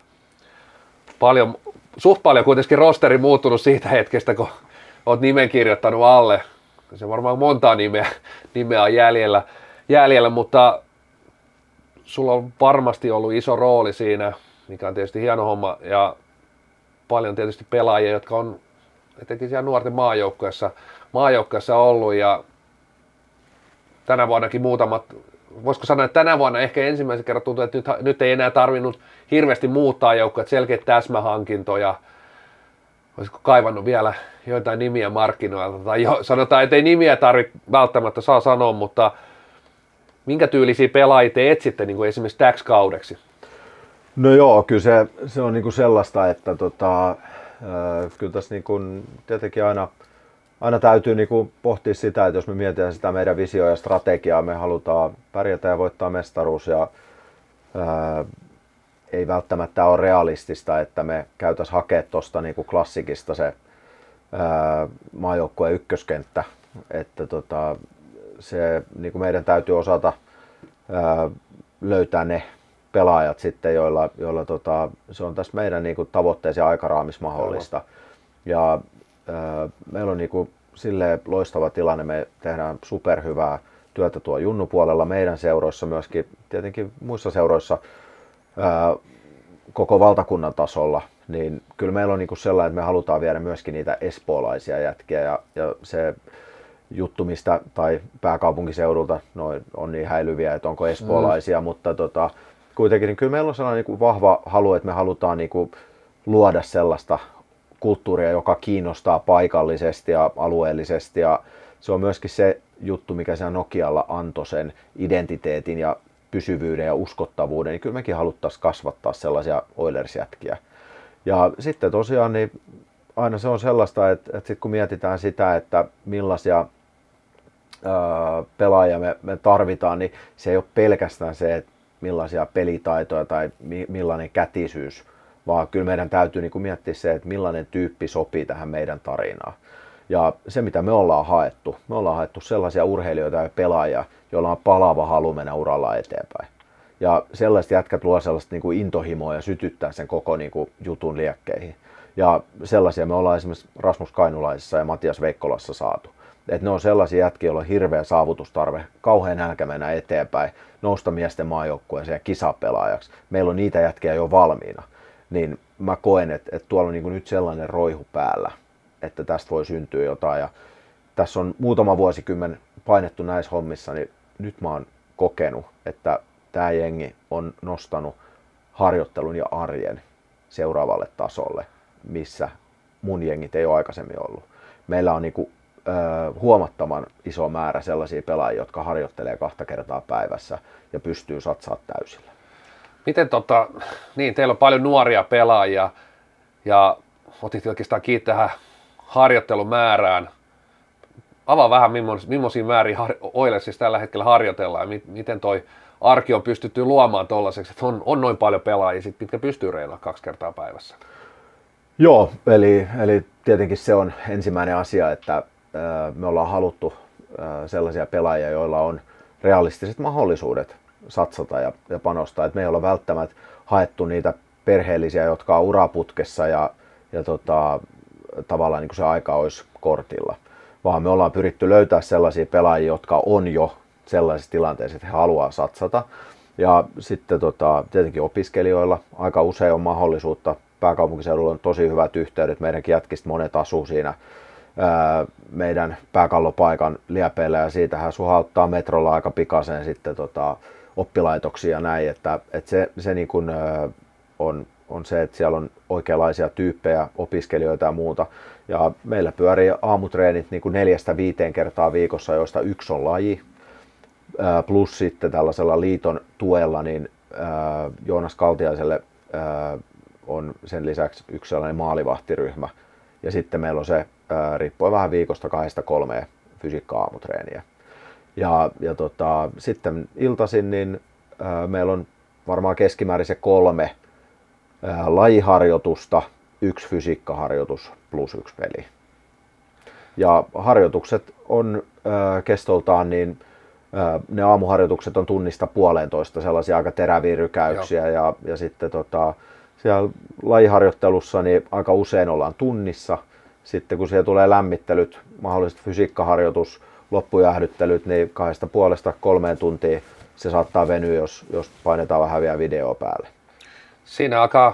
suht paljon kuitenkin rosteri muuttunut siitä hetkestä, kun oot nimen kirjoittanut alle. Se varmaan montaa nimeä on jäljellä, mutta sulla on varmasti ollut iso rooli siinä, mikä on tietysti hieno homma, ja paljon tietysti pelaajia, jotka on etenkin siellä nuorten maajoukkueessa ollut, ja tänä vuonnakin muutamat, voisiko sanoa, että tänä vuonna ehkä ensimmäisen kerran tuntuu, että nyt ei enää tarvinnut hirveästi muuttaa joukkoja, selkeitä täsmähankintoja, olisiko kaivannut vielä joitain nimiä markkinoilta, tai sanotaan, että ei nimiä tarvitse välttämättä saa sanoa, mutta minkä tyylisiä pelaajia te etsitte niin kuin esimerkiksi täksi kaudeksi? No joo, kyllä se on niin kuin sellaista, että kyllä tässä niin kuin tietenkin aina täytyy niin kuin pohtia sitä, että jos me mietitään sitä meidän visioa ja strategiaa, me halutaan pärjätä ja voittaa mestaruus, ja ei välttämättä ole realistista, että me käytäisiin hakea tuosta niin kuin klassikista se maajoukkueen ykköskenttä, että se niin kuin meidän täytyy osata löytää ne pelaajat sitten, joilla se on tässä meidän niin kuin tavoitteeseen aikaraamissa mahdollista. Ja meillä on niin kuin silleen loistava tilanne, me tehdään superhyvää työtä tuo junnupuolella meidän seuroissa, myöskin tietenkin muissa seuroissa koko valtakunnan tasolla, niin kyllä meillä on niin kuin sellainen, että me halutaan viedä myöskin niitä espoolaisia jätkiä, ja se juttu, mistä tai pääkaupunkiseudulta on niin häilyviä, että onko espoolaisia, mutta kuitenkin niin kyllä meillä on sellainen niin kuin vahva halu, että me halutaan niin kuin luoda sellaista kulttuuria, joka kiinnostaa paikallisesti ja alueellisesti, ja se on myöskin se juttu, mikä siellä Nokialla antoi sen identiteetin ja pysyvyyden ja uskottavuuden, niin kyllä mekin haluttaisiin kasvattaa sellaisia Oilers-jätkiä. Ja sitten tosiaan niin aina se on sellaista, että sit kun mietitään sitä, että millaisia pelaajia me tarvitaan, niin se ei ole pelkästään se, että millaisia pelitaitoja tai millainen kätisyys, vaan kyllä meidän täytyy niin kuin miettiä se, että millainen tyyppi sopii tähän meidän tarinaan. Ja se mitä me ollaan haettu sellaisia urheilijoita ja pelaajia, joilla on palava halu mennä uralla eteenpäin. Ja sellaiset jätkät luo sellaista niin kuin intohimoa ja sytyttää sen koko niin kuin jutun liekkeihin. Ja sellaisia me ollaan esimerkiksi Rasmus Kainulaisessa ja Matias Veikkolassa saatu. Et ne on sellaisia jätkiä, joilla on hirveä saavutustarve, kauhean nälkä mennä eteenpäin, nousta miesten maajoukkueeseen ja kisapelaajaksi. Meillä on niitä jätkiä jo valmiina. Niin mä koen, että tuolla on niin kuin nyt sellainen roihu päällä, että tästä voi syntyä jotain. Ja tässä on muutama vuosikymmen painettu näissä hommissa, niin nyt mä oon kokenut, että tämä jengi on nostanut harjoittelun ja arjen seuraavalle tasolle, missä mun jengit ei ole aikaisemmin ollut. Meillä on niinku, huomattavan iso määrä sellaisia pelaajia, jotka harjoittelee 2 kertaa päivässä ja pystyy satsaamaan täysillä. Miten niin teillä on paljon nuoria pelaajia ja otit oikeastaan kiinni tähän harjoittelumäärään. Avaa vähän, millaisia määriä Oilersissa tällä hetkellä harjoitellaan ja miten toi arki on pystytty luomaan tollaiseksi, että on noin paljon pelaajia, mitkä pystyy reenaamaan 2 kertaa päivässä. Joo, eli tietenkin se on ensimmäinen asia, että me ollaan haluttu sellaisia pelaajia, joilla on realistiset mahdollisuudet satsata ja panostaa. Et me ei olla välttämättä haettu niitä perheellisiä, jotka on uraputkessa ja tavallaan niin kuin se aika olisi kortilla, vaan me ollaan pyritty löytää sellaisia pelaajia, jotka on jo sellaisessa tilanteessa, että he haluaa satsata. Ja sitten tietenkin opiskelijoilla aika usein on mahdollisuutta. Pääkaupunkiseudulla on tosi hyvät yhteydet. Meidänkin jätkistä monet asuu siinä meidän pääkallopaikan liepeillä ja siitähän suhauttaa metrolla aika pikaisen sitten oppilaitoksia ja näin. Että se niin kuin, on se, että siellä on oikeanlaisia tyyppejä, opiskelijoita ja muuta. Ja meillä pyörii aamutreenit niin kuin 4-5 kertaa viikossa, joista 1 on laji. Plus sitten tällaisella liiton tuella, niin Joonas Kaltiaiselle on sen lisäksi 1 sellainen maalivahtiryhmä. Ja sitten meillä on se, riippuen vähän viikosta, 2-3 fysiikka-aamutreeniä. Ja sitten iltaisin niin meillä on varmaan keskimäärin se 3 lajiharjoitusta, 1 fysiikkaharjoitus plus 1 peli. Ja harjoitukset on kestoltaan niin ne aamuharjoitukset on 1-1,5 sellaisia aika teräviä rykäyksiä ja sitten siellä lajiharjoittelussa niin aika usein ollaan tunnissa. Sitten kun siellä tulee lämmittelyt, mahdolliset fysiikkaharjoitus, loppujäähdyttelyt, niin 2,5-3 tuntia se saattaa venyä, jos painetaan vähän vielä videoa päälle. Siinä alkaa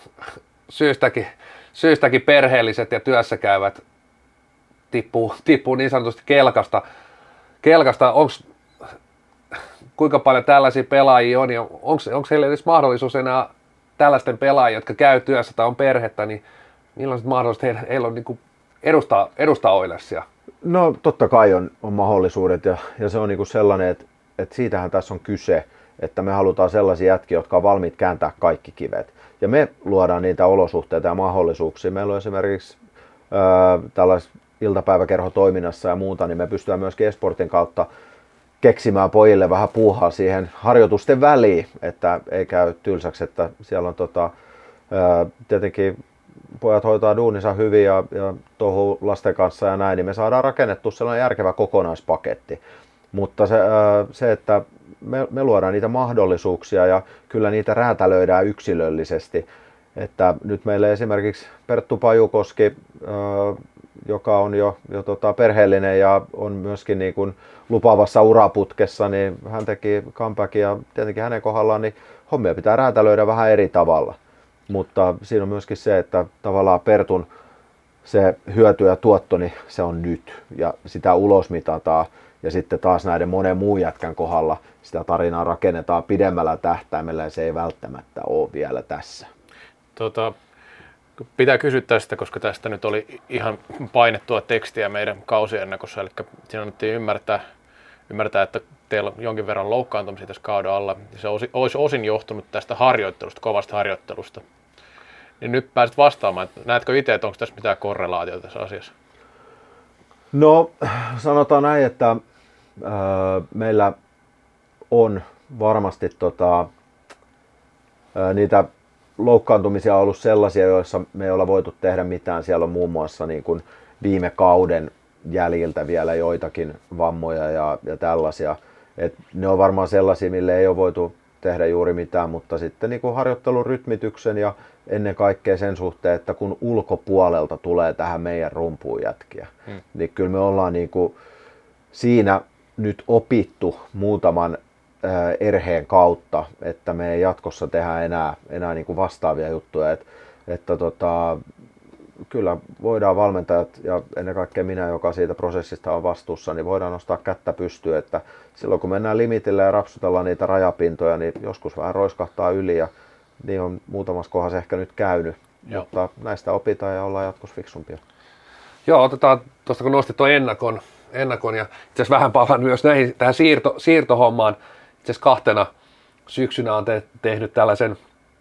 syystäkin perheelliset ja työssäkäyvät tippuu niin sanotusti kelkasta. Kuinka paljon tällaisia pelaajia on ja onko heillä edes mahdollisuus enää tällaisten pelaajia, jotka käy työssä tai on perhettä, niin millaiset mahdollisuudet heillä on niin kuin edustaa Oilersia? No totta kai on mahdollisuudet ja se on niin kuin sellainen, että siitähän tässä on kyse, että me halutaan sellaisia jätkiä, jotka on valmiit kääntää kaikki kivet. Ja me luodaan niitä olosuhteita ja mahdollisuuksia. Meillä on esimerkiksi tällaisessa iltapäiväkerhotoiminnassa ja muuta, niin me pystytään myös eSportin kautta keksimään pojille vähän puuhaa siihen harjoitusten väliin, että ei käy tylsäksi, että siellä on tietenkin pojat hoitaa duuninsa hyvin ja touhuu lasten kanssa ja näin, niin me saadaan rakennettua sellainen järkevä kokonaispaketti. Mutta se että me luodaan niitä mahdollisuuksia ja kyllä niitä räätälöidään yksilöllisesti. Että nyt meille esimerkiksi Perttu Pajukoski, joka on jo perheellinen ja on myöskin niin kuin lupaavassa uraputkessa, niin hän teki comebackin ja tietenkin hänen kohdallaan niin hommia pitää räätälöidä vähän eri tavalla. Mutta siinä on myöskin se, että tavallaan Pertun se hyöty ja tuotto, niin se on nyt ja sitä ulosmitataan. Ja sitten taas näiden monen muun jätkän kohdalla sitä tarinaa rakennetaan pidemmällä tähtäimellä ja se ei välttämättä ole vielä tässä. Pitää kysyä tästä, koska tästä nyt oli ihan painettua tekstiä meidän kausiennakossa, eli siinä annettiin ymmärtää, että teillä on jonkin verran loukkaantumisia tässä kauden alla, ja se olisi osin johtunut tästä harjoittelusta, kovasta harjoittelusta. Niin nyt pääset vastaamaan, että näetkö itse, että onko tässä mitään korrelaatiota tässä asiassa? No sanotaan näin, että meillä on varmasti niitä loukkaantumisia on ollut sellaisia, joissa me ei olla voitu tehdä mitään. Siellä on muun muassa niin kuin viime kauden jäljiltä vielä joitakin vammoja ja tällaisia. Et ne on varmaan sellaisia, mille ei ole voitu tehdä juuri mitään, mutta sitten niin kuin harjoittelun rytmityksen ja ennen kaikkea sen suhteen, että kun ulkopuolelta tulee tähän meidän rumpuun jätkiä, niin kyllä me ollaan niin kuin siinä nyt opittu muutaman erheen kautta, että me ei jatkossa tehdä enää niin kuin vastaavia juttuja. Kyllä voidaan valmentajat ja ennen kaikkea minä, joka siitä prosessista on vastuussa, niin voidaan nostaa kättä pystyyn, että silloin kun mennään limitille ja rapsutellaan niitä rajapintoja, niin joskus vähän roiskahtaa yli ja niin on muutamassa kohdassa ehkä nyt käynyt, mutta näistä opitaan ja ollaan jatkossa fiksumpia. Joo, otetaan tuosta kun nostit tuon ennakon ja itse asiassa vähän palaan myös tähän siirtohommaan. Itse asiassa 2 syksynä on tehnyt tällaisen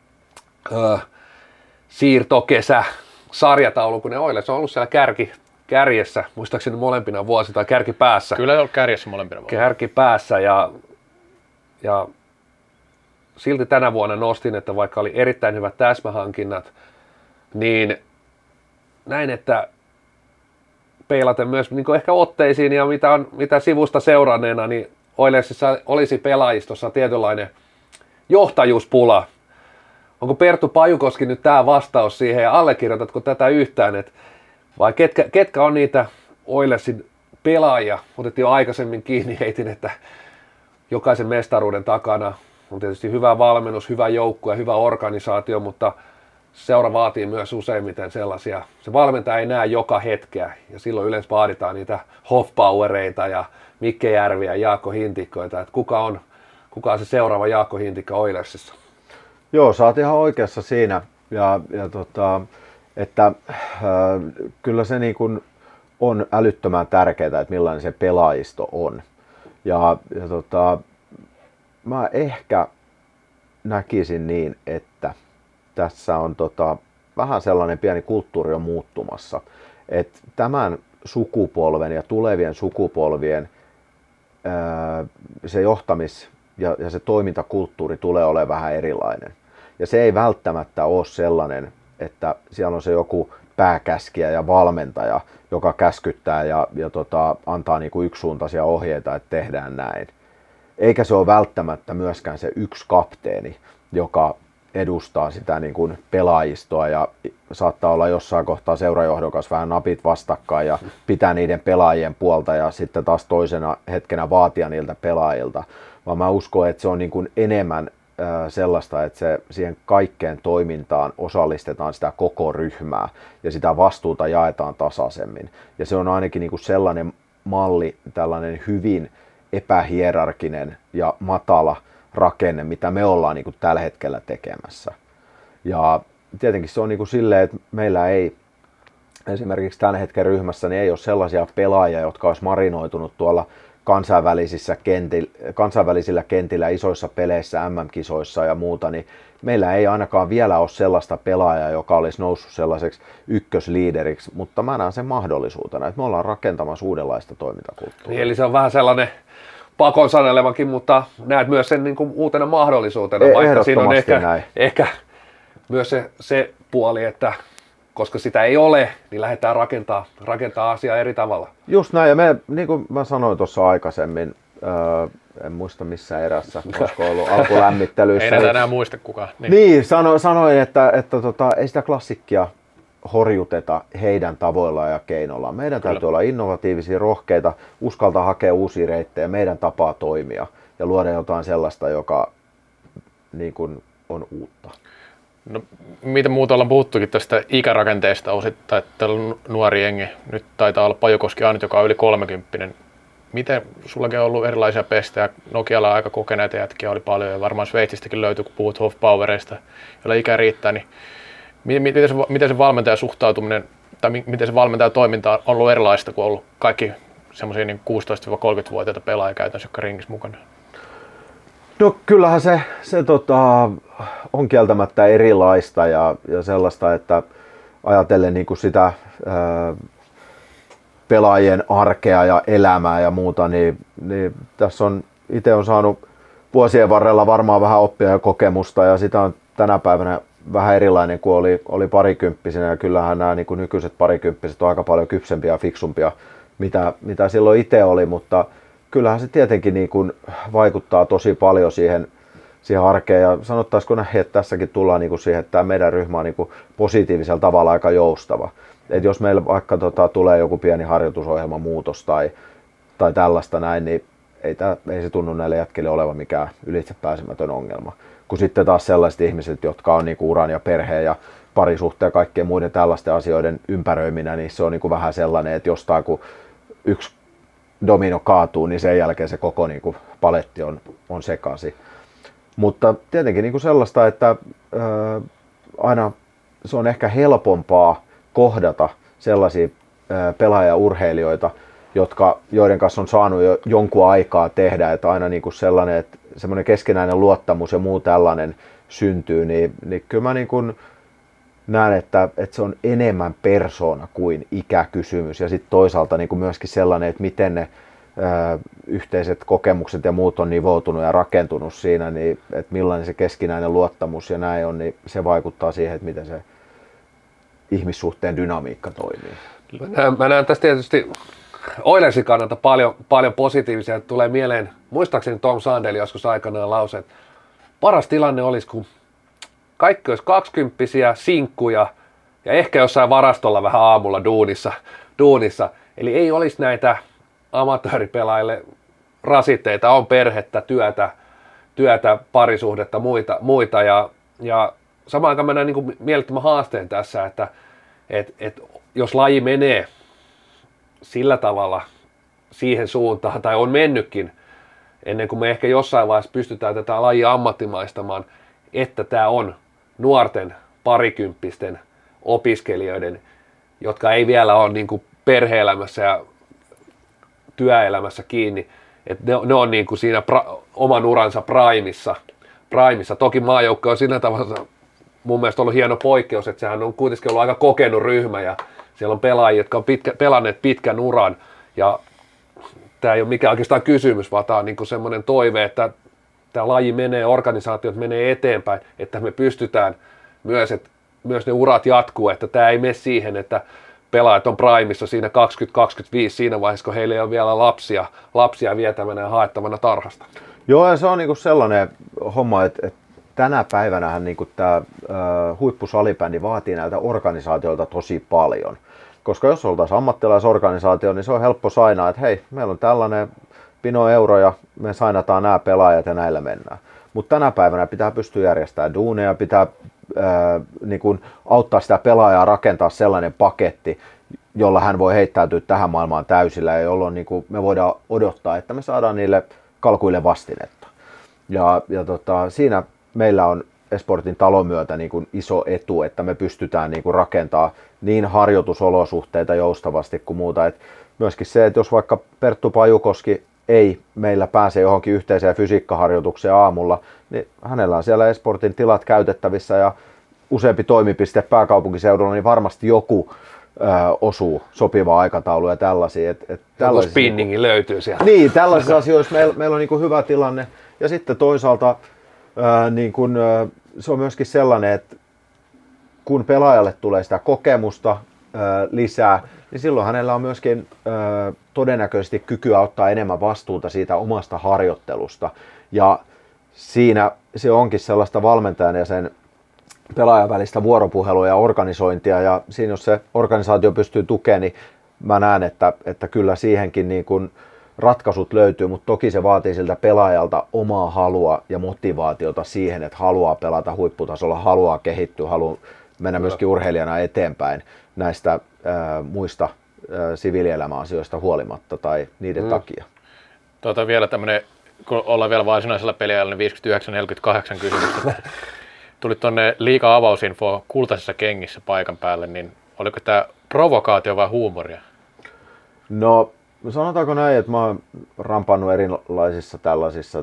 siirtokesä-sarjataulukon ja Oilers on ollut siellä kärjessä, muistaakseni molempina vuosina tai kärkipäässä. Kyllä ei ollut kärjessä molempina vuosina. Kärkipäässä ja silti tänä vuonna nostin, että vaikka oli erittäin hyvät täsmähankinnat, niin näin, että peilaten myös niin ehkä otteisiin ja mitä sivusta seuranneena, niin Oilersissa olisi pelaajistossa tietynlainen johtajuuspula. Onko Perttu Pajukoski nyt tämä vastaus siihen ja allekirjoitatko tätä yhtään, vai ketkä on niitä Oilersin pelaajia? Otettiin jo aikaisemmin kiinni, heitin, että jokaisen mestaruuden takana on tietysti hyvä valmennus, hyvä joukkue ja hyvä organisaatio, mutta seura vaatii myös useimmiten sellaisia. Se valmentaja ei näe joka hetkeä ja silloin yleensä vaaditaan niitä Hofbauereita ja Mikke Järviä ja Jaakko Hintikkoita. Että kuka on se seuraava Jaakko Hintikka Oilersissa? Joo, sä oot ihan oikeassa siinä. Kyllä se niin kuin on älyttömän tärkeää, että millainen se pelaajisto on. Mä ehkä näkisin niin, että tässä on vähän sellainen pieni kulttuuri on muuttumassa. Että tämän sukupolven ja tulevien sukupolvien se johtamis- ja se toimintakulttuuri tulee olemaan vähän erilainen. Ja se ei välttämättä ole sellainen, että siellä on se joku pääkäskijä ja valmentaja, joka käskyttää ja antaa niinku yksisuuntaisia ohjeita, että tehdään näin. Eikä se ole välttämättä myöskään se yksi kapteeni, joka edustaa sitä niin kuin pelaajistoa ja saattaa olla jossain kohtaa seurajohdokas vähän napit vastakkain ja pitää niiden pelaajien puolta ja sitten taas toisena hetkenä vaatia niiltä pelaajilta. Vaan mä uskon, että se on niin kuin enemmän sellaista, että se siihen kaikkeen toimintaan osallistetaan sitä koko ryhmää ja sitä vastuuta jaetaan tasaisemmin. Ja se on ainakin niin kuin sellainen malli, tällainen hyvin epähierarkinen ja matala rakenne, mitä me ollaan niin kuin tällä hetkellä tekemässä. Ja tietenkin se on niin kuin silleen, että meillä ei esimerkiksi tämän hetken ryhmässä niin ei ole sellaisia pelaajia, jotka olisi marinoitunut tuolla kansainvälisillä kentillä, isoissa peleissä, MM-kisoissa ja muuta, niin meillä ei ainakaan vielä ole sellaista pelaajaa, joka olisi noussut sellaiseksi ykkösliideriksi, mutta mä näen sen mahdollisuutena, että me ollaan rakentamassa uudenlaista toimintakulttuuria. Niin, eli se on vähän sellainen pakon sanelevakin, mutta näet myös sen niin kuin uutena mahdollisuutena, vaikka siinä on ehkä myös se puoli, että koska sitä ei ole, niin lähdetään rakentaa asiaa eri tavalla. Just näin, ja me, niin kuin mä sanoin tuossa aikaisemmin, en muista missään erässä, koska ollut alkulämmittelyissä. Ei näitä enää muista kukaan. Niin sanoin, että ei sitä klassikkia horjuteta heidän tavoillaan ja keinoillaan. Meidän täytyy olla innovatiivisia, rohkeita, uskaltaa hakea uusia reittejä, meidän tapaa toimia ja luoda jotain sellaista, joka niin kuin on uutta. No, mitä muuta ollaan puhuttukin tästä ikärakenteesta osittain, että nuori jengi, nyt taitaa olla Pajukoski ainut, joka on yli 30. Miten, sullakin on ollut erilaisia pestejä, Nokialla aika kokeneita jätkiä oli paljon ja varmaan Sveitsistäkin löytyy, kun puhut Hofbauereista, joilla ikä riittää, niin miten se valmentajan suhtautuminen tai miten se valmentajan toiminta on ollut erilaista, kun on ollut kaikki semmoisia niin 16-30-vuotiaita pelaajia käytännössä, jotka ringissä mukana? No kyllähän se on kieltämättä erilaista ja sellaista, että ajatellen niin kuin sitä pelaajien arkea ja elämää ja muuta, niin tässä on itse on saanut vuosien varrella varmaan vähän oppia ja kokemusta ja sitä on tänä päivänä vähän erilainen kuin oli parikymppisenä, ja kyllähän nämä niin kuin nykyiset parikymppiset on aika paljon kypsempiä ja fiksumpia, mitä silloin itse oli, mutta kyllähän se tietenkin niin kuin vaikuttaa tosi paljon siihen arkeen, ja sanottaisiko näin, että tässäkin tullaan niin kuin siihen, että tämä meidän ryhmä on niin kuin positiivisella tavalla aika joustava. Et jos meillä vaikka tulee joku pieni harjoitusohjelman muutos tai tällaista näin, niin ei se tunnu näille jätkille olevan mikään ylitsepääsemätön ongelma. Kun sitten taas sellaiset ihmiset, jotka on niinku uran ja perheen ja parisuhteen ja kaikkien muiden tällaisten asioiden ympäröiminä, niin se on niinku vähän sellainen, että jostain kun yksi domino kaatuu, niin sen jälkeen se koko niinku paletti on sekaisin. Mutta tietenkin niinku sellaista, että aina se on ehkä helpompaa kohdata sellaisia pelaajaurheilijoita, joiden kanssa on saanut jo jonkun aikaa tehdä, että aina niin kuin sellainen, että semmoinen keskinäinen luottamus ja muu tällainen syntyy, niin kyllä mä niin kuin näen, että se on enemmän persoona kuin ikäkysymys, ja sitten toisaalta niin kuin myöskin sellainen, että miten ne yhteiset kokemukset ja muut on nivoutunut ja rakentunut siinä, niin että millainen se keskinäinen luottamus ja näin on, niin se vaikuttaa siihen, että miten se ihmissuhteen dynamiikka toimii. Mä näen tässä tietysti Oilersin kannalta paljon positiivisia. Tulee mieleen, muistaakseni Tom Sandel joskus aikanaan lause, että paras tilanne olisi, kun kaikki olisi 20-vuotiaita sinkkuja ja ehkä jossain varastolla vähän aamulla duunissa. Eli ei olisi näitä amatööripelaajille rasitteita, on perhettä, työtä parisuhdetta, muita ja samaan aikaan mä näen niin mielettömän haasteen tässä, että jos laji menee sillä tavalla siihen suuntaan, tai on mennytkin, ennen kuin me ehkä jossain vaiheessa pystytään tätä lajia ammattimaistamaan, että tämä on nuorten parikymppisten opiskelijoiden, jotka ei vielä ole niin kuin perhe-elämässä ja työelämässä kiinni, että ne on niin kuin siinä oman uransa primissa. Toki maajoukko on siinä tavalla mun mielestä ollut hieno poikkeus, että sehän on kuitenkin ollut aika kokenut ryhmä ja siellä on pelaajia, jotka on pelanneet pitkän uran ja tämä ei ole mikään oikeastaan kysymys, vaan tämä on niin kuin semmoinen toive, että tämä laji menee, organisaatiot menee eteenpäin, että me pystytään myös, että myös ne urat jatkuu, että tämä ei mene siihen, että pelaajat on primissa siinä 20-25 siinä vaiheessa, kun heillä ei ole vielä lapsia vietävänä ja haettavana tarhasta. Joo, ja se on niinku sellainen homma, että tänä päivänähän niinku tämä huippusalibändi vaatii näiltä organisaatioilta tosi paljon. Koska jos oltaisiin ammattilaisorganisaatio, niin se on helppo sainaa, että hei, meillä on tällainen pino euroja, me sainataan nämä pelaajat ja näillä mennään. Mutta tänä päivänä pitää pystyä järjestämään duuneja, pitää niin kun auttaa sitä pelaajaa rakentaa sellainen paketti, jolla hän voi heittäytyä tähän maailmaan täysillä ja jolloin niin kun me voidaan odottaa, että me saadaan niille kalkuille vastinetta. Ja siinä meillä on Esportin talon myötä niin kun iso etu, että me pystytään niin kun rakentamaan niin harjoitusolosuhteita joustavasti kuin muuta. Et myöskin se, että jos vaikka Perttu Pajukoski ei meillä pääse johonkin yhteiseen fysiikkaharjoitukseen aamulla, niin hänellä on siellä Esportin tilat käytettävissä ja useampi toimipiste pääkaupunkiseudulla, niin varmasti joku osuu sopivaa aikataulua ja tällaisia. Joku spinningi löytyy sieltä. Niin, tällaisissa asioissa meillä on niin kuin hyvä tilanne. Ja sitten toisaalta niin kuin, se on myöskin sellainen, että kun pelaajalle tulee sitä kokemusta lisää, niin silloin hänellä on myöskin todennäköisesti kykyä ottaa enemmän vastuuta siitä omasta harjoittelusta. Ja siinä se onkin sellaista valmentajan ja sen pelaajan välistä vuoropuhelua ja organisointia. Ja siinä jos se organisaatio pystyy tukemaan, niin mä näen, että kyllä siihenkin niin kuin ratkaisut löytyy, mutta toki se vaatii siltä pelaajalta omaa halua ja motivaatiota siihen, että haluaa pelata huipputasolla, haluaa kehittyä, haluaa mennä myöskin urheilijana eteenpäin näistä muista siviilielämäasioista huolimatta tai niiden takia. Vielä tämmöinen, kun ollaan vielä varsinaisella peliajalla, niin 59-48 kysymystä. Tuli tuonne liiga avausinfo kultaisissa kengissä paikan päälle, niin oliko tämä provokaatio vai huumoria? No sanotaanko näin, että mä oon rampannut erilaisissa tällaisissa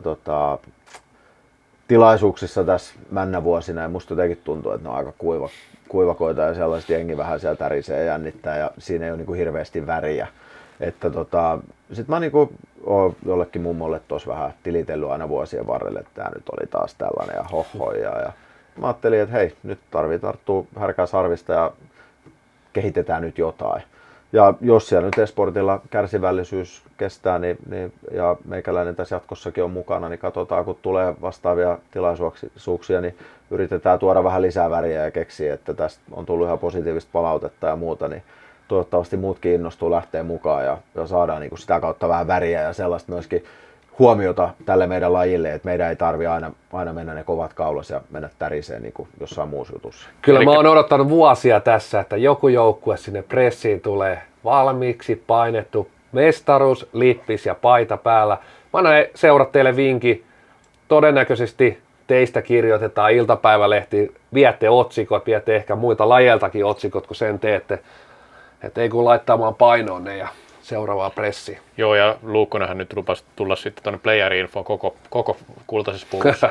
tilaisuuksissa tässä männävuosina ja musta jotenkin tuntuu, että ne on aika kuivakoita ja sellaiset jengi vähän siellä tärisee ja jännittää ja siinä ei ole niinku hirveästi väriä. Että sit mä niinku oon jollekin mummolle tuossa vähän tilitellyt aina vuosien varrelle, että tää nyt oli taas tällainen ja hohoi ja mä ajattelin, että hei, nyt tarvii tarttua härkää sarvista ja kehitetään nyt jotain. Ja jos siellä nyt esportilla kärsivällisyys kestää ja meikäläinen tässä jatkossakin on mukana, niin katsotaan, kun tulee vastaavia tilaisuuksia, niin yritetään tuoda vähän lisää väriä ja keksiä, että tästä on tullut ihan positiivista palautetta ja muuta, niin toivottavasti muutkin innostuu lähteä mukaan ja saadaan niin kuin sitä kautta vähän väriä ja sellaista myöskin huomiota tälle meidän lajille, että meidän ei tarvitse aina mennä ne kovat kaulas ja mennä täriseen niin kuin jossain muussa jutussa. Kyllä mä oon odottanut vuosia tässä, että joku joukkue sinne pressiin tulee valmiiksi painettu mestaruus, lippis ja paita päällä. Mä annan seurat teille vinkin. Todennäköisesti teistä kirjoitetaan iltapäivälehti, viette otsikot, viette ehkä muita lajeiltakin otsikot, kun sen teette. Että ei kun laittamaan painoon ne ja seuraavaa pressiin. Joo, ja Luukkonenhan nyt lupasi tulla sitten tuonne Player-infoon koko kultaisessa puvussa.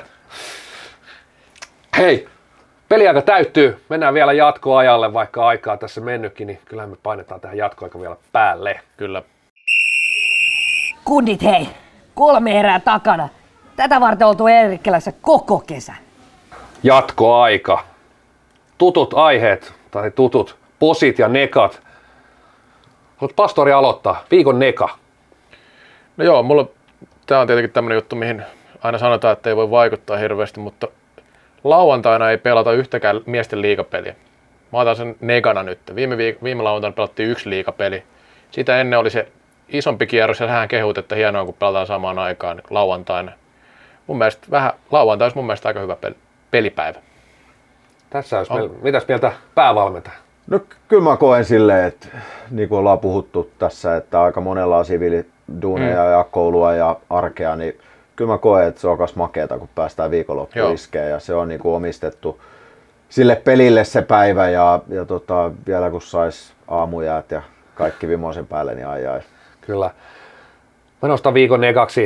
Hei, peliaika täyttyy. Mennään vielä jatkoajalle, vaikka aikaa tässä mennytkin, niin kyllähän me painetaan tähän jatkoaika vielä päälle. Kyllä. Kundit hei, 3 erää takana. Tätä varten oltu Eerikkelässä koko kesän. Jatkoaika. Tutut aiheet, tai tutut posit ja nekat. Haluat pastori aloittaa? Viikon neka. No joo, tää on tietenkin tämmönen juttu, mihin aina sanotaan, että ei voi vaikuttaa hirveästi, mutta lauantaina ei pelata yhtäkään miesten liigapeliä. Mä otan sen negana nyt. Viime lauantaina pelattiin 1 liigapeli. Sitä ennen oli se isompi kierros ja sähän kehut, että hienoa kun pelataan samaan aikaan lauantaina. Lauantai olisi mun mielestä aika hyvä pelipäivä. Tässä olisi mitäs mieltä päävalmentaja? No kyllä mä koen silleen, että niin kuin ollaan puhuttu tässä, että aika monella on siviiliduuneja ja koulua ja arkea, niin kyllä mä koen, että se on myös makeata, kun päästään viikonloppuun iskeen ja se on niin kuin omistettu sille pelille se päivä ja vielä kun sais aamujäät ja kaikki vimoisen päälle, niin ai. Kyllä. Mä nostan viikon nekaksi.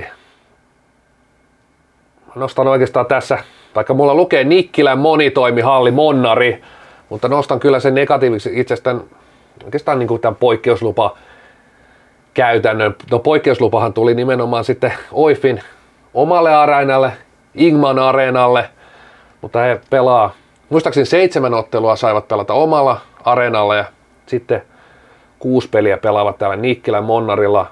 Mä nostan oikeastaan tässä, vaikka mulla lukee Nikkilän monitoimihalli Monnari, mutta nostan kyllä sen negatiiviksi itsestään oikeastaan niin kuin tämän poikkeuslupa käytännön. No poikkeuslupahan tuli nimenomaan sitten OIFin omalle areenalle, Ingman areenalle, mutta he pelaa, muistaakseni 7 ottelua saivat pelata omalla areenalla ja sitten 6 peliä pelaavat täällä Nikkilän Monnarilla,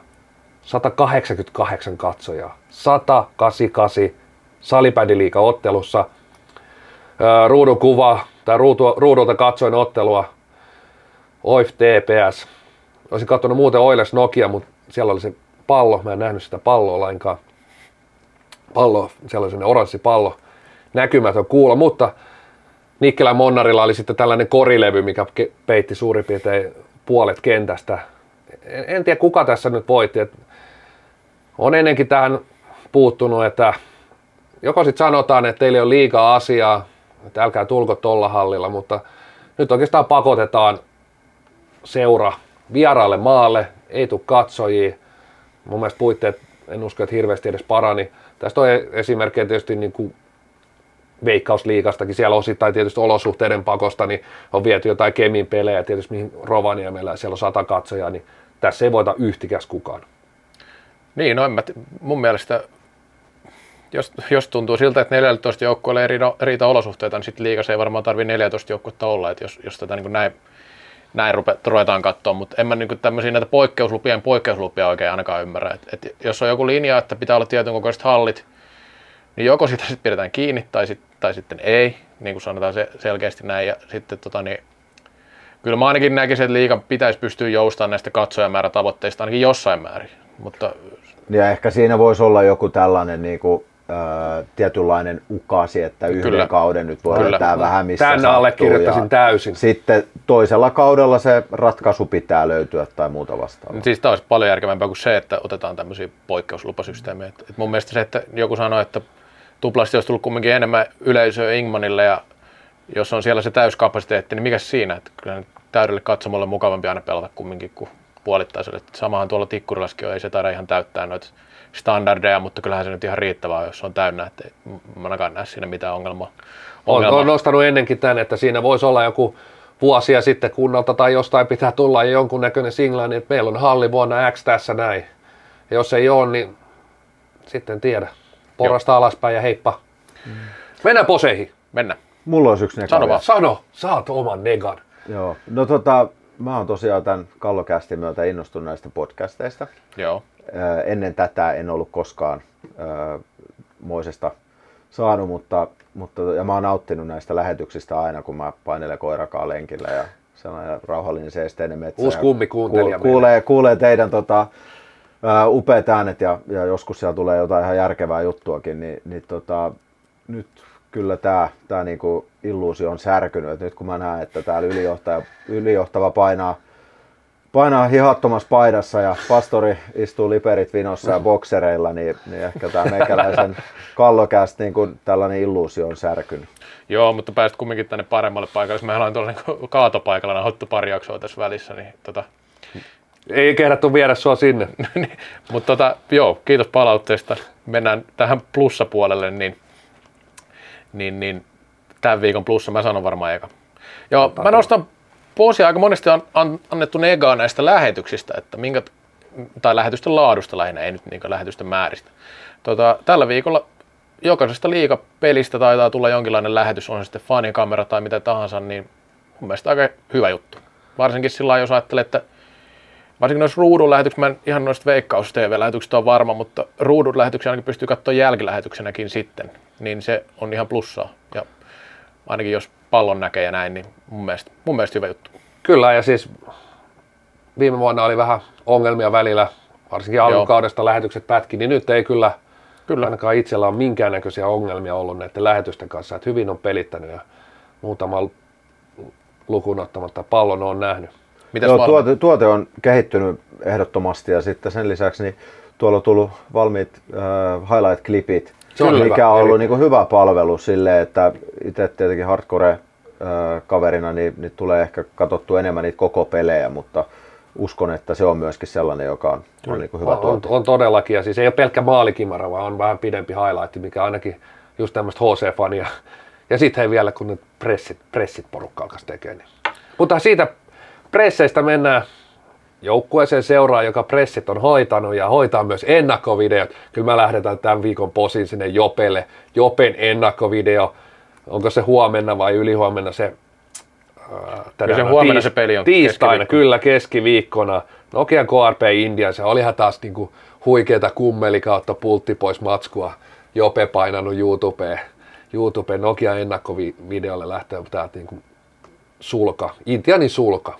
188 katsojaa, 188 salibändiliiga ottelussa. Ruudun kuva tai ruudulta katsoin ottelua OIF TPS. Olisin katsonut muuten Oilers Nokia, mutta siellä oli se pallo. Mä en nähnyt sitä palloa lainkaan. Siellä oli sellainen oranssi pallo. Näkymätön kuulo, mutta Nikkilän Monnarilla oli sitten tällainen korilevy, mikä peitti suurin piirtein puolet kentästä. En tiedä kuka tässä nyt voitti. On ennenkin tähän puuttunut, että joko sitten sanotaan, että teillä on liikaa asiaa, että älkää tulko tolla hallilla, mutta nyt oikeastaan pakotetaan seura vieraalle maalle, ei tule katsojia. Mun mielestä puitteet, en usko, että hirveästi edes parani. Tästä on esimerkkejä tietysti niin kuin Veikkausliigastakin, siellä osittain tietysti olosuhteiden pakosta, niin on viety jotain Kemin pelejä, tietysti mihin Rovaniemellä siellä on 100 katsojaa, niin tässä ei voita yhtikäs kukaan. Niin, no mun mielestä jos tuntuu siltä, että 14 joukkueelle ei riitä olosuhteita, niin sitten liigassa ei varmaan tarvitse 14 joukkuetta olla, että jos tätä niin näin ruvetaan katsoa, mutta en mä niin tämmöisiä näitä poikkeuslupia oikein ainakaan ymmärrä. Et jos on joku linja, että pitää olla tietyn kokoiset hallit, niin joko sitä sitten pidetään kiinni tai sitten ei, niin kuin sanotaan selkeästi näin. Ja sitten kyllä mä ainakin näkisin, että liigan pitäisi pystyä joustamaan näistä katsojamäärätavoitteista ainakin jossain määrin. Mutta ja ehkä siinä voisi olla joku tällainen niin kuin, tietynlainen ukasi, että yhden kauden nyt voi olla vähän missä sattuu. Tämän allekirjoittaisin täysin. Sitten toisella kaudella se ratkaisu pitää löytyä tai muuta vastaavaa. Siis tämä olisi paljon järkevämpää kuin se, että otetaan tämmöisiä poikkeuslupasysteemejä. Et mun mielestä se, että joku sanoi, että tuplasti olisi tullut kumminkin enemmän yleisöä Ingmanille ja jos on siellä se täyskapasiteetti, niin mikä siinä? Että kyllä täydelle katsomolle mukavampi aina pelata kumminkin kuin puolittaiselle. Samahan tuolla Tikkurilassakin on, ei se taida ihan täyttää noita standardeja, mutta kyllähän se nyt ihan riittävää, jos on täynnä, että mä ainakaan näe siinä mitään ongelmaa. Olen nostanut ennenkin tämän, että siinä voisi olla joku vuosia sitten kunnalta tai jostain pitää tulla jonkunnäköinen signaali, että meillä on halli vuonna X tässä näin. Ja jos ei ole, niin sitten tiedä. Porrasta alaspäin ja heippa. Mennään poseihin. Mennään. Mulla olisi yksi nega. Sano vaan. Sano, saat oman negan. Joo. No mä oon tosiaan tämän Kallokästin myötä innostunut näistä podcasteista. Joo. Ennen tätä en ollut koskaan moisesta saanut, mutta ja mä oon nauttinut näistä lähetyksistä aina, kun mä painelen koirakaan lenkillä ja sellainen rauhallinen seesteinen metsä. Uusi kummikuuntelija kuulee teidän upeat äänet ja joskus siellä tulee jotain ihan järkevää juttuakin, niin nyt kyllä tää niinku illuusio on särkynyt. Et nyt kun mä näen, että täällä ylijohtava painaa hihattomassa paidassa ja pastori istuu liperit vinossa ja boksereilla, niin ehkä tämä meikäläisen Kallokäst niin tällainen illuusio on särkynyt. Joo, mutta pääsit kumminkin tänne paremmalle paikalle. Jos mä olen tuolla niin kaatopaikalla nauhoittu pari jaksoa tässä välissä, niin Ei kehdattu viedä sua sinne. Mutta joo, kiitos palautteesta. Mennään tähän plussapuolelle, niin tämän viikon plussa mä sanon varmaan eka. Joo, mä nostan posia. Aika monesti on annettu negaa näistä lähetyksistä, että tai lähetysten laadusta lähinnä, ei nyt niin lähetysten määristä. Tällä viikolla jokaisesta liigapelistä taitaa tulla jonkinlainen lähetys, on se sitten fanikamera tai mitä tahansa, niin mun mielestä aika hyvä juttu. Varsinkin sillä jos ajattelee, että varsinkin noissa ruudun lähetyksissä, mä en ihan noista Veikkaus-TV-lähetyksistä on varma, mutta ruudun lähetyksiä ainakin pystyy katsoa jälkilähetyksenäkin sitten, niin se on ihan plussaa. Ja ainakin jos pallon näkee ja näin, niin mun mielestä hyvä juttu. Kyllä, ja siis viime vuonna oli vähän ongelmia välillä, varsinkin alkukaudesta lähetykset pätki, niin nyt ei kyllä ainakaan itsellä ole minkäännäköisiä ongelmia ollut näiden lähetysten kanssa, että hyvin on pelittänyt ja muutama lukuun ottamatta pallon on nähnyt. Tuote on kehittynyt ehdottomasti ja sitten sen lisäksi niin tuolla on tullut valmiit highlight-klipit, mikä on ollut niin hyvä palvelu sille, että itse tietenkin hardcore-kaverina niin tulee ehkä katsottua enemmän niitä koko pelejä, mutta uskon, että se on myöskin sellainen, joka on niin hyvä tuote. On todellakin, ja siis ei ole pelkkä maalikimara, vaan on vähän pidempi highlight, mikä ainakin just tämmöistä HC-fania. Ja sitten vielä, kun ne pressit porukka alkaisi tekemään. Niin. Mutta siitä presseistä mennään joukkueeseen seuraan, joka pressit on hoitanut ja hoitaa myös ennakkovideot. Kyllä me lähdetään tämän viikon posin sinne Jopelle. Jopen ennakkovideo. Onko se huomenna vai ylihuomenna se? Kyllä se huomenna se peli on. Tiistaina, kyllä keskiviikkona. Nokian KRP Indians. Olihan taas niinku huikeeta kummeli kautta pultti pois matskua. Jope painanut YouTubeen Nokian ennakkovideolle lähtee täältä niinku Intianin sulka.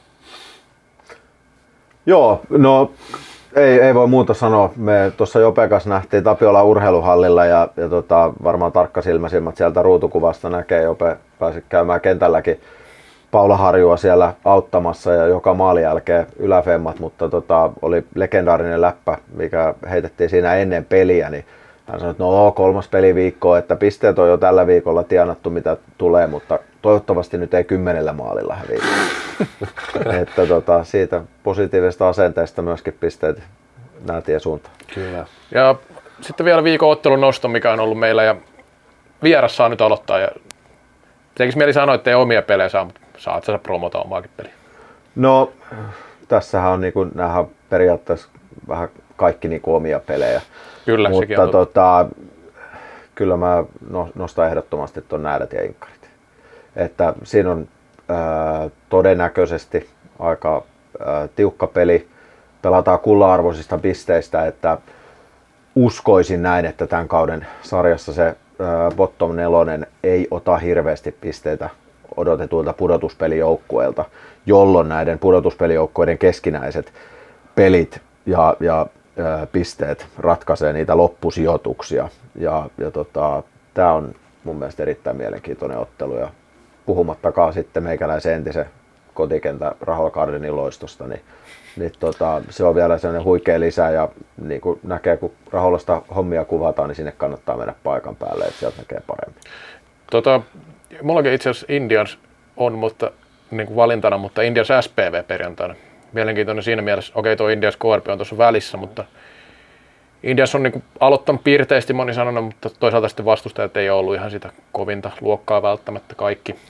Joo, no ei voi muuta sanoa. Me tuossa Jopen kanssa nähtiin Tapiola urheiluhallilla ja varmaan tarkkasilmäisimmät sieltä ruutukuvasta näkee. Jope pääsi käymään kentälläkin Paula Harjua siellä auttamassa ja joka maalin jälkeen yläfemmat, mutta oli legendaarinen läppä, mikä heitettiin siinä ennen peliä, niin hän sanoi, että no 3. peliviikkoa, että pisteet on jo tällä viikolla tienattu mitä tulee, mutta toivottavasti nyt ei 10 maalilla häviä. Että siitä positiivisesta asenteesta myöskin pisteet näytiin suuntaan. Kyllä. Ja sitten vielä viikon ottelun nosto, mikä on ollut meillä ja vieras saa nyt aloittaa. Ja tekisi mieli sanoa, että ei omia pelejä saa, mutta saat sä promota omaakin peliä. No tässähän on niinku, näähän periaatteessa vähän kaikki niinku omia pelejä. Kyllä, mutta kyllä mä nostan ehdottomasti tuon näädät ja inkkarit. Että siinä on todennäköisesti aika tiukka peli. Pelataan kulla-arvoisista pisteistä, että uskoisin näin, että tämän kauden sarjassa se bottom 4 ei ota hirveästi pisteitä odotetuilta pudotuspelijoukkueilta, jolloin näiden pudotuspelijoukkueiden keskinäiset pelit ja pisteet ratkaisee niitä loppusijoituksia. Tämä on mun mielestä erittäin mielenkiintoinen ottelu. Ja puhumattakaan sitten meikäläisen entisen kotikentän Rahol Gardenin loistosta, niin se on vielä sellainen huikea lisä ja niin kuin näkee, kun Raholasta hommia kuvataan, niin sinne kannattaa mennä paikan päälle, että sieltä näkee paremmin. Mullakin itse asiassa Indians on niin kuin valintana, mutta Indians SPV perjantaina. Mielenkiintoinen siinä mielessä, okei tuo Indians KRP on tuossa välissä, mutta Indians on niin kuin aloittanut piirteisesti moni sanonut, mutta toisaalta sitten vastustajat ei ole ollut ihan sitä kovinta luokkaa välttämättä kaikki.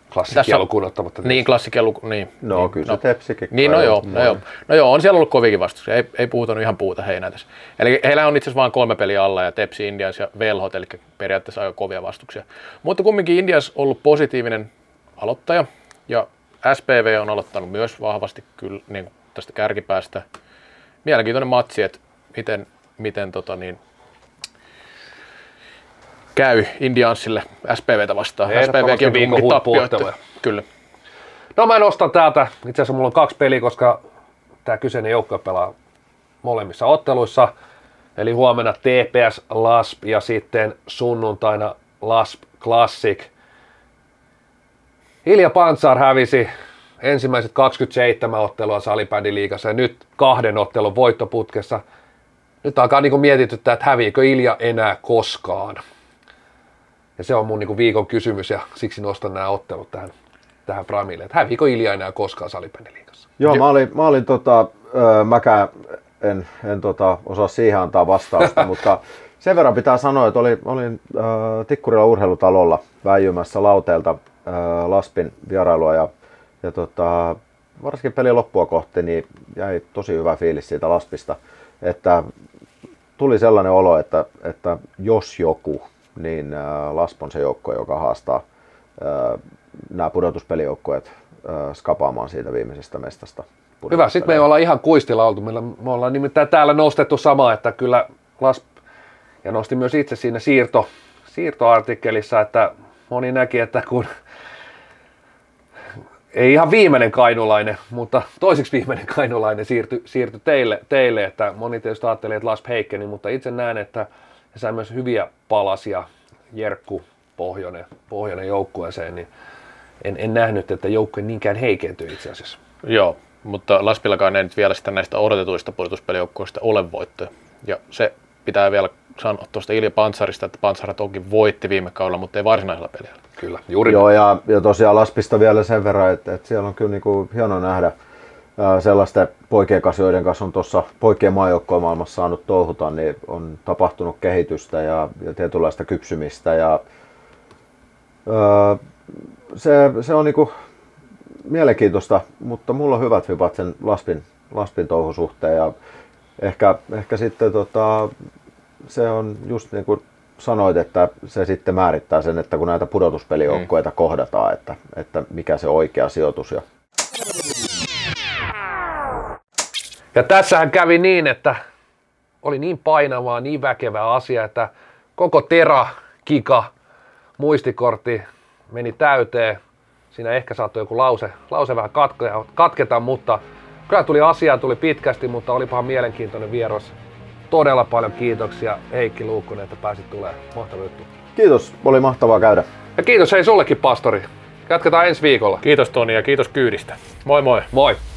Klassikkielu kun ottamatta. Niin, klassikkielu, niin. No niin, kyllä se Tepsikin. Niin, no joo, on siellä ollut kovikin vastus. Ei puhutanut ihan puuta heinää tässä. Eli heillä on itse asiassa vain 3 peliä alla ja Tepsi, Indians ja Velhot, eli periaatteessa aika kovia vastuksia. Mutta kumminkin Indians on ollut positiivinen aloittaja ja SPV on aloittanut myös vahvasti kyllä niin tästä kärkipäästä. Mielenkiintoinen matsi, että miten käy Indiansille SPVtä vastaan. SPVkin on kumminkin tappioita. Kyllä. No mä nostan täältä, itse asiassa mulla on 2 peliä, koska tämä kyseinen joukkue pelaa molemmissa otteluissa. Eli huomenna TPS LASP ja sitten sunnuntaina LASP Classic. Ilja Pantsar hävisi ensimmäiset 27 ottelua salibändiliigassa ja nyt 2 ottelun voittoputkessa. Nyt alkaa niinku mietityttää, että häviikö Ilja enää koskaan. Ja se on mun niinku viikon kysymys ja siksi nostan nämä ottelut tähän Framille. Että häviikö Ilja enää koskaan salibändiliigassa? Joo, mä olin mäkään en osaa siihen antaa vastausta, mutta sen verran pitää sanoa, että olin Tikkurilla urheilutalolla väijymässä Lauteelta LASPin vierailua ja varsinkin pelin loppua kohti niin jäi tosi hyvä fiilis siitä LASPista, että tuli sellainen olo, että jos joku, niin LASP on se joukkue, joka haastaa nämä pudotuspelijoukkueet skapaamaan siitä viimeisestä mestasta. Hyvä, sitten me ei olla ihan kuistilla oltu, me ollaan nimittäin täällä nostettu samaa, että kyllä LASP, ja nosti myös itse siinä siirtoartikkelissa, että moni näki, että kun ei ihan viimeinen kainulainen, mutta toiseksi viimeinen kainulainen siirtyi teille, että moni tietysti ajatteli, että LASP heikkeni, mutta itse näen, että he sai myös hyviä palasia Jerkku Pohjonen joukkueeseen, niin en nähnyt, että joukkue niinkään heikentyi itse asiassa. Joo, mutta LASPillakaan ei nyt vielä sitä näistä odotetuista pudotuspelijoukkueista ole voittoja. Ja se pitää vielä sanoa tuosta Ilja Pantsarista, että Pantsar toki voitti viime kaudella, mutta ei varsinaisella pelillä. Kyllä, juuri. Joo, ja tosiaan LASPista vielä sen verran, että siellä on kyllä niinku hieno nähdä sellaisten poikien kanssa, joiden kanssa on tuossa poikien maajoukkojen maailmassa saanut touhuta, niin on tapahtunut kehitystä ja tietynlaista kypsymistä. Ja, se on niinku mielenkiintoista, mutta mulla on hyvät vipat sen LASPin touhusuhteen ja ehkä sitten se on just niin kuin sanoit, että se sitten määrittää sen, että kun näitä pudotuspelijoukkueita kohdataan, että mikä se oikea sijoitus. Ja tässähän kävi niin, että oli niin painavaa, niin väkevä asia, että koko kika, muistikortti meni täyteen. Siinä ehkä saattoi joku lause vähän katketa, mutta kyllä tuli pitkästi, mutta olipahan mielenkiintoinen vieras. Todella paljon kiitoksia Heikki Luukkonen, että pääsit tulemaan. Mahtava juttu. Kiitos, oli mahtavaa käydä. Ja kiitos sullekin, pastori. Jatketaan ensi viikolla. Kiitos Toni ja kiitos kyydistä. Moi moi. Moi.